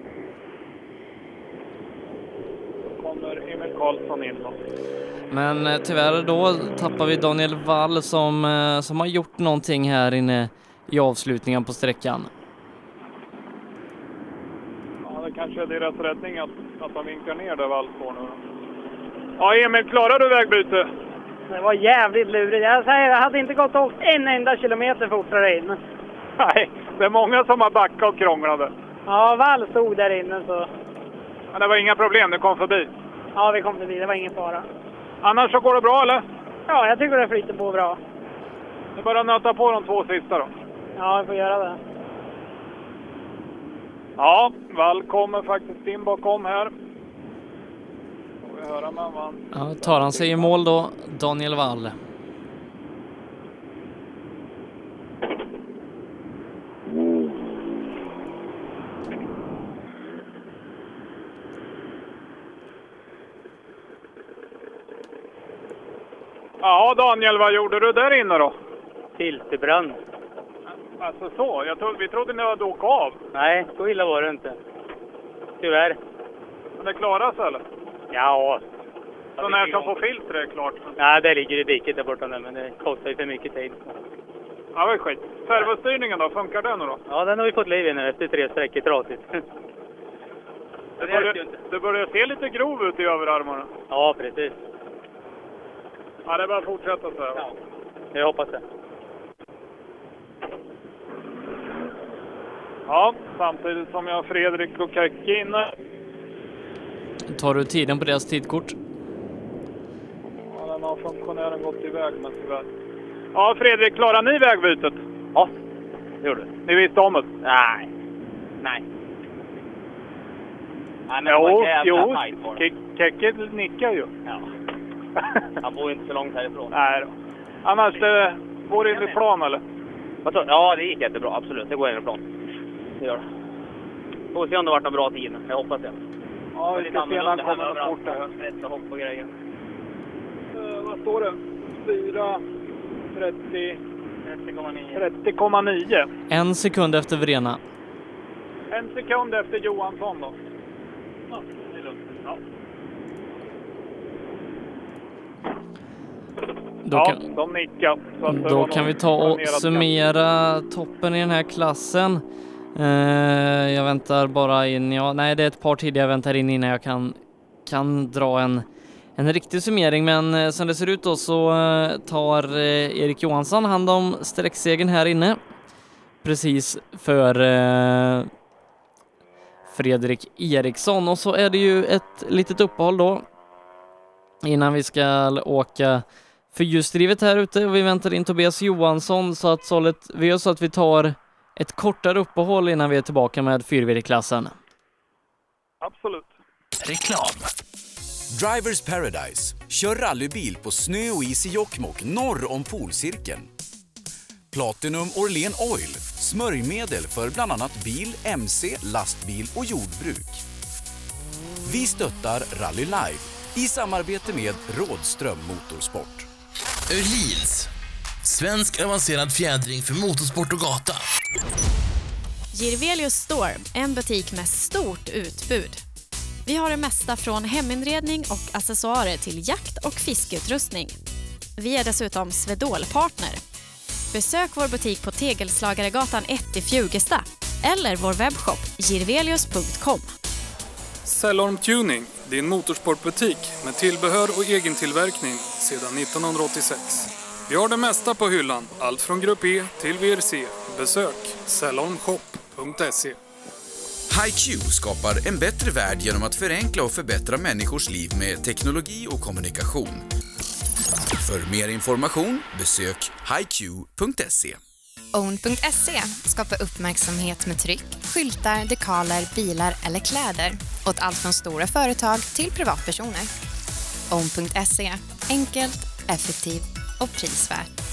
Då kommer Emil Karlsson in då. Men eh, tyvärr då tappar vi Daniel Wall som, eh, som har gjort någonting här inne i avslutningen på sträckan. Ja, det kanske är deras räddning att, att de vinkar ner där Wall står nu. Ja, Emil, klarar du vägbyte? Det var jävligt lurigt. Jag säger, jag hade inte gått åkt en enda kilometer fortare in. Nej, det är många som har backat och krånglade. Ja, Wall stod där inne så... Men det var inga problem, du kom förbi? Ja, vi kom förbi. Det var ingen fara. Annars så går det bra, eller? Ja, jag tycker det flyter på bra. Det är bara att nöta på de två sista då. Ja, vi får göra det. Ja, Wall kommer faktiskt in bakom här. Får vi höra med man. Ja, tar han sig i mål då, Daniel Wall. Ja, Daniel, vad gjorde du där inne då? Filterbrand. Alltså så, jag trodde, vi trodde ni hade åkt av. Nej, så illa var det inte. Tyvärr. Men det klarar sig eller? Ja. Så när som får filter är klart? Ja, det ligger i diket där borta nu, men det kostar ju för mycket tid. Ja, vad skit. Servostyrningen då, funkar den nu då? Ja, den har vi fått liv i nu efter tre sträckor trasigt. Det börjar, det börjar se lite grov ut i överarmarna. Ja, precis. Ja, det är bara att fortsätta så här. Ja, jag hoppas det. Ja, samtidigt som jag har Fredrik och Kekki inne. Tar du tiden på deras tidkort? Ja, den har funktionären gått iväg med tyvärr. Ja, Fredrik, klarar ni vägbytet? Ja, det gjorde du. Ni visste om det? Nej. Nej. Nej, men jo, jo. Kekki nickar ju. Ja. Han bor inte så långt härifrån. Nej då. Annars, det går in i plan eller? Ja, det gick jättebra. Absolut, det går in i plan. Det gör det. Får se om det varit en bra tid. Jag hoppas det. Ja, vi ska se när han kommer fort här. Rätt hopp och grejer. Uh, vad står det? fyra trettio trettio komma nio. En sekund efter Vrena. En sekund efter Johansson då. Ja, det är lugnt. Ja. Då ja, kan, de nickar. Så att då kan vi ta och summera toppen i den här klassen. Uh, jag väntar bara in, ja, nej det är ett par tider jag väntar in innan jag kan, kan dra en, en riktig summering. Men uh, som det ser ut då så uh, tar uh, Erik Johansson hand om sträcksegen här inne. Precis för uh, Fredrik Eriksson. Och så är det ju ett litet uppehåll då innan vi ska åka för ljusdrivet här ute, och vi väntar in Tobias Johansson, så att sålet, vi gör så att vi tar ett kortare uppehåll innan vi är tillbaka med fyrvirkeklassen. Absolut. Reklam. Drivers Paradise. Kör rallybil på snö och is i Jokkmokk norr om polcirkeln. Platinum Orlen Oil. Smörjmedel för bland annat bil, mc, lastbil och jordbruk. Vi stöttar Rally Live i samarbete med Rådström Motorsport. Öhlins. Svensk avancerad fjädring för motorsport och gata. Jirvelius Store, en butik med stort utbud. Vi har det mesta från heminredning och accessoarer till jakt- och fiskeutrustning. Vi är dessutom Swedol-partner. Besök vår butik på Tegelslagaregatan ett i Fjugesta eller vår webbshop jirvelius punkt com. Cellorm Tuning, din motorsportbutik med tillbehör och egentillverkning sedan nittonhundraåttiosex. Vi har det mesta på hyllan, allt från Grupp E till V R C. Besök cellorm shop punkt se. HiQ skapar en bättre värld genom att förenkla och förbättra människors liv med teknologi och kommunikation. För mer information, besök hi q punkt se. own punkt se skapar uppmärksamhet med tryck, skyltar, dekaler, bilar eller kläder åt allt från stora företag till privatpersoner. own punkt se. Enkelt, effektivt och prisvärt.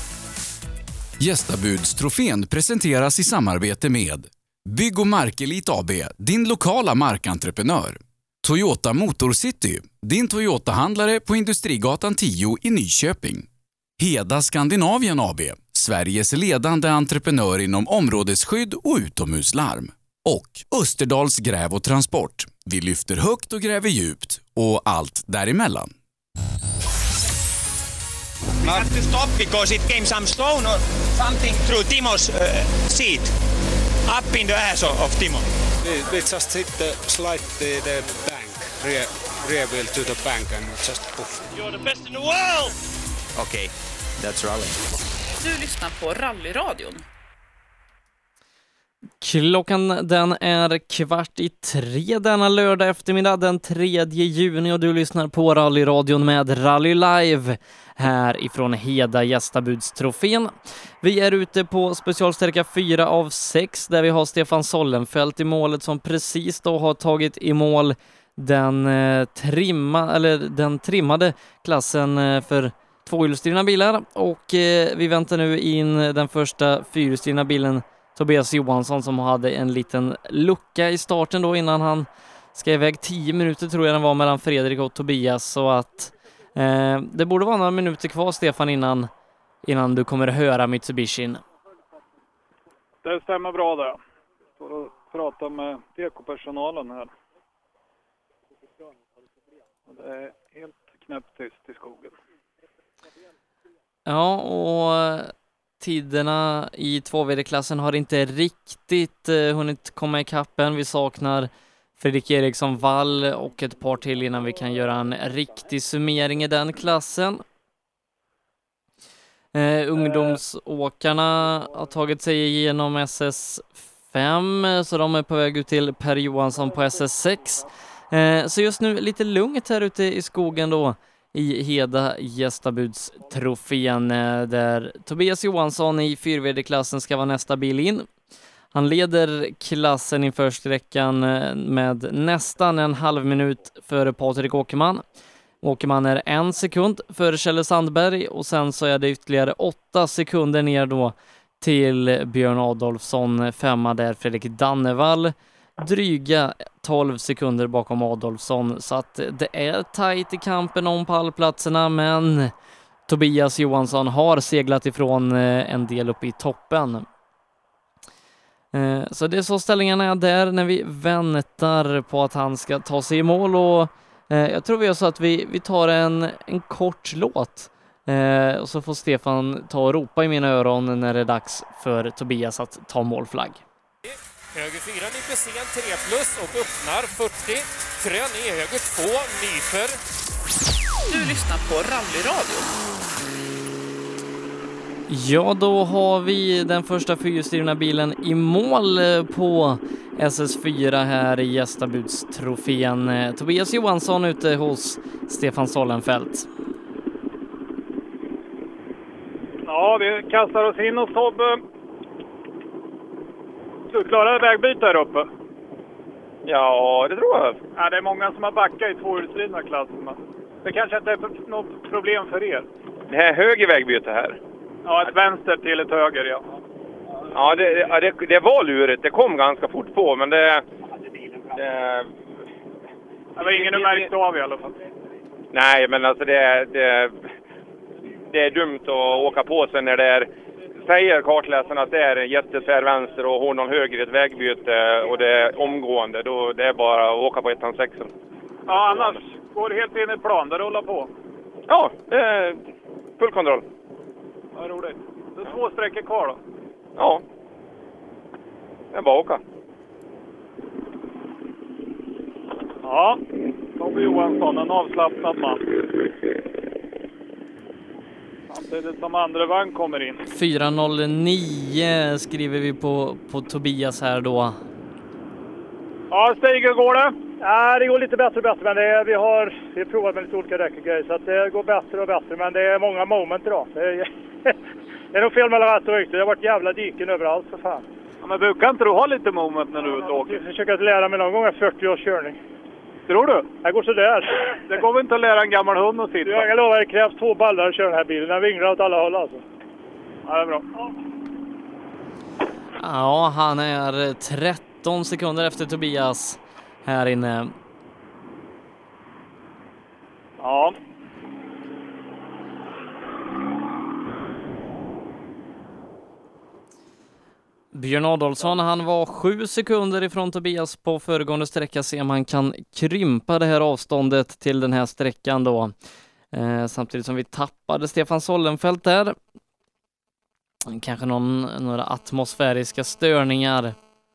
Gästabudstrofén presenteras i samarbete med Bygg- och Markelit A B, din lokala markentreprenör. Toyota Motorcity, din Toyota-handlare på Industrigatan tio i Nyköping. Heda Skandinavien A B, Sveriges ledande entreprenör inom områdesskydd och utomhuslarm. Och Österdals gräv och transport. Vi lyfter högt och gräver djupt och allt däremellan. We have to stop because it came some stone or something through Timo's uh, seat. Up in the ass of, of Timo. We, we just hit the slide the, the bank, rear, rear wheel to the bank and just poof. You're the best in the world! Okay, that's rally. Du lyssnar på rallyradion. Klockan den är kvart i tre denna lördag eftermiddag den tredje juni och du lyssnar på rallyradion med Rally Live här ifrån Heda Gästabudstrofén. Vi är ute på specialsträcka fyra av sex där vi har Stefan Sollenfelt i målet som precis då har tagit i mål den, eh, trimma, eller den trimmade klassen eh, för tvåhjulsdrivna bilar och eh, vi väntar nu in den första fyrhjulsdrivna bilen Tobias Johansson som hade en liten lucka i starten då innan han ska iväg tio minuter tror jag den var mellan Fredrik och Tobias så att eh, det borde vara några minuter kvar Stefan innan, innan du kommer att höra Mitsubishin. Det stämmer bra det. Får att prata med ekopersonalen här. Det är helt knäpptyst i skogen. Ja och tiderna i två V D-klassen har inte riktigt eh, hunnit komma i kappen. Vi saknar Fredrik Eriksson Wall och ett par till innan vi kan göra en riktig summering i den klassen. Eh, ungdomsåkarna har tagit sig igenom S S fem så de är på väg ut till Per Johansson på S S sex. Eh, så just nu lite lugnt här ute i skogen då. I Heda Gästabudstrofén där Tobias Johansson i fyra V D-klassen ska vara nästa bil in. Han leder klassen inför sträckan med nästan en halv minut före Patrik Åkerman. Åkerman är en sekund före Kjelle Sandberg och sen så är det ytterligare åtta sekunder ner då till Björn Adolfsson femma där Fredrik Dannevall. Dryga tolv sekunder bakom Adolfsson så att det är tajt i kampen om pallplatserna men Tobias Johansson har seglat ifrån en del upp i toppen. Så det är så ställningarna är där när vi väntar på att han ska ta sig i mål och jag tror vi gör så att vi, vi tar en, en kort låt och så får Stefan ta och ropa i mina öron när det är dags för Tobias att ta målflagg. Höger fyra nyper sen tre plus och öppnar fyrtio. Krön i höger två nyper. Du lyssnar på rallyradio. Ja, då har vi den första fyrhjulsdrivna bilen i mål på S S fyra här i Gästabudstrofén. Tobias Johansson ute hos Stefan Sollenfelt. Ja, vi kastar oss in hos Tobbe. Du klarar vägbyte här uppe? Ja, det tror jag. Ja, det är många som har backat i tvåhjulsdrivna klassen. Det kanske inte är något problem för er. Det här höger vägbyte här. Ja, ett vänster till ett höger, ja. Ja, det, ja, det, det var lurigt. Det kom ganska fort på, men det... Det, det var ingen du märkte av i alla fall. Nej, men alltså det, det, det är dumt att åka på sig när det är... Säger kartläsaren att det är en jättesvär vänster och har någon höger i ett vägbyte och det är omgående, då det är bara att åka på ettan sexan. Ja, annars går det helt in i plan, där rullar på. Ja, det är full kontroll. Ja, roligt. Det är två sträckor kvar då. Ja. Det är bara att åka. Ja, Tobbe Johansson, en avslappnad man. Samtidigt som andra vagn kommer in. fyra noll nio skriver vi på, på Tobias här då. Ja, Stig, hur går det? Ja, det går lite bättre och bättre, men det är, vi har vi har provat med lite olika däckgrejer så att det går bättre och bättre, men det är många moment idag. Det är, det är nog fel mellan rätt och riktigt. Det har varit jävla diken överallt för fan. Ja, men brukar inte du ha lite moment när du är ute och åker? Jag försöker att lära mig någon gång efter fyrtio års körning. Tror du? Det går så där. Det går väl inte att lära en gammal hund att sitta? Jag lovar, det krävs två ballar att köra den här bilen. Den vinglar åt alla håll alltså. Ja, det är bra. Ja. Ja, han är tretton sekunder efter Tobias här inne. Ja. Björn Adolfsson, han var sju sekunder ifrån Tobias på föregående sträcka. Se om han kan krympa det här avståndet till den här sträckan då. Eh, samtidigt som vi tappade Stefan Sollenfelt där. Kanske någon, några atmosfäriska störningar.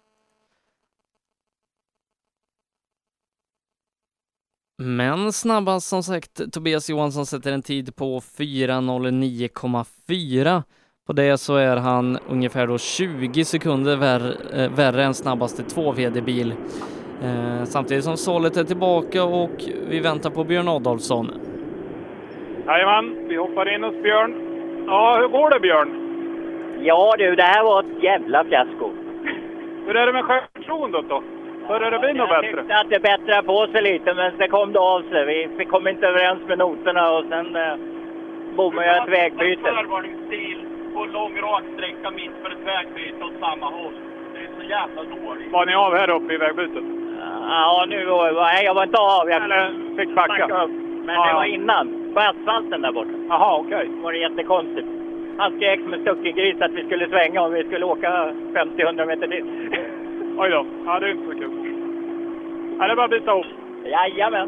Men snabbast som sagt, Tobias Johansson sätter en tid på fyra noll nio komma fyra. På det så är han ungefär då tjugo sekunder värre, äh, värre än snabbaste två V D-bil. Eh, samtidigt som Solet är tillbaka och vi väntar på Björn Adolfsson. Jajamän, vi hoppar in hos Björn. Ja, hur går det Björn? Ja du, det här var ett jävla fiasko. Hur är det med självförtroendet då? Börjar det bli något bättre? Jag tyckte att det bättrade på sig lite, men det kom det av sig. Vi, vi kom inte överens med noterna och sen eh, bommade jag ett vägbyte. Förvarningsstil på lång rak sträcka mitt för ett vägbyte åt samma håll. Det är så jävla dåligt. Var ni av här uppe i vägbytet? Ja, nu var jag, nej, jag var inte av. Jag Eller fick backa? backa upp. Men ja, det ja. var innan, på asfalten där borta. Jaha, okej. Okay. Det var jättekonstigt. Han skrek som en stucken gris att vi skulle svänga och vi skulle åka femtio till hundra meter till. Oj då, ja det är inte så kul. Ja, det är bara att byta ihop. Jajamän.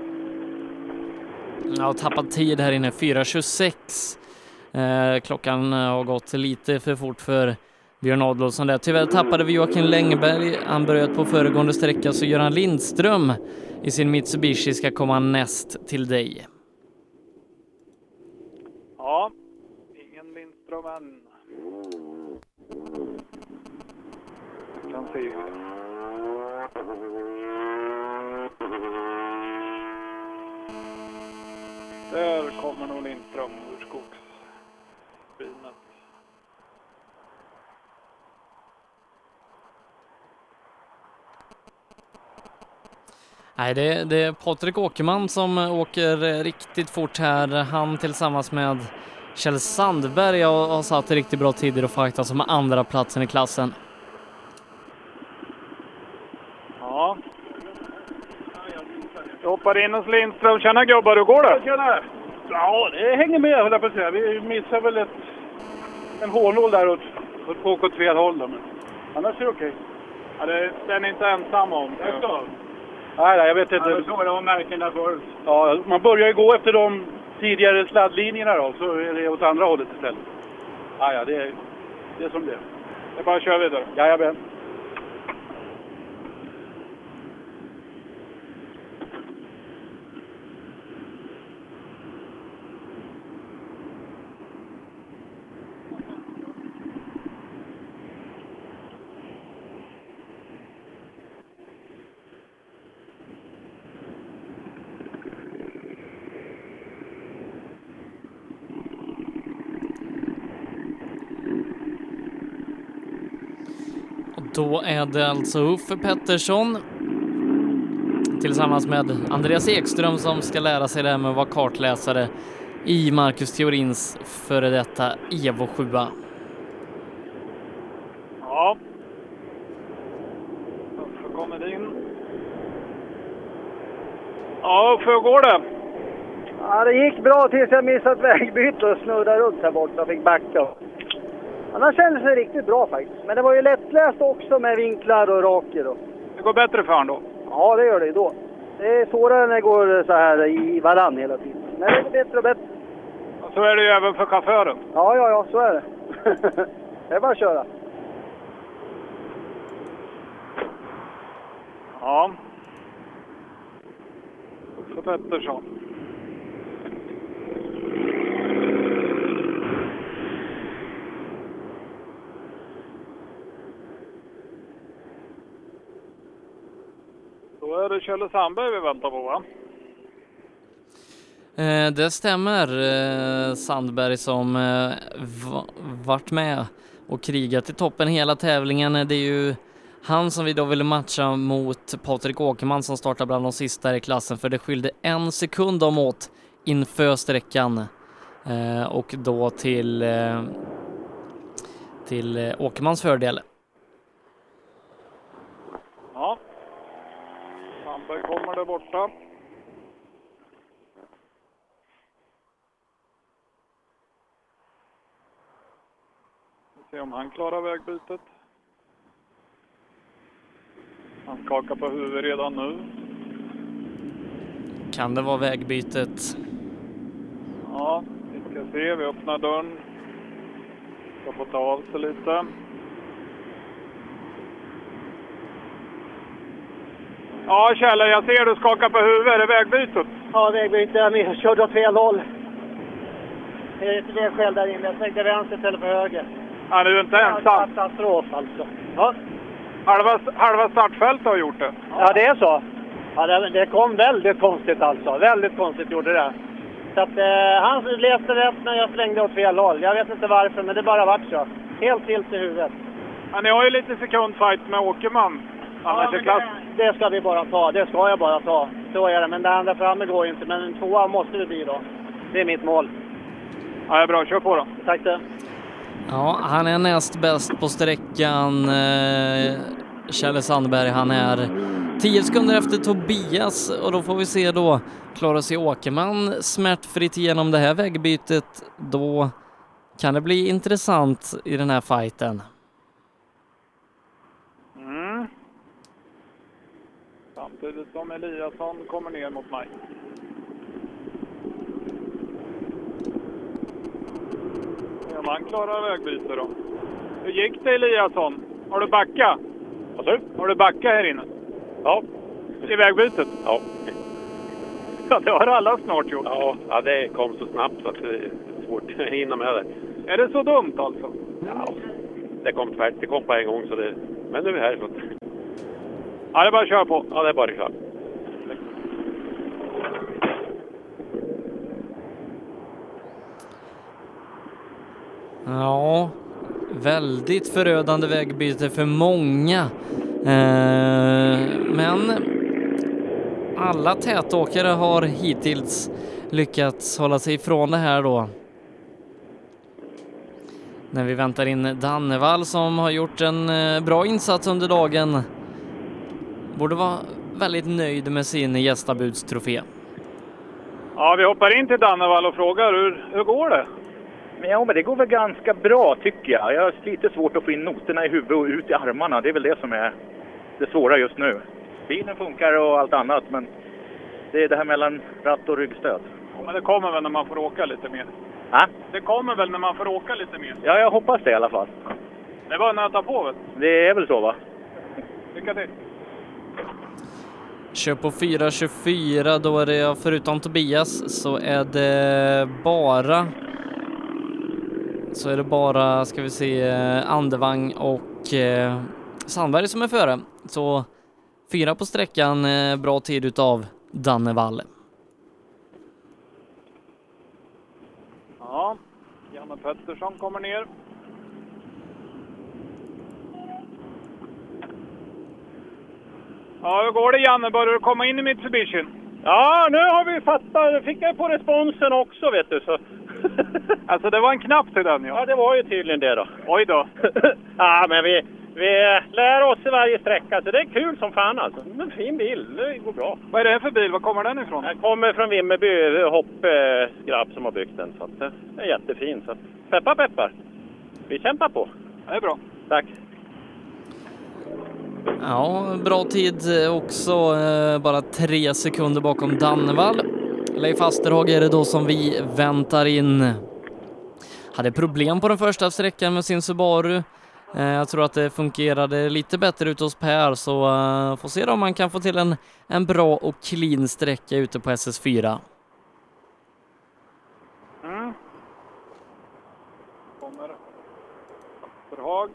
Jag har tappat tid här inne, fyra tjugosex. Eh, klockan har gått lite för fort för Björn Adolfsson där. Tyvärr tappade vi Joakim Längberg. Han börjat på föregående sträcka, så Göran Lindström i sin Mitsubishi ska komma näst till dig. Ja, ingen Lindström än. Vi kan se. Där kommer nog Lindström ur skogsbrynet. Nej, det, det är Patrik Åkerman som åker riktigt fort här. Han tillsammans med Kjell Sandberg har, har satt riktigt bra tider och faktiskt som andra platsen i klassen. Ja. Jag hoppar in hos Lindström. Tjena gubbar, hur går det? Tjena! Ja, det hänger med, höll jag på att säga. Vi missar väl ett, en hårnål där åt, åt på åt fel håll. Men annars är det okej. Ja, det, den är inte ensam om. Jag ska. Nej, nej, jag vet inte. Ja, så det var märken där förut. Ja, man börjar ju gå efter de tidigare sladdlinjerna då, så är det åt andra hållet istället. Ja, ja, det är, det är som det är. Det är bara att köra vidare. Jajamän. Då är det alltså Uffe Pettersson tillsammans med Andreas Ekström som ska lära sig det här med att vara kartläsare i Marcus Theorins före detta Evo sju. Ja. Uffe kommer in. Ja, Uffe, hur går det? Ja, det gick bra tills jag missat vägbyte och snurrade runt här borta och fick backa. Annars kändes det riktigt bra faktiskt. Men det var ju lättläst också med vinklar och raker. Och... Det går bättre för han då? Ja, det gör det då. Det är svårare när det går så här i varann hela tiden. Men det går bättre och bättre. Och så är det ju även för chauffören. Ja, ja, ja, så är det. Det är bara att köra. Ja. Uffe Pettersson. Då är det Kjell Sandberg vi väntar på, va? Eh, det stämmer. Eh, Sandberg som eh, v- varit med och krigat i toppen hela tävlingen. Det är ju han som vi då ville matcha mot Patrik Åkerman som startar bland de sista i klassen, för det skilde en sekund om åt inför sträckan. Eh, och då till, eh, till eh, Åkermans fördel. Ja. Sandberg kommer där borta. Se om han klarar vägbytet. Han skakar på huvudet redan nu. Kan det vara vägbytet? Ja, vi ska se. Vi öppnar dörren. Ska få ta av sig lite. Ja, Kjell, jag ser du skakar på huvudet. Är det vägbytet? Ja, vägbytet. Jag körde åt fel håll. Det är ett vägskäl där inne. Jag svängde vänster istället för höger. Ja, du är inte ensam. Katastrof alltså. Ja. Halva, halva startfält har gjort det. Ja, det är så. Ja, det, det kom väldigt konstigt alltså. Väldigt konstigt gjorde det. Så att eh, han läste rätt när jag slängde åt fel håll. Jag vet inte varför, men det bara vart så. Helt tilt i huvudet. Ja, ni har ju lite sekundfight med Åkerman. Ja, det, det ska vi bara ta. Det ska jag bara ta. Så är det. Men det andra framme går inte. Men en tvåa måste det bli då. Det är mitt mål. Ja, det är bra. Kör på då. Tack det. Ja, han är näst bäst på sträckan. Eh, Kjelle Sandberg, han är tio sekunder efter Tobias. Och då får vi se då, klarar sig Åkerman smärtfritt igenom det här vägbytet. Då kan det bli intressant i den här fighten. Mm. Samtidigt som Eliasson kommer ner mot mig. Ja, man klarar vägbyte då. Hur gick det, Eliasson? Har du backat? Vad sa du? Har du backat här inne? Ja. I vägbytet? Ja. Ja, det har alla snart gjort. Ja, ja, det kom så snabbt så att det är svårt att hinna med det. Är det så dumt alltså? Ja, det kom tvärt. Det kom på en gång så det... Men nu är vi här så att... Ja, det är bara att köra på. Ja, det är bara att köra. Ja, väldigt förödande vägbyte för många. Eh, men alla tätåkare har hittills lyckats hålla sig ifrån det här då. När vi väntar in Dannevall som har gjort en eh, bra insats under dagen. Borde vara väldigt nöjd med sin gästabudstrofé. Ja, vi hoppar in till Dannevall och frågar hur, hur går det? Men ja, men det går väl ganska bra tycker jag. Jag har lite svårt att få in noterna i huvudet och ut i armarna. Det är väl det som är det svåra just nu. Bilen funkar och allt annat, men det är det här mellan ratt och ryggstöd. Ja, men det kommer väl när man får åka lite mer. Ja? Det kommer väl när man får åka lite mer. Ja, jag hoppas det i alla fall. Det är bara att nöta på, vet du. Det är väl så, va? Lycka till. Kör på fyra tjugofyra, då är det förutom Tobias så är det bara så är det bara, ska vi se, Andevang och eh, Sandberg som är före. Så fyra på sträckan, eh, bra tid utav Dannevall. Ja, Janne Pettersson kommer ner. Ja, hur går det, Janne? Börjar du komma in i Mitsubishi? Ja, nu har vi fattat. Fick jag på responsen också, vet du. Så. Alltså, det var en knapp till den, ja. Ja, det var ju tydligen det då. Oj då. Ja, men vi, vi lär oss i varje sträcka, så det är kul som fan alltså. En fin bil, det går bra. Vad är det för bil? Var kommer den ifrån? Den kommer från Vimmerby, hoppgrabb som har byggt den. Så att det är jättefin. Så peppar, peppar. Vi kämpar på. Det är bra. Tack. Ja, bra tid också, bara tre sekunder bakom Dannevall. Leif Asterhag är det då som vi väntar in. Hade problem på den första sträckan med sin Subaru. Jag tror att det fungerade lite bättre ute hos Per, så får se om man kan få till en, en bra och clean sträcka ute på S S fyra. Mm. Kommer Asterhag.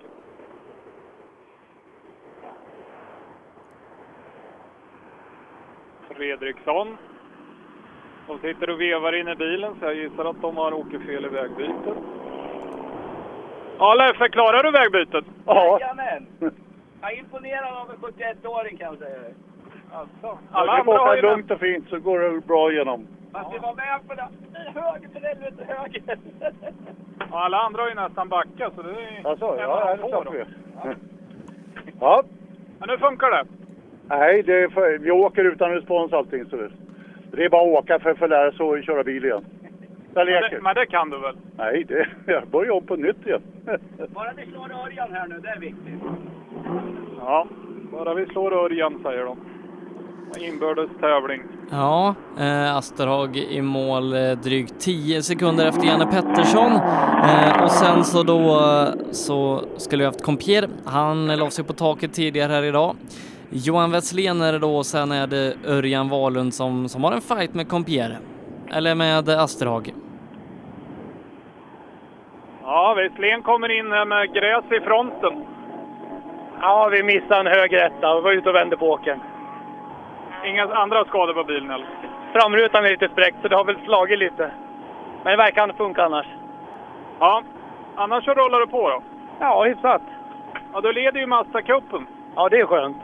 Fredriksson. De sitter och vevar in i bilen, så jag gissar att de har åkt fel i vägbytet. Ja, Leffe, klarar du vägbytet? Ja. Jajamän. Jag är imponerad av en sjuttioett-åring, kan jag säga. Alltså, alla andra har ju lugnt och fint, så går det bra igenom. Fast vi var med på det. Höger för helvete, höger. Ja, alla andra har ju nästan backat, så det är... Alltså, ja, det stoppar vi. Ja. Men nu funkar det. Nej, det är för, vi åker utan respons allting. Så det, det är bara att åka för att få lära sig att köra bil igen. Jag Men leker. det, men det kan du väl? Nej, det, jag börjar om på nytt igen. Bara vi slår Örjan här nu, det är viktigt. Ja, bara vi slår Örjan, säger de. Inbördes tävling. Ja, eh, Asterhag i mål eh, drygt tio sekunder efter Janne Pettersson. Eh, och sen så då så skulle vi haft Compier. Han la sig på taket tidigare här idag. Johan Wesslén är det då, och sen är det Örjan Wahlund som, som har en fight med Compier. Eller med Asterhag. Ja, Wesslén kommer in här med gräs i fronten. Ja, vi missade en hög rätta och var ute och vände på åken. Inga andra skador på bilen eller? Framrutan är lite spräckt så det har väl slagit lite. Men det verkar funka annars. Ja, annars så rullar du på då? Ja, hyfsat. Ja, då leder ju Mazda-cupen. Ja, det är skönt.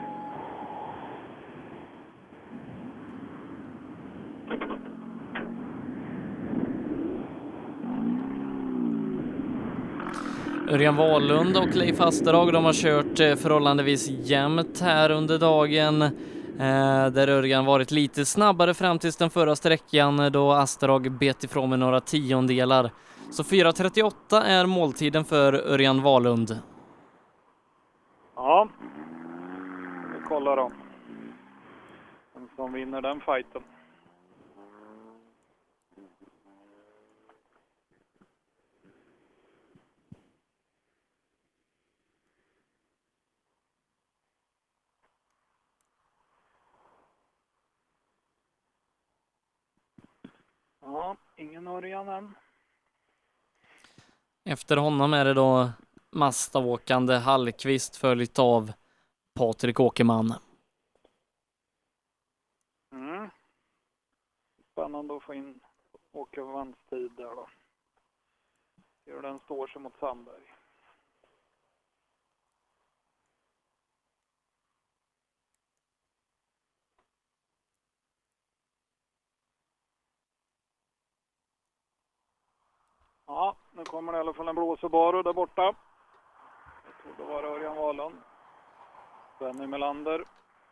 Örjan Wahlund och Leif Asterhag, de har kört förhållandevis jämnt här under dagen. Eh, där Örjan varit lite snabbare fram till den förra sträckan då Asterhag bet ifrån med några tiondelar. Så fyra trettioåtta är måltiden för Örjan Wahlund. Ja, vi kollar då. Vem som vinner den fighten. Ja, ingen Örjan än. Efter honom är det då Mazda-åkande Hallqvist följt av Patrik Åkerman. Mm. Spännande att få in Åkermans tid där då. Hur den står sig mot Sandberg. Ja, nu kommer det i alla fall en blå Subaru där borta. Jag tror det var Örjan Wahlund. Benny Melander.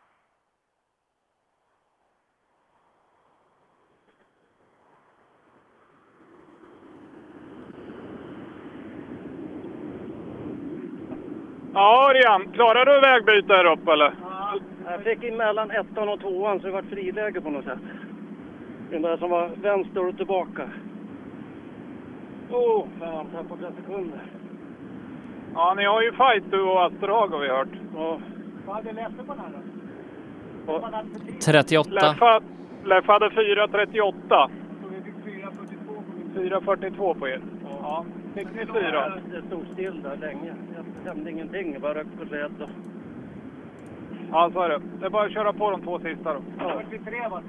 Ja, Örjan, klarar du vägbyte här uppe eller? Ja, jag fick in mellan ettan och tvåan så det var friläge på något sätt. Den där som var vänster och tillbaka. Åh, oh, fan, tappade på flera sekunder. Ja, ni har ju fight du och Asterhag har vi hört. Ja. Vad hade Leffe på den här då? trettioåtta. Leff hade fyra trettioåtta. Så vi fick fyra fyrtiotvå på er. Ja, fick ni fyra? Det stod still där länge. Jag hände ingenting, bara rökt och slet. Ja, så är det. Det är bara att köra på de två sista då. Ja. fyrtiotre var det.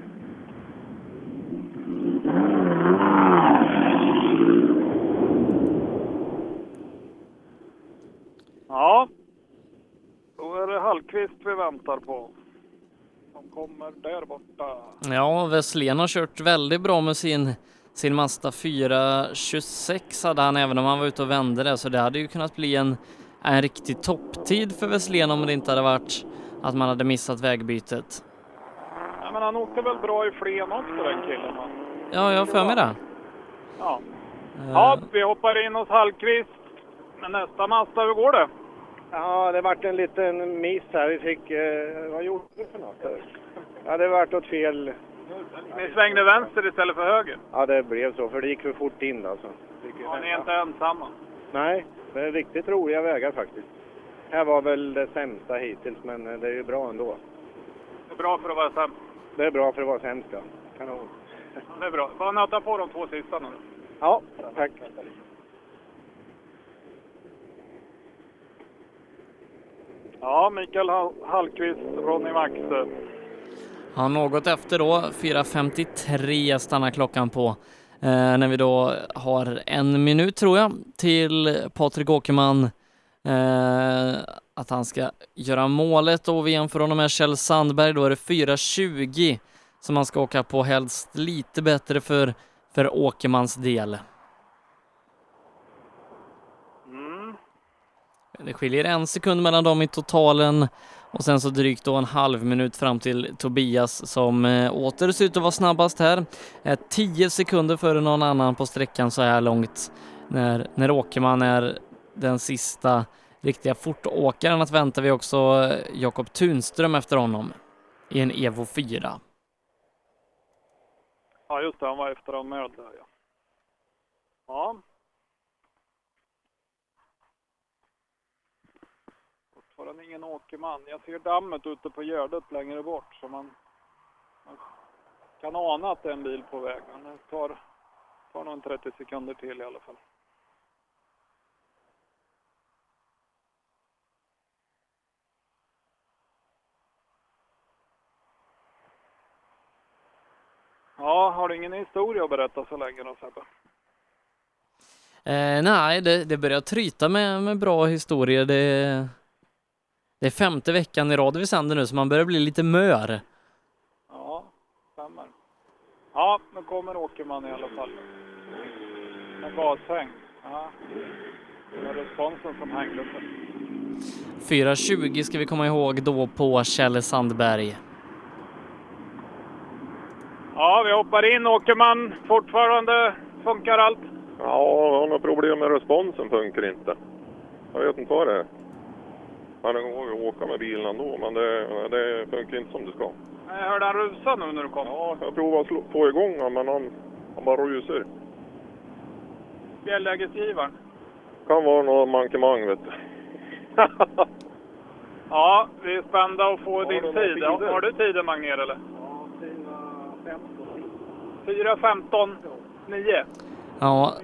Ja, då är det Hallqvist vi väntar på. Som kommer där borta. Ja, Wesslén har kört väldigt bra med sin, sin Mazda fyra tjugosex hade han, även om han var ute och vände det. Så det hade ju kunnat bli en, en riktig topptid för Wesslén om det inte hade varit att man hade missat vägbytet. Ja, men han åkte väl bra i Flen också, den killen. Va? Ja, jag har för mig det. Ja. Ja, vi hoppar in hos Hallqvist. Men nästa Mazda, hur går det? Ja, det vart en liten miss här. Vi fick... Eh, vad gjorde vi för något? Ja, det vart åt fel... Ni svängde vänster istället för höger? Ja, det blev så. För det gick för fort in alltså. Ja, ni är inte ensamma? Nej, det är riktigt roliga vägar faktiskt. Här var väl det sämsta hittills, men det är ju bra ändå. Det är bra för att vara sämst? Det är bra för att vara sämst, ja. Kanon. Ja, det är bra. Bara nöta på de två sista nu. Ja, tack. Ja, Mikael Hallqvist, Ronny Maxe. Ja, något efter då, fyra femtiotre stannar klockan på. Eh, när vi då har en minut tror jag till Patrik Åkerman eh, att han ska göra målet, och vi jämför honom med Kjell Sandberg, då är det fyra tjugo som han ska åka på, helst lite bättre för, för Åkermans del. Mm. Det skiljer en sekund mellan dem i totalen och sen så drygt då en halv minut fram till Tobias som eh, åter ser ut att vara snabbast här. Eh, tio sekunder före någon annan på sträckan så här långt när, när Åkerman är den sista riktiga fortåkaren. Att väntar vi också eh, Jakob Tunström efter honom i en Evo fyra. Ja, just det. Han var efter honom med där, ja. Ja. Fortfarande ingen Åkerman. Jag ser dammet ute på Gärdet längre bort så man, man kan ana att det är en bil på väg. Men det tar, tar nog en trettio sekunder till i alla fall. Ja, har du ingen historia att berätta så länge då, Sebbe? Eh, nej, det, det börjar tryta med, med bra historier. Det, det är femte veckan i rad vi sänder nu så man börjar bli lite mör. Ja, stämmer. Ja, nu kommer Åkerman i alla fall. En gashäng. Ja. Det var responsen som hängde sig. fyra tjugo ska vi komma ihåg då på Kjell Sandberg. Ja, vi hoppar in. Åkerman fortfarande. Funkar allt? Ja, han har problem med responsen, funkar inte. Jag vet inte vad det är. Han går ju åka med bilen ändå, men det, det funkar inte som det ska. Jag hörde han rusa nu när du kom. Ja, jag provar att slå, få igång honom, men han, han bara rusar. Fjällägesgivaren? Kan vara någon mankemang, vet du. Ja, vi är spända att få har din tid. Har, har du tiden, Magnér, eller? Ja, fyra femton. fyra femton nio. Ja.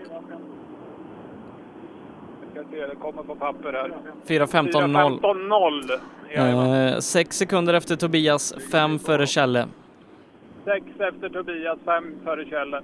Jag ska se, det kommer på papper här. fyra femton noll. fyra femton noll. Eh, sex sekunder efter Tobias, fem före Kjelle. sex efter Tobias, fem före Kjelle.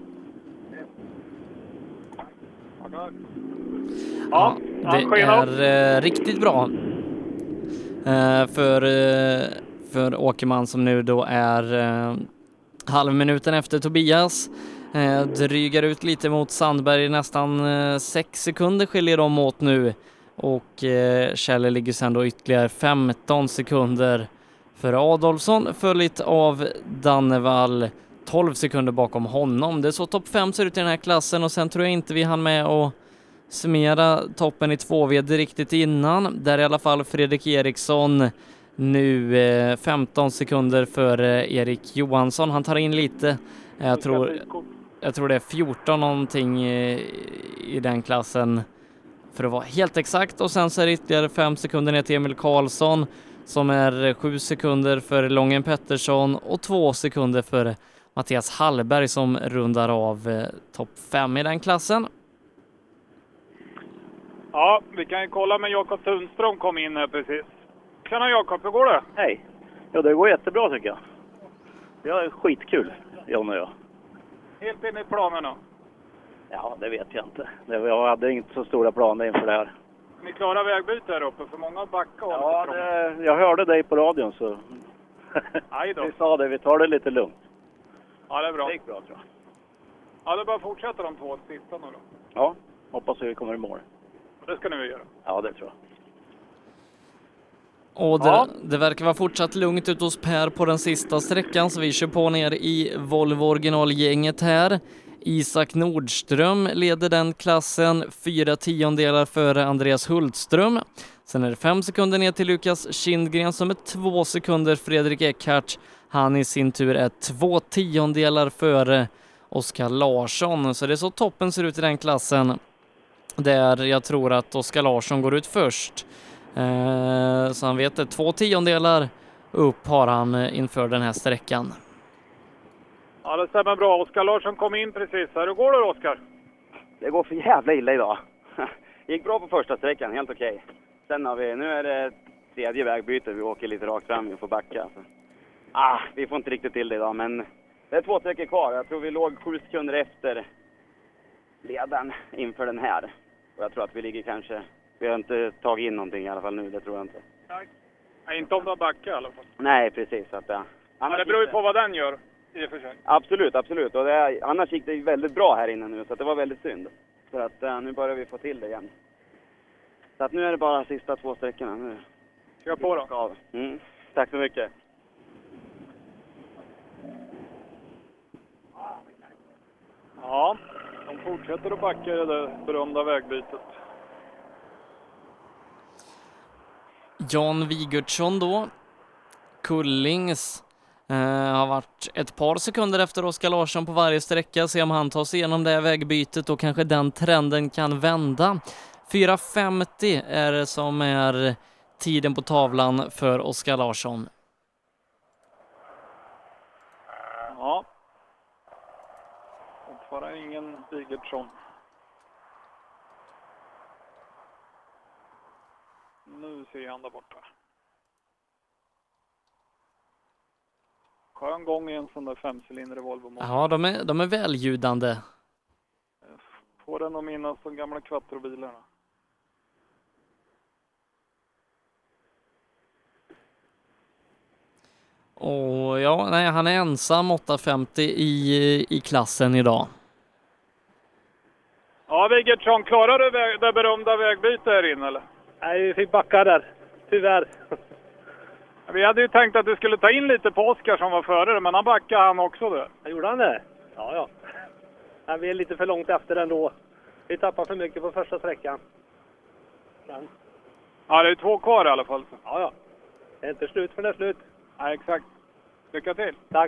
Ja, det är eh, riktigt bra eh, för, eh, för Åkerman som nu då är eh, halvminuten efter Tobias. Eh, drygar ut lite mot Sandberg, nästan eh, sex sekunder skiljer de åt nu och eh, Kjelle ligger sen då ytterligare femton sekunder för Adolfsson, följt av Dannevall tolv sekunder bakom honom. Det är så topp fem ser ut i den här klassen och sen tror jag inte vi hann med att summera toppen i två V riktigt innan. Där i alla fall Fredrik Eriksson nu eh, femton sekunder för eh, Erik Johansson. Han tar in lite, jag tror, jag tror det är fjorton någonting eh, i den klassen för att vara helt exakt. Och sen så är det ytterligare fem sekunder ner till Emil Karlsson som är sju sekunder för Lången Pettersson och två sekunder för Mattias Hallberg som rundar av eh, topp fem i den klassen. Ja, vi kan ju kolla med Jakob Tunström kom in här precis. Tjena Jakob, hur går det? Hej. Ja, det går jättebra tycker jag. Det är skitkul, John och jag. Helt in i planerna? Ja, det vet jag inte. Jag hade inte så stora planer inför det här. Ni klarar vägbyte här uppe för många backar. Ja, det, jag hörde dig på radion så Aj då. vi sa det, vi tar det lite lugnt. Ja, det är bra. Det gick bra tror jag. Ja, det är bara att fortsätta de två sista nu då. Ja, hoppas vi kommer i mål. Det ska ni väl göra? Ja, det tror jag. Och det, ja. det verkar vara fortsatt lugnt ut hos Per på den sista sträckan så vi kör på ner i Volvo originalgänget här. Isak Nordström leder den klassen, fyra tiondelar före Andreas Hultström. Sen är det fem sekunder ner till Lukas Kindgren som är två sekunder Fredrik Eckhart. Han i sin tur är två tiondelar före Oskar Larsson. Så det är så toppen ser ut i den klassen. Där jag tror att Oskar Larsson går ut först. Eh, så han vet att två tiondelar upp har han inför den här sträckan. Ja, det stämmer bra. Oskar Larsson kom in precis här. Hur går det, Oskar? Det går för jävla illa idag. Det gick bra på första sträckan, helt okej. Okay. Sen har vi, nu är det tredje vägbyte. Vi åker lite rakt fram, vi får backa. Så. Ah, vi får inte riktigt till det idag, men det är två sträckor kvar. Jag tror vi låg sju sekunder efter ledaren inför den här. Och jag tror att vi ligger kanske, vi har inte tagit in någonting i alla fall nu, det tror jag inte. Nej, inte om du har backat i alla fall. Nej, precis. Att, ja. Ja, det beror ju på vad den gör. I och för sig. Absolut, absolut. Och det är, annars gick det väldigt bra här inne nu, så det var väldigt synd. För att uh, nu börjar vi få till det igen. Så att nu är det bara sista två sträckorna. Nu. Kör på då. Mm. Tack så mycket. Ja, de fortsätter att backa i det där berömda vägbytet. Jan Wigertsson då. Kullings eh, har varit ett par sekunder efter Oskar Larsson på varje sträcka. Se om han tar sig igenom det här vägbytet och kanske den trenden kan vända. fyra femtio är det som är tiden på tavlan för Oskar Larsson. Ja. Fortfarande ingen Wigertsson. Nu ser han där borta. Skön gång i en sån där femcylindrig Volvo. Ja, de är, de är välljudande. Får den att minnas de gamla Quattro-bilarna. Och ja, nej, han är ensam åtta femtio i, i klassen idag. Ja, Wigertsson, klarar du väg, det berömda vägbytet här inne eller? Nej, vi fick backa där. Tyvärr. Vi hade ju tänkt att du skulle ta in lite på Oskar som var före, men han backade han också där. Gjorde han det? Ja, ja. Nej, vi är lite för långt efter ändå. Vi tappar för mycket på första sträckan. Men... Ja, det är två kvar i alla fall. Ja, ja. Det är inte slut för det är slut. Nej, exakt. Lycka till. Tack.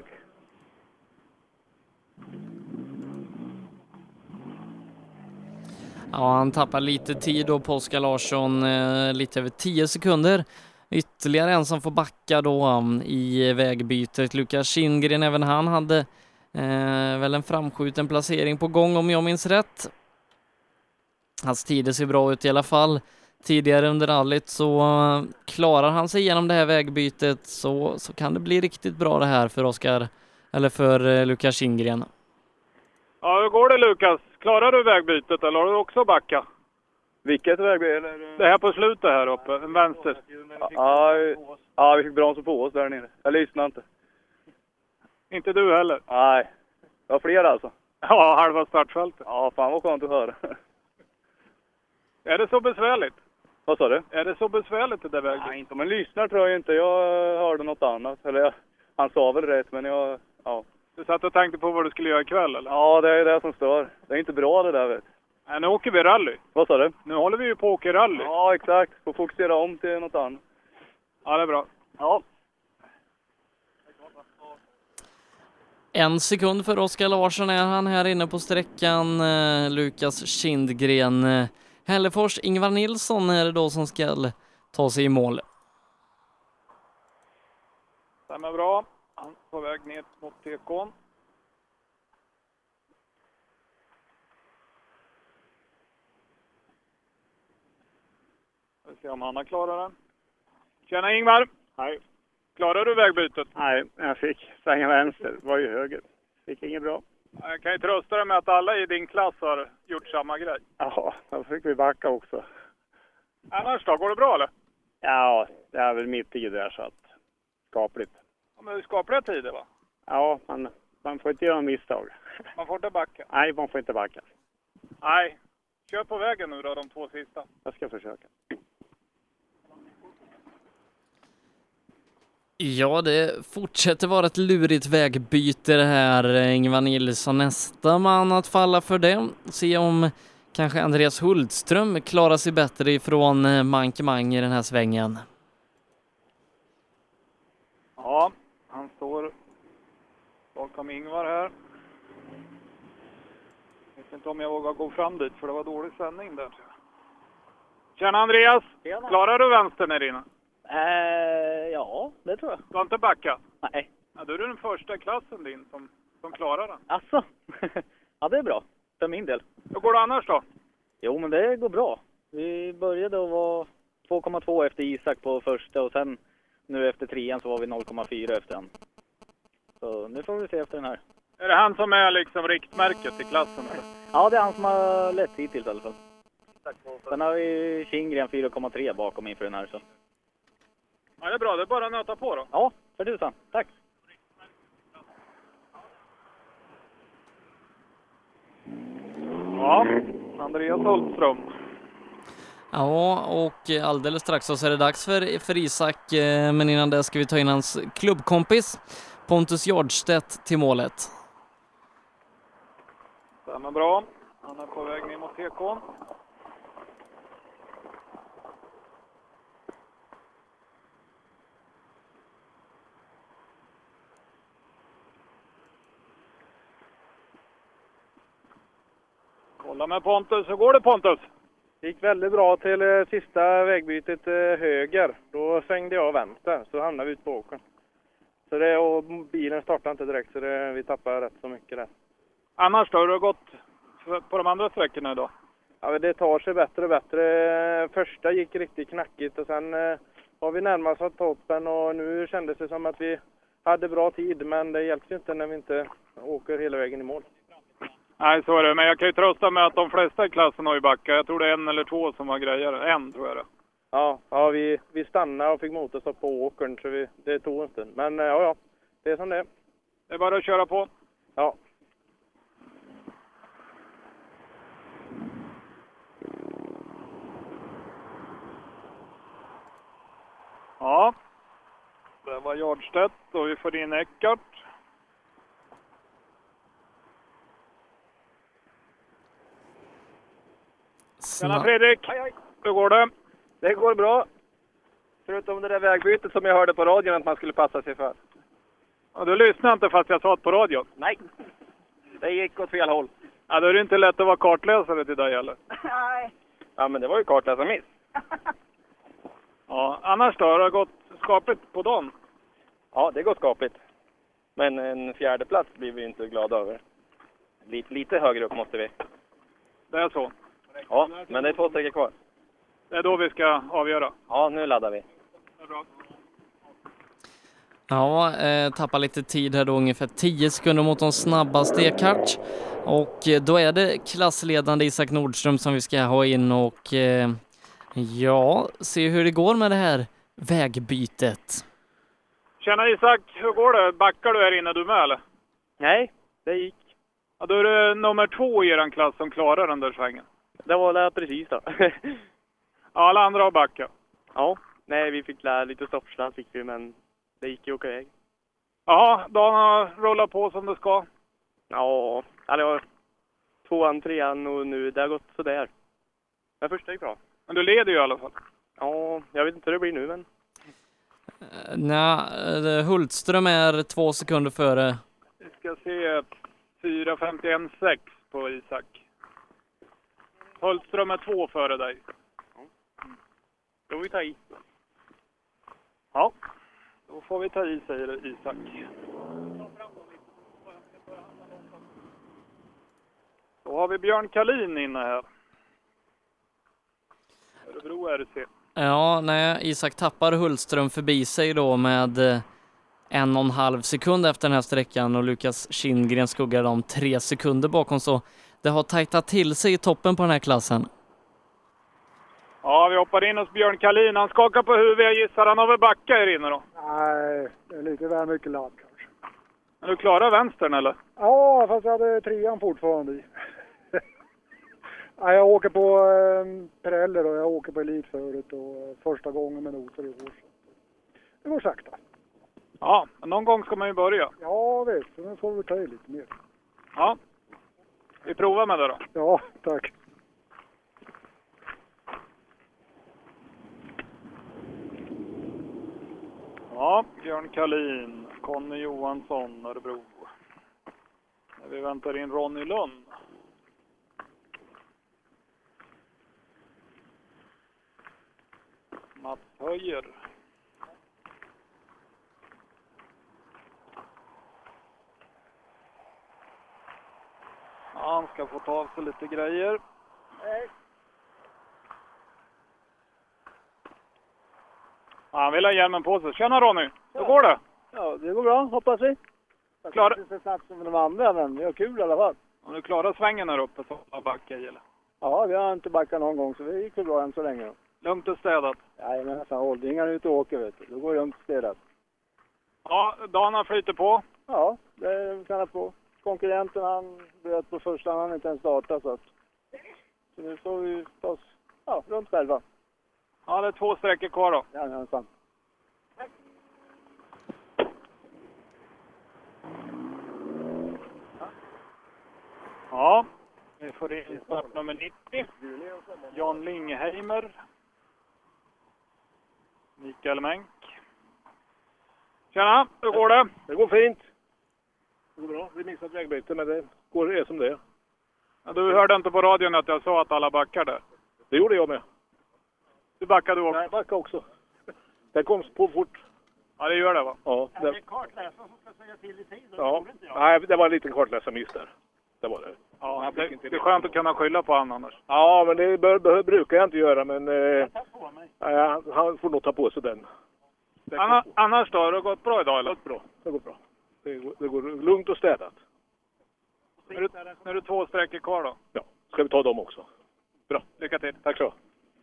Ja, han tappar lite tid då på Oskar Larsson, eh, lite över tio sekunder. Ytterligare en som får backa då um, i vägbytet. Lukas Kindgren, även han hade eh, väl en framskjuten placering på gång om jag minns rätt. Hans tider ser bra ut i alla fall. Tidigare under rallyt så uh, klarar han sig igenom det här vägbytet så, så kan det bli riktigt bra det här för Oskar, eller för uh, Lukas Kindgren. Ja, hur går det Lukas? Klarar du vägbytet eller har du också backa? Vilket vägbyte? Det här på slutet här uppe, en vänster. Ja, ja, vi fick bromsa på oss där nere. Jag lyssnade inte. Inte du heller? Nej, det var fler alltså. Ja, halva startfältet. Ja, fan vad skönt att höra. Är det så besvärligt? Vad sa du? Är det så besvärligt det där vägen? Nej, inte om man lyssnar tror jag inte. Jag hörde något annat. Eller jag, han sa väl rätt, men jag... Ja. Du satt och tänkte på vad du skulle göra ikväll, eller? Ja, det är det som stör. Det är inte bra det där, vet du. Nej, nu åker vi rally. Vad sa du? Nu håller vi ju på att åka rally. Ja, exakt. Får fokusera om till något annat. Ja, det är bra. Ja. En sekund för Oskar Larsson är han här inne på sträckan. Eh, Lukas Kindgren. Eh, Hällefors, Ingvar Nilsson är det då som ska ta sig i mål. Stämmer bra. Han är på väg ner mot T K:n. Vi får se om han har klarat den. Tjena Ingvar! Hej. Klarar du vägbytet? Nej, jag fick svänga vänster. Det var ju höger. Fick inget bra. Jag kan ju trösta dig med att alla i din klass har gjort samma grej. Ja, då fick vi backa också. Annars då, går det bra eller? Ja, det är väl mitt i där så att skapligt. Ja, men det är skapliga tider va? Ja, man, man får inte göra misstag. Man får inte backa. Nej, man får inte backa. Nej. Kör på vägen nu då, de två sista. Jag ska försöka. Ja, det fortsätter vara ett lurigt vägbyte det här. Ingvar Nilsson nästa man att falla för det. Se om kanske Andreas Hultström klarar sig bättre ifrån mankemang i den här svängen. Ja, han står bakom Ingvar här. Jag vet inte om jag vågar gå fram dit för det var dålig sändning där. Tjena Andreas! Tjena. Klarar du vänster här inne? Eh, ja, det tror jag. Du har inte backat? Nej. Ja, då är du den första i klassen din som, som klarar den. Asså? Ja, det är bra. För min del. Hur går det annars då? Jo, men det går bra. Vi började att vara två komma två efter Isak på första och sen nu efter trean så var vi noll komma fyra efter den. Så nu får vi se efter den här. Är det han som är liksom riktmärket i klassen eller? Ja, det är han som har lett hittills i alla fall. Sen har vi Kindgren fyra komma tre bakom inför den här så. Ja, det är bra. Det är bara att nöta på då. Ja, för tusan. Tack. Ja, Andreas Hultström. Ja, och alldeles strax så är det dags för, för Isak, men innan det ska vi ta in hans klubbkompis Pontus Jordstedt till målet. Stämmer bra. Han är på väg ner mot T K. Kolla med Pontus. Hur går det, Pontus? Det gick väldigt bra till eh, sista vägbytet eh, höger. Då svängde jag vänster, så hamnade vi ut på åkern. Så det, och bilen startade inte direkt, så det, vi tappade rätt så mycket där. Annars då, har du gått på de andra sträckorna idag? Ja, men det tar sig bättre och bättre. Första gick riktigt knackigt och sen eh, har vi närmat oss toppen och nu kändes det som att vi hade bra tid, men det hjälps inte när vi inte åker hela vägen i mål. Nej, så är det. Men jag kan ju trösta med att de flesta i klassen har ju backat. Jag tror det är en eller två som har grejer. En tror jag det. Ja, ja vi, vi stannade och fick motorstopp på åkern, så vi, det tog en stund. Men ja, ja, det är som det är. Det är bara att köra på. Ja. Ja, det var Jordstedt och vi får in Eckart. Tjena Fredrik, hej, hej. Hur går det? Det går bra. Förutom det där vägbytet som jag hörde på radion att man skulle passa sig för. Ja, du lyssnade inte fast jag sa det på radion? Nej, det gick åt fel håll. Ja, då är det inte lätt att vara kartläsare till dig eller? Nej. Ja, men det var ju kartläsarmiss. Ja, annars då? Har det gått skapligt på dagen? Ja, det går skapligt. Men en fjärde plats blir vi inte glada över. Lite, lite högre upp måste vi. Det är så? Ja, men det är två steg kvar. Det är då vi ska avgöra? Ja, nu laddar vi. Det är bra. Ja, eh, tappar lite tid här då, ungefär tio sekunder mot de snabbaste Eckart. Och eh, då är det klassledande Isak Nordström som vi ska ha in och eh, ja, se hur det går med det här vägbytet. Tjena Isak, hur går det? Backar du här inne du med eller? Nej, det gick. Ja, då är det nummer två i er klass som klarar den där svängen. Det var det precis då. Ja, alla andra har backat. Ja, nej vi fick lära lite stoppslag fick vi, men det gick ju okej väg. Ja, dagen har rullat på som det ska. Ja, alltså tvåan, trean och nu, det har gått sådär. Men första gick bra. Men du leder ju i alla fall. Ja, jag vet inte hur det blir nu, men... Nej, Hultström är två sekunder före. Vi ska se fyra femtioen sex på Isak. Hultström är två före dig. Då får vi ta i. Ja, då får vi ta i, säger Isak. Då har vi Björn Kalin inne här. Örebro R C. Ja, nej, Isak tappar Hultström förbi sig då med en och en halv sekund efter den här sträckan och Lukas Kindgren skuggar dem tre sekunder bakom, så det har tajtat till sig i toppen på den här klassen. Ja, vi hoppar in hos Björn Kalin. Han skakar på huvudet, jag gissar. Han har väl backat här inne då? Nej, det är lite väl mycket ladd kanske. Men du klarar vänstern eller? Ja, fast jag hade trean fortfarande i. Ja, jag åker på eh, Pereller och jag åker på Elit förut och första gången med noter i år. Det går sakta. Ja, men någon gång ska man ju börja. Ja, visst. Nu får vi ta i lite mer. Ja, vi provar med det då. Ja, tack. Ja, Björn Kalin, Conny Johansson, Örebro. Vi väntar in Ronny Lund. Mats Höjer. Ja, han ska få ta av sig lite grejer. Nej. Ja, han vill ha hjälmen på sig. Tjena Ronny, hur går det? Ja, det går bra, hoppas vi. Jag Klar. inte så snabbt som de andra, men vi har kul i alla fall. Om du klarar svängen här uppe så har backa i eller? Ja, vi har inte backat någon gång, så det gick väl bra än så länge då. Lugnt och städat? Nej, men nästan åldringar ute och åker, vet du. Då går det lugnt och städat. Ja, dagen har flyter på. Ja, det kan jag på. Konkurrenten, han bröt på första, han inte ens startat, så att... Så nu får vi ta oss Ja, runt själva. Ja, det är två sträckor kvar då. Ja, ja, sant. Ja, vi får in startnummer nittio. Jan Lingheimer. Mikael Menk. Tjena, hur går det? Det går fint. Det går bra. Vi missade vägbyte, men det går det som det är. Ja, du hörde inte på radion att jag sa att alla backade? Det gjorde jag med. Du backade också? Nej, jag backade också. Det kom på fort. Ja, det gör det va? Ja. Det är kartläsaren som ska säga till i tid. Ja. Nej, det var en liten kartläsarmiss där. Det var det. Ja, det, det är skönt att kunna skylla på han annars. Ja, men det bör, bör, brukar jag inte göra, men eh, ja, han får nog ta på sig den. Anna, annars då, har det gått bra idag eller? Det går bra, det går bra. Det går, det går lugnt och städat. Är du, är du två sträckor kvar då? Ja, ska vi ta dem också. Bra. Lycka till. Tack så.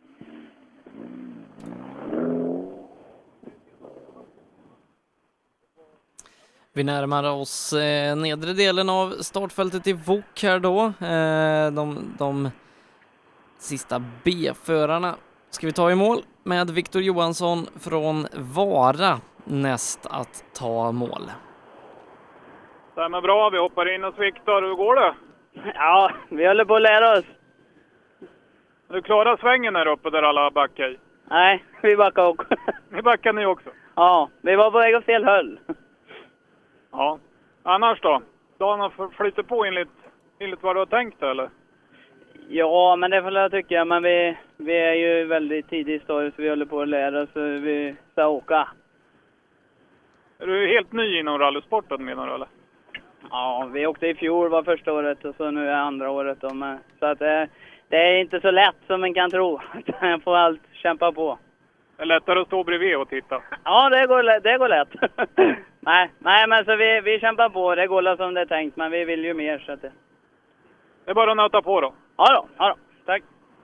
Vi närmar oss eh, nedre delen av startfältet i V O K här då. Eh, de, de sista B-förarna ska vi ta i mål med Viktor Johansson från Vara näst att ta mål. Stämmer bra, vi hoppar in hos Viktor. Hur går det? Ja, vi håller på att lära oss. Du klarar svängen här uppe där alla backar i? Nej, vi backar också. Ni backar ni också? Ja, vi var på väg åt fel höll. Ja. Annars då? Dagen har flyttat på enligt, enligt vad du har tänkt eller? Ja, men det får jag tycka. Men vi, vi är ju väldigt tidigt i stadiet så vi håller på att lära oss. Så vi ska åka. Är du helt ny inom rallysporten menar du eller? Ja, vi åkte i fjol var första året och så nu är andra året då med. Så att det, det är inte så lätt som man kan tro. Jag får allt kämpa på. Det är lättare att stå bredvid och titta. Ja, det går, det går lätt. nej, nej, men så vi, vi kämpar på. Det går som det är tänkt, men vi vill ju mer. Så att det... det är bara att nöta på då. Ja då, ja då. Tack.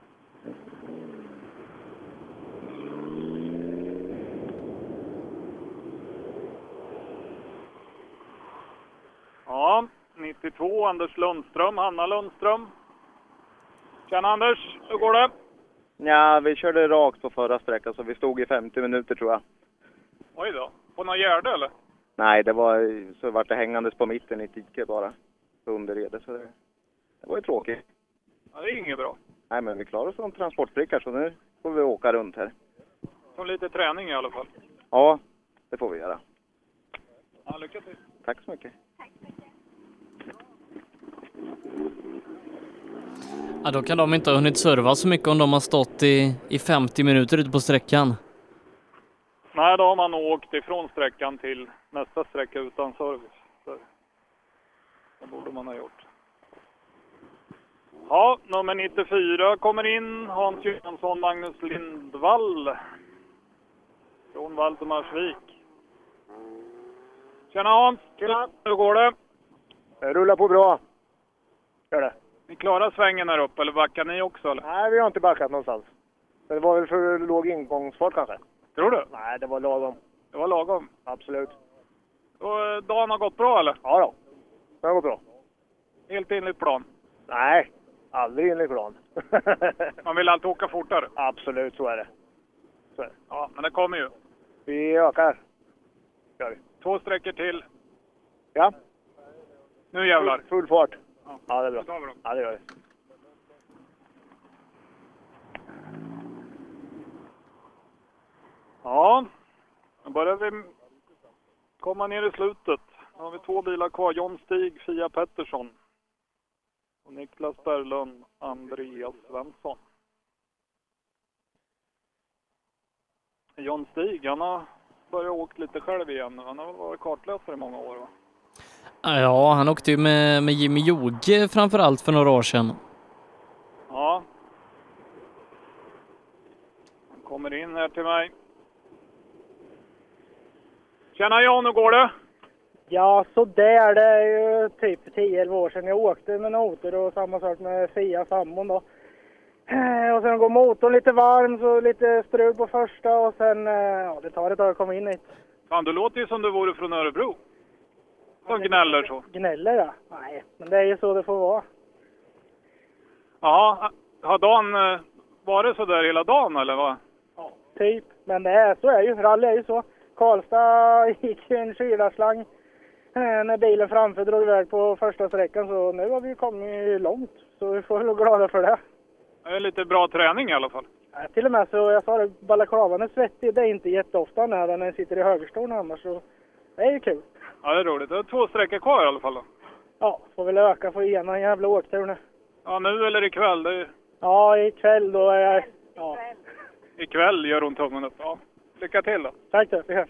Ja, nittiotvå, Anders Lundström, Hanna Lundström. Tjena Anders, hur går det? Ja, vi körde rakt på förra sträckan så vi stod i femtio minuter tror jag. Oj då, på någon gärde eller? Nej, det var så vart det hängandes på mitten i ett dike bara. Underredet så det, det var ju tråkigt. Ja, det är inget bra. Nej, men vi klarar oss som transportprickar så nu får vi åka runt här. Som lite träning i alla fall. Ja, det får vi göra. Ja, lycka till. Tack så mycket. Ja, då kan de inte ha hunnit serva så mycket om de har stått i, i femtio minuter ute på sträckan. Nej, då har man åkt ifrån sträckan till nästa sträcka utan service. Så det borde man ha gjort. Ja, nummer nittiofyra kommer in. Hans Johansson, Magnus Lindvall. Från Valdemarsvik. Tjena Hans! Tjena! Hur går det? Det rullar på bra. Gör det. Ni klarar svängen här uppe, eller backar ni också? Eller? Nej, vi har inte backat någonstans. Det var väl för låg ingångsfart kanske. Tror du? Nej, det var lagom. Det var lagom? Absolut. Och dagen har gått bra eller? Ja då. Det har gått bra. Helt enligt plan? Nej, aldrig enligt plan. Man vill alltid åka fortare? Absolut, så är det. Så är det. Ja, men det kommer ju. Vi ökar. Gör vi. Två sträckor till. Ja. Nu jävlar. Full, full fart. Ja. Ja, det är bra. Då tar vi dem. Ja, det gör vi. Ja, nu börjar vi komma ner i slutet. Nu har vi två bilar kvar. John Stig, Fia Pettersson. Och Niklas Berglund, Andreas Svensson. John Stig, han har börjat åkt lite själv igen. Han har varit kartläsare i många år va? Ja, han åkte ju med, med Jimmy Joge framförallt för några år sedan. Ja. Han kommer in här till mig. Tjena Jan, hur går det? Ja, så där. Det är ju typ tio elva år sedan jag åkte med noter och samma sak med Fia Sammon då. Och sen går motorn lite varm så lite strul på första och sen, ja det tar ett tag att komma in hit. Fan, du låter ju som du vore från Örebro. Som gnäller så. Gnäller ja? Nej, men det är ju så det får vara. Ja, har dagen Var det så där hela dagen eller vad? Ja, typ. Men det är, så är ju. Rally är ju så. Karlstad gick en kylarslang eh, när bilen framför drog iväg på första sträckan. Så nu har vi kommit långt. Så vi får väl vara glada för det. Det är lite bra träning i alla fall. Ja, till och med så, jag sa det, balaklavan är svettig. Det är inte jätteofta när den sitter i högerstolen annars. Så det är ju kul. Ja, det är roligt. Det är två sträckor kvar i alla fall då. Ja, får väl öka för ena en jävla åktur nu. Ja, nu eller ikväll? Det är... Ja, ikväll då är jag... Ja. Ikväll gör hon tummen upp. Ja. Lycka till då. Tack då, vi hörs.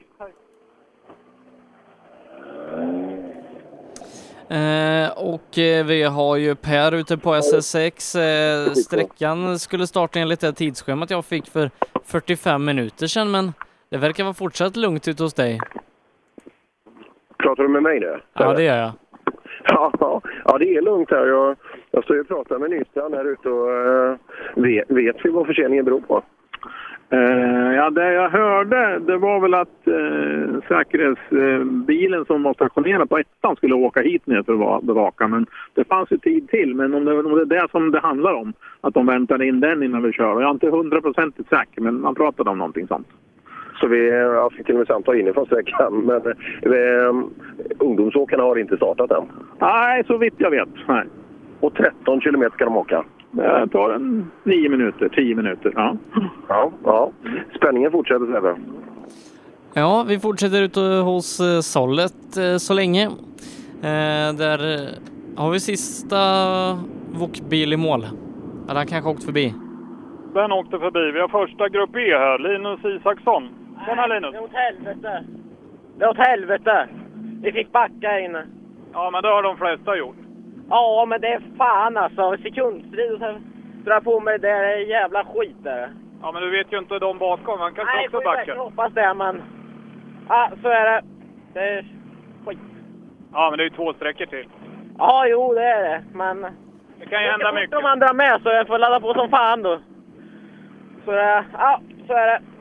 Eh, och eh, vi har ju Per ute på S S sex. Eh, sträckan skulle starta enligt det tidsschemat jag fick för fyrtiofem minuter sedan, men det verkar vara fortsatt lugnt ute hos dig. Pratar du med mig nu? Ja, det gör jag. Ja, ja, det är lugnt här. Jag, jag står ju och pratar med Nystrand här ute och uh, vet, vet vi vad förseningen beror på? Uh, ja, det jag hörde, det var väl att uh, säkerhetsbilen uh, som var stationerad på ettan skulle åka hit ner för att bevaka. Men det fanns ju tid till, men om det, om det är det som det handlar om, att de väntar in den innan vi kör. Jag är inte hundraprocentigt säker, men man pratade om någonting sånt. Så vi jag fick till och med samtal inifrån sträckan, men eh, ungdomsåkarna har inte startat än. Nej, så vitt jag vet. Nej. Och tretton kilometer ska de åka. Det tar en nio minuter, tio minuter. Ja, ja, ja. Spänningen fortsätter så här. Ja, vi fortsätter ute hos eh, Sollet eh, så länge. Eh, där eh, har vi sista Wok-bil i mål. Eller han kanske åkt förbi. Den åkte förbi. Vi har första grupp E här. Linus Isaksson. Tjena Linus. Det är åt helvete. Det är åt helvete. Vi fick backa in. Ja, men det har de flesta gjort. Ja, men det är fan alltså. Sekundstrid och så drar på mig det där jävla skit där. Ja, men du vet ju inte de bakom. Man kan Nej, också backa. Nej, jag hoppas det, men... Ja, så är det. Det är skit. Ja, men det är ju två sträckor till. Ja, jo, det är det. Men... Det kan ju hända mycket. De andra med, så jag får ladda på som fan då. Så det, ja, så är det.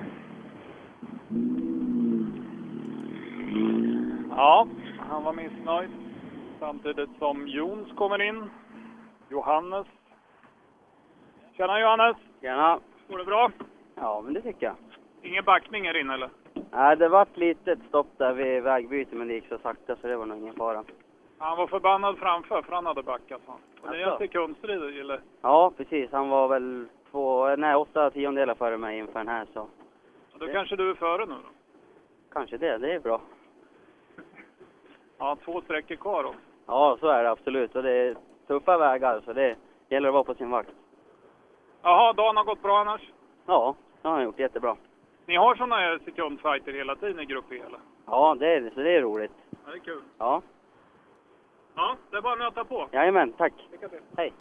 Ja, han var missnöjd. Samtidigt som Jons kommer in. Johannes. Tjena Johannes. Tjena. Går det bra? Ja, men det tycker jag. Ingen backning här inne eller? Nej, det var ett litet stopp där vid vägbyte, men det gick så sakta så det var nog ingen fara. Han var förbannad framför för han hade backat. Och det är en sekundstrid eller? Ja, precis. Han var väl två, nej, åtta tiondelar före mig inför den här så. Då det... kanske du är före nu då? Kanske det, det är bra. Ja, två sträckor kvar då. Ja, så är det absolut. Och det är tuffa vägar så det gäller att vara på sin vakt. Jaha, dagen har gått bra annars? Ja, det har han gjort jättebra. Ni har sådana här sekundfighter hela tiden i grupp E eller? Ja, det är det, så det är roligt. Ja, det är kul. Ja. Ja, det är bara att nöta på. Jajamän, tack. Lycka till. Hej.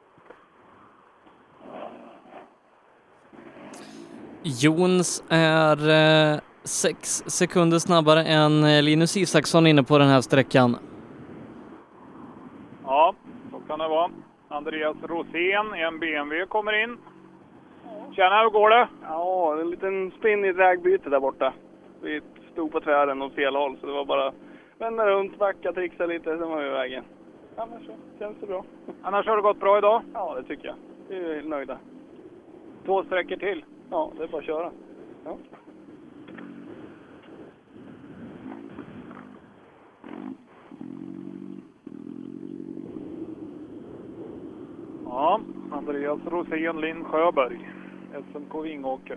Jons är eh, sex sekunder snabbare än Linus Isaksson inne på den här sträckan. Ja, så kan det vara. Andreas Rosén i en B M W kommer in. Tjena, hur går det? Ja, en liten spinn i ett vägbyte där borta. Vi stod på tvären åt fel håll så det var bara vända runt, backa, trixa lite, sen var vi i vägen. Ja, men så känns det bra. Annars har det gått bra idag? Ja, det tycker jag. Vi är nöjda. Två sträckor till? Ja, det är bara att köra. Ja. Ja, Andreas Rosén, Linn Sjöberg, S M K Vingåker.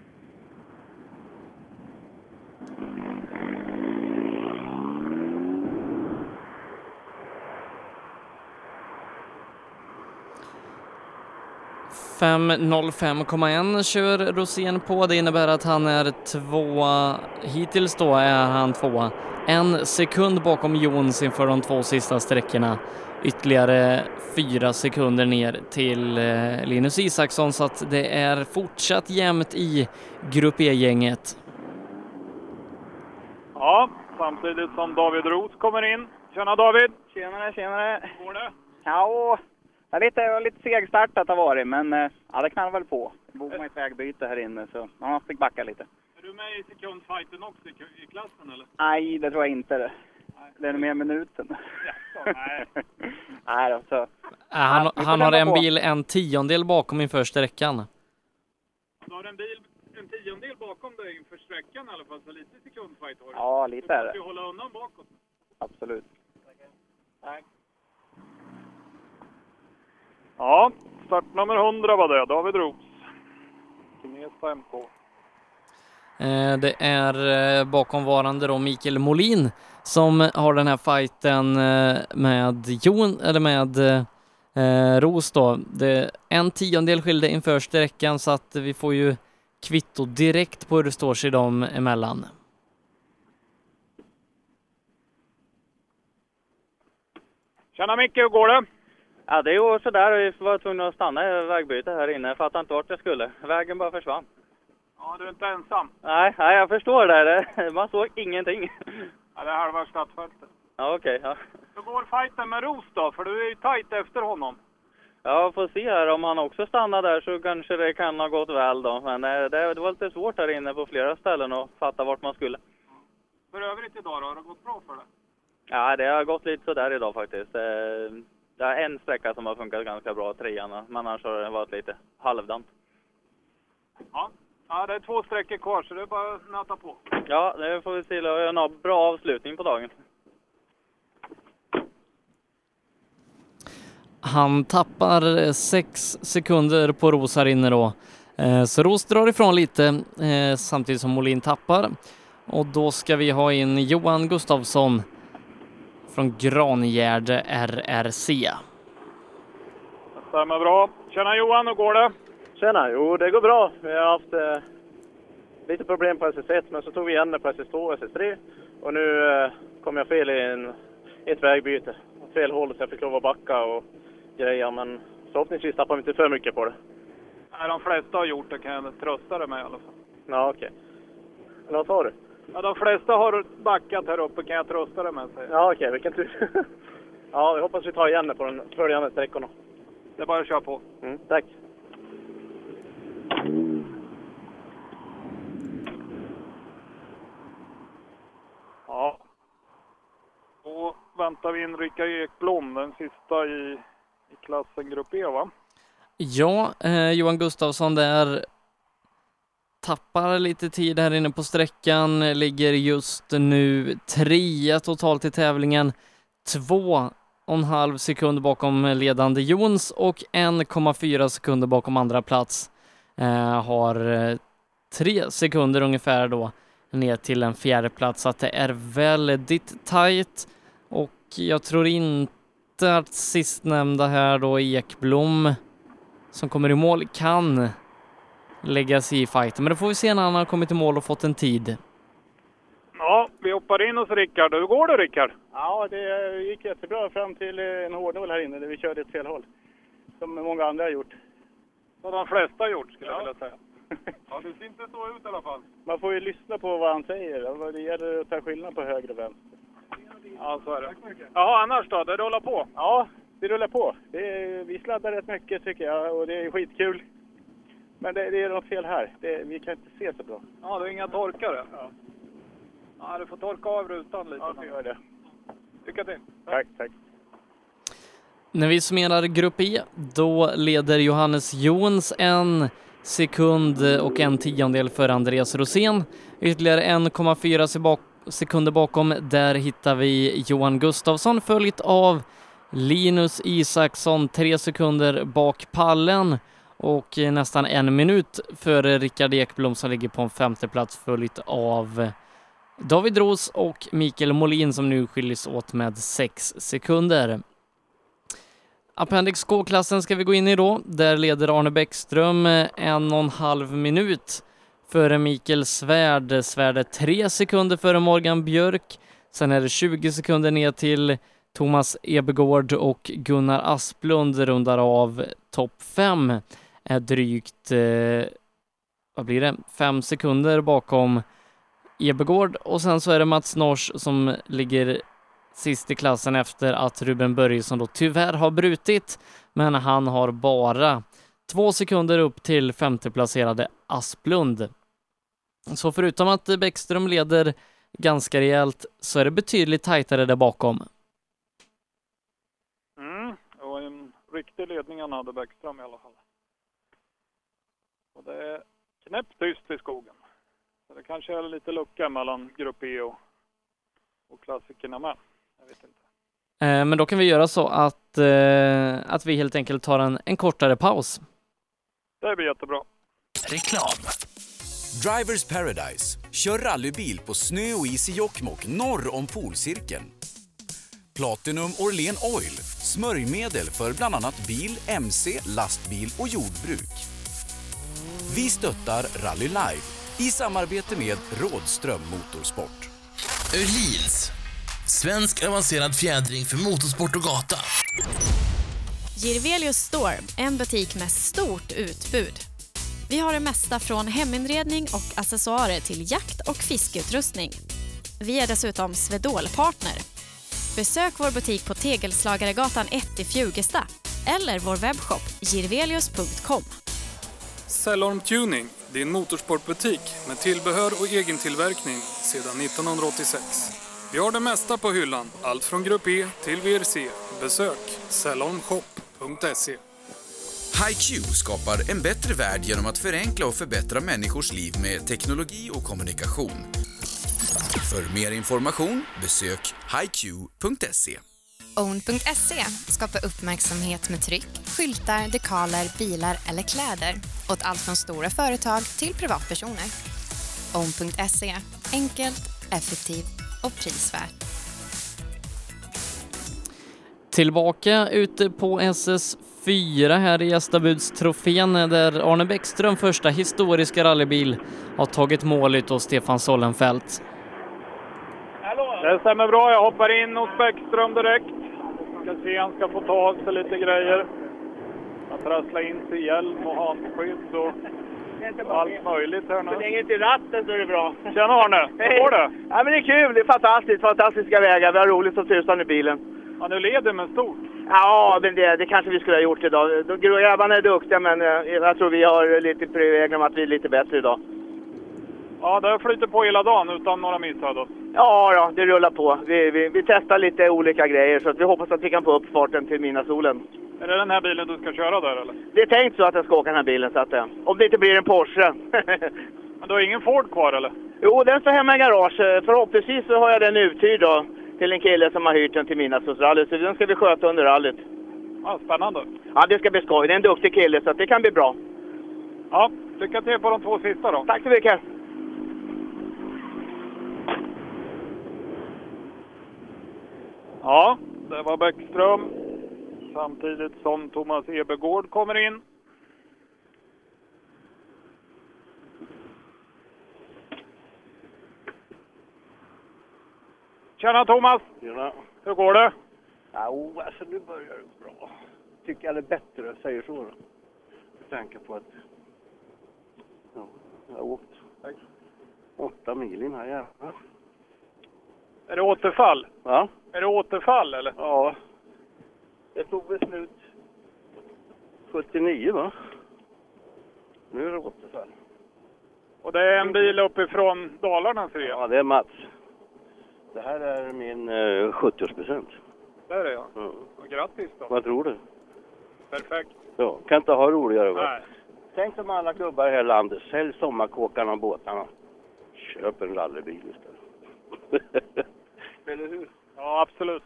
fem noll fem komma ett kör Rosén på. Det innebär att han är tvåa. Hittills då är han tvåa. En sekund bakom Jons inför de två sista sträckorna. Ytterligare fyra sekunder ner till eh, Linus Isaksson, så att det är fortsatt jämnt i Grupp E-gänget. Ja, samtidigt som David Ros kommer in. Tjena David! Tjenare, tjenare! Hur går det? Ja, jag vet att lite segstartat har varit, men ja, det knallar väl på. Det bor med ett vägbyte här inne, så man fick backa lite. Är du med i sekundfighten också i, i klassen eller? Nej, det tror jag inte det. Det är mer minuten. Ja, nej. Nej då, så. Han, han har en bil en tiondel bakom inför sträckan. en bil en tiondel bakom dig inför sträckan i alla fall, så lite sekundfight har du. Ja, lite är det. Du måste hålla undan bakåt. Absolut. Tack. Ja, startnummer hundra var det. David Roos. Gnesta M K. Eh, det är eh, bakomvarande då Mikael Molin som har den här fighten eh, med Jon, eller med eh, Roos då. Det är en tiondel skilde inför sträckan, så att vi får ju kvitto direkt på hur det står sig dem emellan. Tjena Micke, hur går det? Ja, det går sådär. Vi var tvungna att stanna i vägbyte här inne. Jag fattar inte vart jag skulle. Vägen bara försvann. Ja, du är inte ensam. Nej, nej jag förstår det. Man såg ingenting. Ja, det är halva startfältet. Ja, okej. Okay, ja. Hur går fighten med Roos då? För du är ju tajt efter honom. Ja, får se här. Om han också stannar där så kanske det kan ha gått väl då. Men det, det var lite svårt här inne på flera ställen att fatta vart man skulle. För övrigt idag då, har det gått bra för dig? Ja, det har gått lite sådär idag faktiskt. Det är en sträcka som har funkat ganska bra, trean, men annars har det varit lite halvdant. Ja. Ja, det är två sträckor kvar så det är bara att nöta på. Ja, det får vi se. Jag har en bra avslutning på dagen. Han tappar sex sekunder på Roos här inne då. Så Roos drar ifrån lite samtidigt som Molin tappar. Och då ska vi ha in Johan Gustafsson från Grangärde R R C. Det stämmer bra. Tjena Johan, hur går det? Tjena, jo det går bra. Vi har haft eh, lite problem på S S ett, men så tog vi igen det på S S två och S S tre. Och nu eh, kom jag fel i en, ett vägbyte. Fel håll så jag fick lov att backa och grejer, men förhoppningsvis tappar vi inte för mycket på det. Nej, de flesta har gjort det, kan jag trösta dig med i alla fall. Ja, okej. Okay. Eller vad sa du? Ja, de flesta har backat här uppe, kan jag trösta dig med, säger. Ja, okej, okay, vilken tur. Ja, jag hoppas vi tar igen det på den följande sträckorna. Det är bara att köra på. Mm, tack. Ja. Då väntar vi in Rickard Ekblom, den sista i, i klassen Grupp E, va? Ja, eh, Johan Gustafsson där tappar lite tid här inne på sträckan, ligger just nu trea totalt i tävlingen, två och en halv sekund bakom ledande Jons och en komma fyra sekunder bakom andra plats. Eh, har eh, tre sekunder ungefär då ner till en fjärde plats, så att det är väldigt tajt, och jag tror inte att sistnämnda här då Ekblom som kommer i mål kan lägga sig i fighten, men det får vi se när han har kommit i mål och fått en tid. Ja, vi hoppar in hos Rickard. Hur går det, Rickard? Ja, det gick jättebra fram till en hårdnål här inne där vi körde ett fel håll. Som många andra har gjort. Som de flesta har gjort, skulle ja. jag vilja säga. Ja, det ser inte så ut i alla fall. Man får ju lyssna på vad han säger. Det gäller att ta skillnad på höger och vänster. Ja, så är det. Jaha, annars då? Det rullar på? Ja, det rullar på. Det är, vi sladdar rätt mycket tycker jag, och det är skitkul. Men det, det är något fel här. Det, vi kan inte se så bra. Ja, det är inga torkare. Ja. Ja, du får torka av rutan lite. Ja, jag gör det. Lycka till. Tack, tack. När vi summerar Grupp E, då leder Johannes Jons en sekund och en tiondel för Andreas Rosén. Ytterligare en komma fyra sekunder bakom, där hittar vi Johan Gustafsson, följt av Linus Isaksson, tre sekunder bak pallen, och nästan en minut före Rickard Ekblom som ligger på en femte plats, följt av David Roos och Mikael Molin som nu skiljs åt med sex sekunder. Appendix K-klassen ska vi gå in i då. Där leder Arne Bäckström en och en halv minut före Mikael Svärd. Svärd är tre sekunder före Morgan Björk. Sen är det tjugo sekunder ner till Thomas Ebegård, och Gunnar Asplund rundar av topp fem. Är drygt, eh, vad blir det, fem sekunder bakom Ebegård, och sen så är det Mats Nors som ligger sist i klassen efter att Ruben Börjesson då tyvärr har brutit, men han har bara två sekunder upp till femteplacerade Asplund. Så förutom att Bäckström leder ganska rejält så är det betydligt tajtare där bakom. Mm, och en riktig ledning han hade Bäckström i alla fall. Och det är knäpptyst i skogen. Så det kanske är lite lucka mellan Grupp E och, och klassikerna med. Jag vet inte. Eh, men då kan vi göra så att, eh, att vi helt enkelt tar en, en kortare paus. Det blir jättebra. Reklam. Drivers Paradise. Kör rallybil på snö och is i Jokkmokk norr om polcirkeln. Platinum Orlen Oil. Smörjmedel för bland annat bil, M C, lastbil och jordbruk. Vi stöttar Rally Live i samarbete med Rådström Motorsport. Öhlins. Svensk avancerad fjädring för motorsport och gata. Jirvelius Store, en butik med stort utbud. Vi har det mesta från heminredning och accessoarer till jakt- och fiskeutrustning. Vi är dessutom Swedol-partner. Besök vår butik på Tegelslagaregatan ett i Fjugesta eller vår webbshop jirvelius punkt com. Cellorm Tuning, din motorsportbutik med tillbehör och egen tillverkning sedan nittonhundraåttiosex. Vi har det mesta på hyllan, allt från Grupp E till V R C. Besök cellorm shop punkt se. HiQ skapar en bättre värld genom att förenkla och förbättra människors liv med teknologi och kommunikation. För mer information, besök hiq punkt se. own punkt se skapar uppmärksamhet med tryck, skyltar, dekaler, bilar eller kläder åt allt från stora företag till privatpersoner. own punkt se. Enkelt, effektivt och prisvärt. Tillbaka ute på S S fyra här i Gästabudstrofén där Arne Bäckström, första historiska rallybil, har tagit mål ut hos Stefan Sollenfelt. Det stämmer bra, jag hoppar in hos Bäckström direkt. Ska se, han ska få ta av sig lite grejer. Att trassla in sig i hjälm och handskydd och allt möjligt här nu. Så länge till ratten så är det bra. Tjena Arne, hur går det? Ja, men det är kul, det är fantastiskt, fantastiska vägar. Vi har roligt som tusan i bilen. Ja, nu leder med stort. Ja, men det, det kanske vi skulle ha gjort idag. De grabbarna är duktiga, men jag tror vi har lite privilegium att vi är lite bättre idag. Ja, det har flyttat på hela dagen utan några missar då. Ja, ja, det rullar på. Vi, vi, vi testar lite olika grejer så att vi hoppas att vi kan få upp farten till Midnattssolen. Är det den här bilen du ska köra där eller? Det är tänkt så att jag ska åka den här bilen så att eh, om det inte blir en Porsche. Men du har ingen Ford kvar eller? Jo, den står hemma i garage. Förhoppningsvis så har jag den uthyrd då till en kille som har hyrt den till Midnattssolsrallyt. Så den ska vi sköta under rallyt. Ja, spännande. Ja, det ska bli skoj. Det är en duktig kille så att det kan bli bra. Ja, lycka till på de två sista då. Tack så mycket. Ja, det var Bäckström. Samtidigt som Thomas Ebergård kommer in. Tjena Thomas! Tjena. Hur går det? Ja, oh, alltså nu börjar det bra. Tycker jag det är bättre, jag säger så då. Jag tänker på att ja, jag har åkt åtta mil in här jävlar. Är det återfall? Ja. Är det återfall eller? Ja. Det tog väl slut sjuttionio va? Nu är det återfall. Och det är en bil uppifrån Dalarna ser jag. Ja, det är Mats. Det här är min eh, sjuttioårspresent. Det är det ja. Ja. Och grattis då. Vad tror du? Perfekt. Ja, kan inte ha roligare va? Nej. Tänk som alla klubbar i hela landet. Sälj sommarkåkarna och båtarna. Köp en rallybil istället. Eller hur? Ja, absolut.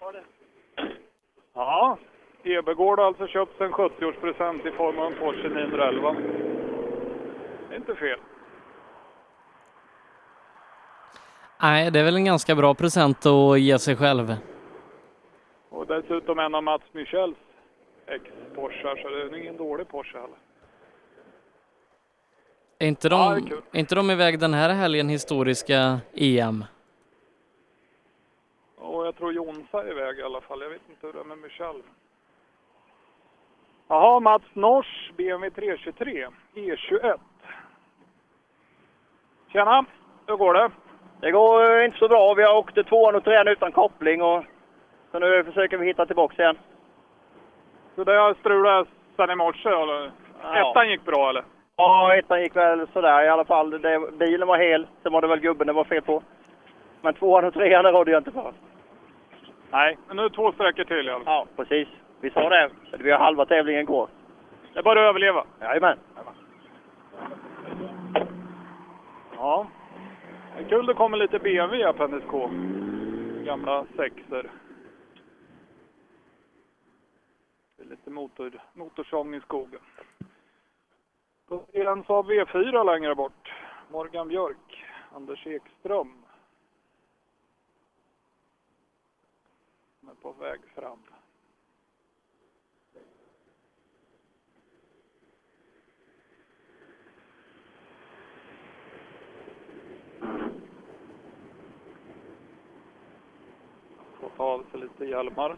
Ja, Ebergård har alltså köpt en sjuttioårspresent i form av en Porsche niohundraelva. Det är inte fel. Nej, det är väl en ganska bra present att ge sig själv. Och dessutom en av Mats Michels ex-Porsche, så det är ingen dålig Porsche heller. Är inte de, Ja, det är kul. är inte de iväg den här helgen historiska E M? Och jag tror Jonsa är iväg i alla fall. Jag vet inte hur det är med Michel. Jaha, Mats Nors B M W tre tjugotre E tjugoett. Tjena, hur går det? Det går inte så bra. Vi har åkt tvåan och trean utan koppling och så nu försöker vi hitta tillbaka igen. Så det har strulat sedan i morse eller? Ja. Ettan gick bra eller? Ja, ettan gick väl sådär i alla fall. Det, bilen var hel, sen var det väl gubben det var fel på. Men tvåan och trean rådde jag inte för. Nej, men nu är två sträckor till i alla fall. Ja, precis. Vi sa det. Vi har halva tävlingen kvar. Det är bara att överleva. Jajamän. Ja. Det är kul det kommer lite B M W i Appendix K. Gamla sexer. Det är lite motor, motorsång i skogen. Då är en Saab V fyra längre bort. Morgan Björk, Anders Ekström. De är på väg fram. Får ta av sig lite hjälmar.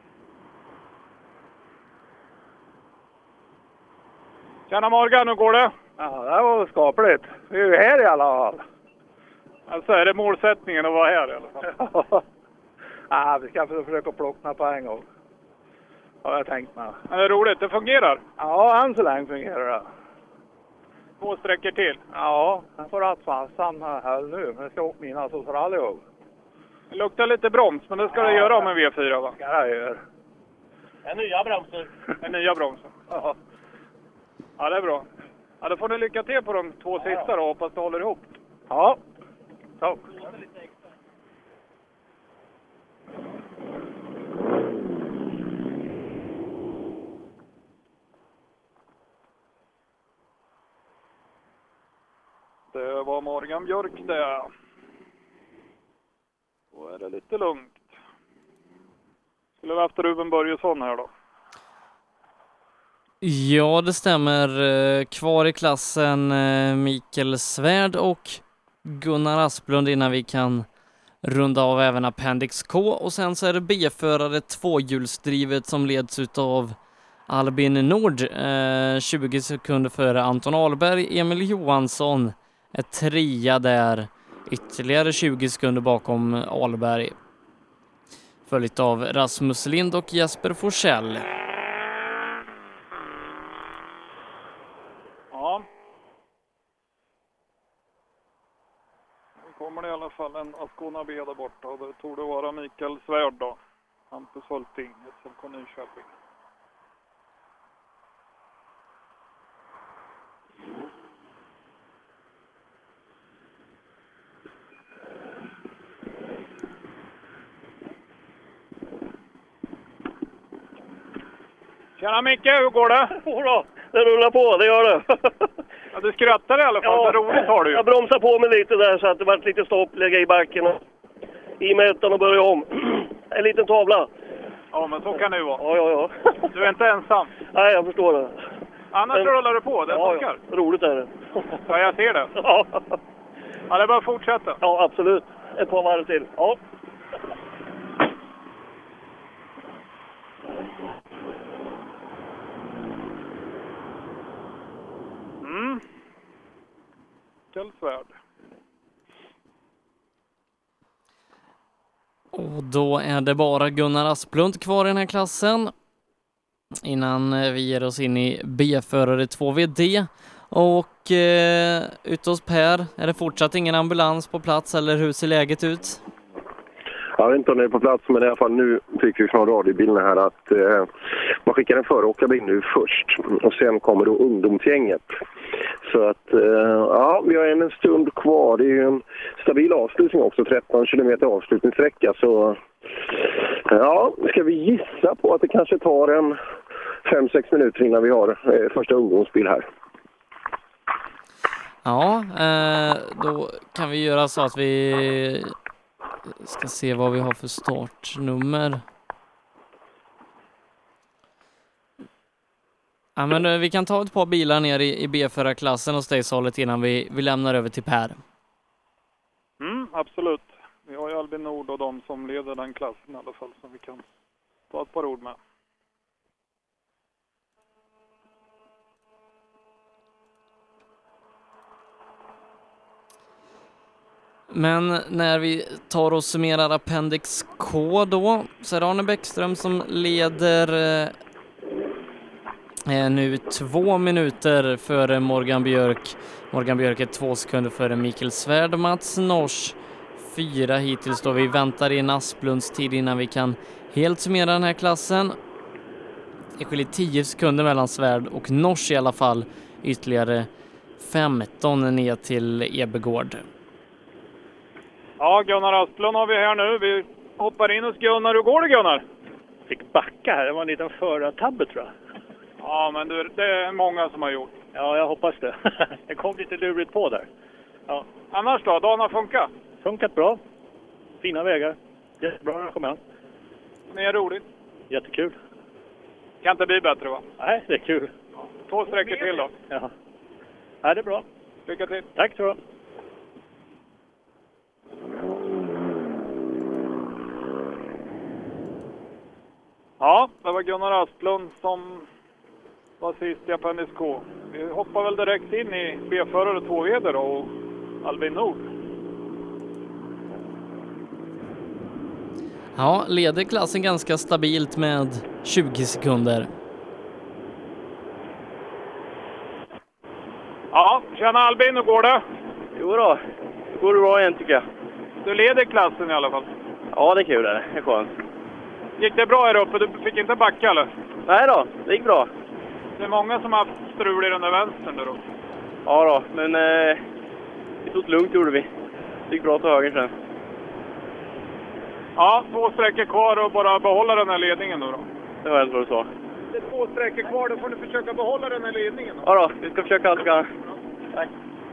Tjena Morgan, hur går det? Ja, det var skapligt. Vi är ju här i alla fall. Alltså är det målsättningen att vara här i alla fall? Ja, vi ska försöka plocka på en gång. Har jag tänkt mig. Men det är roligt, det fungerar? Ja, än så länge fungerar det. Två sträckor till? Ja, jag får rätt fastan här nu. Men jag ska åka mina så för allihop. Det luktar lite broms, men det ska ja, det göra om en V fyra va? Ja, det gör. Det är nya bromsar. Det är nya bromsar. Ja. Ja, det är bra. Ja, då får ni lycka till på de två ja, sista då. Hoppas det håller ihop. Ja, tack. Det var Morgan Björk det. Då är det lite lugnt. Skulle vi haft Ruben Börjesson här då? Ja, det stämmer. Kvar i klassen Mikael Svärd och Gunnar Asplund innan vi kan runda av även Appendix K. Och sen så är det B-förare tvåhjulsdrivet som leds utav Albin Nord. Eh, tjugo sekunder före Anton Ahlberg. Emil Johansson är trea där. Ytterligare tjugo sekunder bakom Ahlberg. Följt av Rasmus Lind och Jesper Forsell. Ja. Nu kommer det i alla fall en Ascona B där borta. Och det tog det vara Mikael Svärd då. Hampus Hulting, S M K Nyköping. Tjena Micke, hur går det? Bra, det rullar på, det gör det. Ja, du skrattar i alla fall, ja, så roligt har du ju. Jag bromsar på mig lite där så att det var lite stopp, lägga i backen och i mätan och börja om. En liten tavla. Ja, men så kan det ju vara. Ja, ja, ja. Du är inte ensam. Nej, jag förstår det. Annars men, rullar du på, det ja, funkar. Ja, roligt är det. Ja, jag ser det. Ja. Ja, det är bara att fortsätta. Ja, absolut. Ett par varv till. Ja. Mm. Svärd. Och då är det bara Gunnar Asplund kvar i den här klassen. Innan vi ger oss in i B-förare två V D. Och eh, ute hos Per, är det fortsatt ingen ambulans på plats eller hur ser läget ut? Jag vet inte om det är på plats, men i alla fall nu fick vi från radiobilen här att eh, man skickar en föråkarbil nu först och sen kommer då ungdomsgänget. Så att eh, ja, vi har en stund kvar. Det är ju en stabil avslutning också, tretton kilometer avslutningssträcka. Så ja, ska vi gissa på att det kanske tar en fem sex minuter innan vi har eh, första ungdomsbil här. Ja, eh, då kan vi göra så att vi ska se vad vi har för startnummer. Ja, men vi kan ta ett par bilar ner i, i B-förarklassen och stejshållet innan vi, vi lämnar över till Per. Mm, absolut. Vi har ju Albin Nord och de som leder den klassen i alla fall som vi kan ta ett par ord med. Men när vi tar och summerar Appendix K då, så är det Arne Bäckström som leder eh, nu två minuter före Morgan Björk. Morgan Björk är två sekunder före Mikael Svärd. Mats Nors fyra hittills då. Vi väntar in Asplunds tid innan vi kan helt summera den här klassen. Det skiljer tio sekunder mellan Svärd och Nors i alla fall. Ytterligare femton ner till Ebegård. Ja, Gunnar Asplund har vi här nu. Vi hoppar in hos Gunnar. Hur går det, Gunnar? Fick backa här. Det var en liten förartabbe, tror jag. Ja, men du, det är många som har gjort. Ja, jag hoppas det. Det kom lite lurigt på där. Ja. Annars då? Dagen har funkat? Funkat bra. Fina vägar. Jättebra när jag kom an. Det är roligt. Jättekul. Kan inte bli bättre, va? Nej, det är kul. Två sträckor till då. Ja. Ja, det är bra. Lycka till. Tack, tror jag. Ja, det var Gunnar Asplund som var sist i Appendix K. Vi hoppar väl direkt in i B-förare två Eder och Albin Nord. Ja, leder klassen ganska stabilt med tjugo sekunder. Ja, tjena Albin, hur går det? Jo då, det går bra igen tycker jag. Du leder klassen i alla fall. Ja, det är kul det. Det är skönt. Gick det bra här uppe? Du fick inte backa eller? Nej då, det gick bra. Det är många som har haft strul i den där vänstern där då. Ja då, men eh, vi tog det lugnt gjorde vi. Det gick bra till höger sen. Ja, två sträckor kvar och bara behålla den här ledningen då då. Det var helt vad du sa. Det är två sträckor kvar, då får du försöka behålla den här ledningen då. Ja då, vi ska försöka allt vi kan. Tack.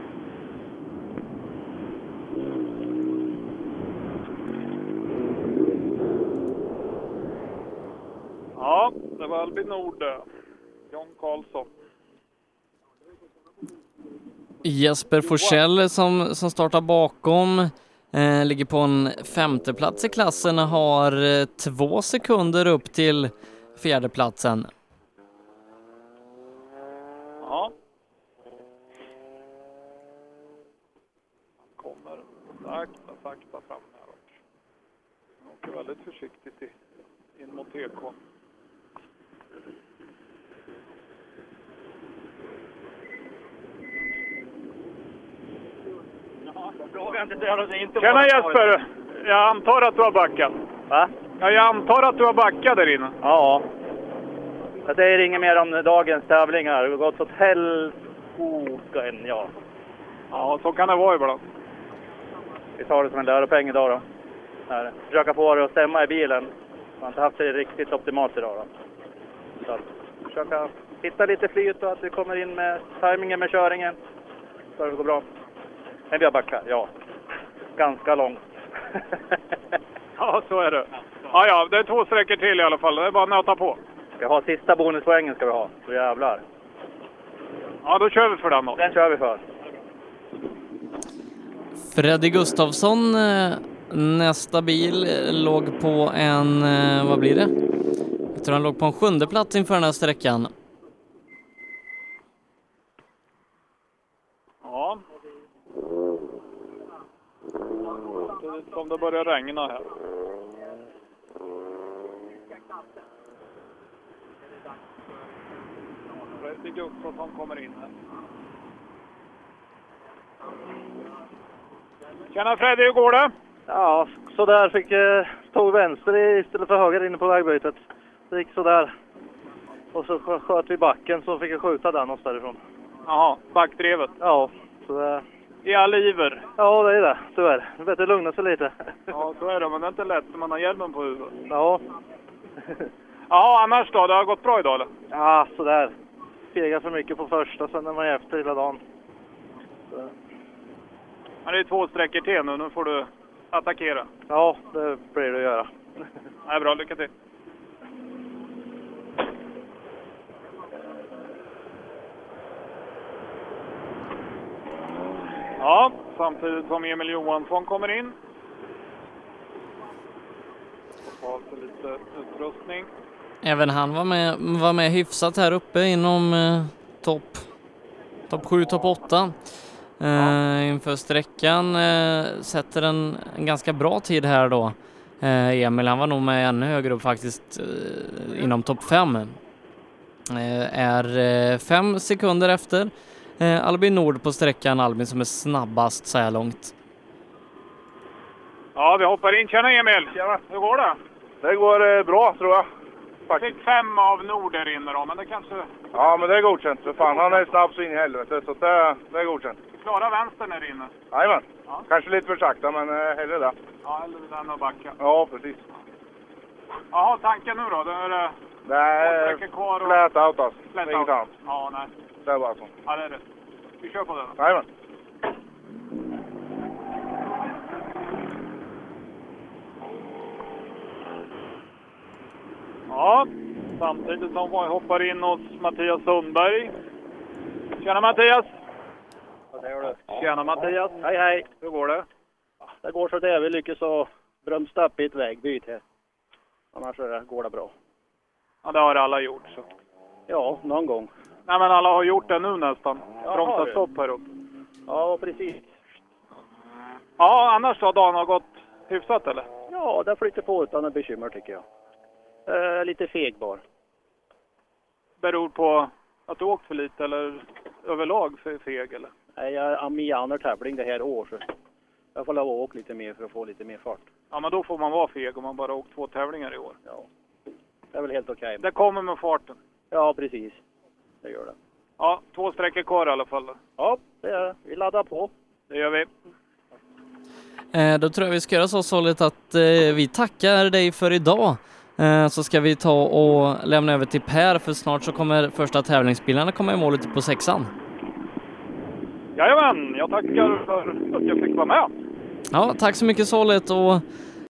Ja, det var Albin Nord, John Karlsson. Jesper Forsell som, som startar bakom eh, ligger på en femteplats i klassen och har eh, två sekunder upp till fjärdeplatsen. Ja. Han kommer sakta, sakta fram här också. Han åker väldigt försiktigt i, in mot T K. Tjena Jesper! Jag antar att du har backat. Va? Ja, jag antar att du har backat där inne. Ja. Jag säger inget mer om dagens tävlingar. Det har gått åt helskogen, ja. Ja, så kan det vara ibland. Vi tar det som en läropeng idag då. Här. Försöka få det att stämma i bilen. Man har inte haft det riktigt optimalt idag då. Så att försöka hitta lite flyt och att vi kommer in med tajmingen med köringen. Så det går bra. Men vi har backat, ja. Ganska långt. Ja, så är det. Ja, ja, det är två sträckor till i alla fall. Det är bara att nöta på. Ska ha sista bonuspoängen ska vi ha. Så jävlar. Ja, då kör vi för den då. Den kör vi för. Freddy Gustafsson, eh, nästa bil, eh, låg på en, eh, vad blir det? Jag tror han låg på en sjunde plats inför den här sträckan. Ja. Det är som det börjar regna här. Freddy Gustafsson kommer in här. Tjena Freddy, hur går det? Ja, så där fick jag tog vänster istället för höger inne på vägbytet. Det gick så där. Och så sköt vi backen så fick jag skjuta den oss därifrån. Jaha, backdrevet. Ja, så det... I all iver. Ja, det är det. Tyvärr. Det är bättre att lugna sig lite. Ja, så är det. Men det är inte lätt när man har hjälmen på huvudet. Ja. Ja, annars då? Det har gått bra idag eller? Ja, så där. Fegar för mycket på första, sen är man efter hela dagen. Så. Men det är två sträckor till nu. Nu får du attackera. Ja, det blir det att göra. Ja, bra. Lycka till. Ja, samtidigt som Emil Johansson kommer in. Och har alltså lite utrustning. Även han var med, var med hyfsat här uppe inom eh, topp top sju, topp åtta. Eh, inför sträckan eh, sätter en, en ganska bra tid här då. Eh, Emil, han var nog med ännu högre upp faktiskt eh, inom topp fem. Eh, är eh, fem sekunder efter eh, Albin Nord på sträckan. Albin som är snabbast så här långt. Ja, vi hoppar in. Tjena Emil! Tjena! Hur går det? Det går eh, bra tror jag. Jag fick fem av Nord där inne då, men det kanske... Ja, men det är godkänt. För fan, han är snabb så in i helvete, så det, det är godkänt. Klara vänstern där inne. Jajamän. Ja. Kanske lite för sakta, men eh, hellre det. Ja, hellre den och backa. Ja, precis. Jaha, tanken nu då? Det är det... Det är kvar och... flat out alltså. Flat Inget out. annat. Ja, nej. Det är bara så. Ja, det är det. Vi kör på det då. Jajamän. Ja, samtidigt som vi hoppar in hos Mattias Sundberg. Tjena Mattias! Ja, det gör du. Tjena Mattias! Hej hej! Hur går det? Ja, det går så det. Vi lyckas så bromsa upp i ett vägbyte. Annars är det, går det bra. Ja, det har alla gjort så. Ja, någon gång. Nej, men alla har gjort det nu nästan. Ja, Bromsat stopp här uppe. Ja, precis. Ja, annars har dagen har gått hyfsat eller? Ja, det flyter på utan bekymmer tycker jag. Eh, lite feg bara. Beror på att du åkt för lite eller överlag för feg eller? Nej, jag har min andra tävling det här år så jag får lov att åka lite mer för att få lite mer fart. Ja, men då får man vara feg om man bara åkt två tävlingar i år. Ja, det är väl helt okej. Det kommer med farten. Ja, precis. Det gör det. Ja, två sträckor kvar i alla fall. Ja, det är det. Vi laddar på. Det gör vi. Eh, då tror jag vi ska göra så såligt att eh, vi tackar dig för idag. Eh, så ska vi ta och lämna över till Per för snart så kommer första tävlingsbilarna komma i mål ute på sexan. Jajamän, jag tackar för att jag fick vara med. Ja, tack så mycket såligt och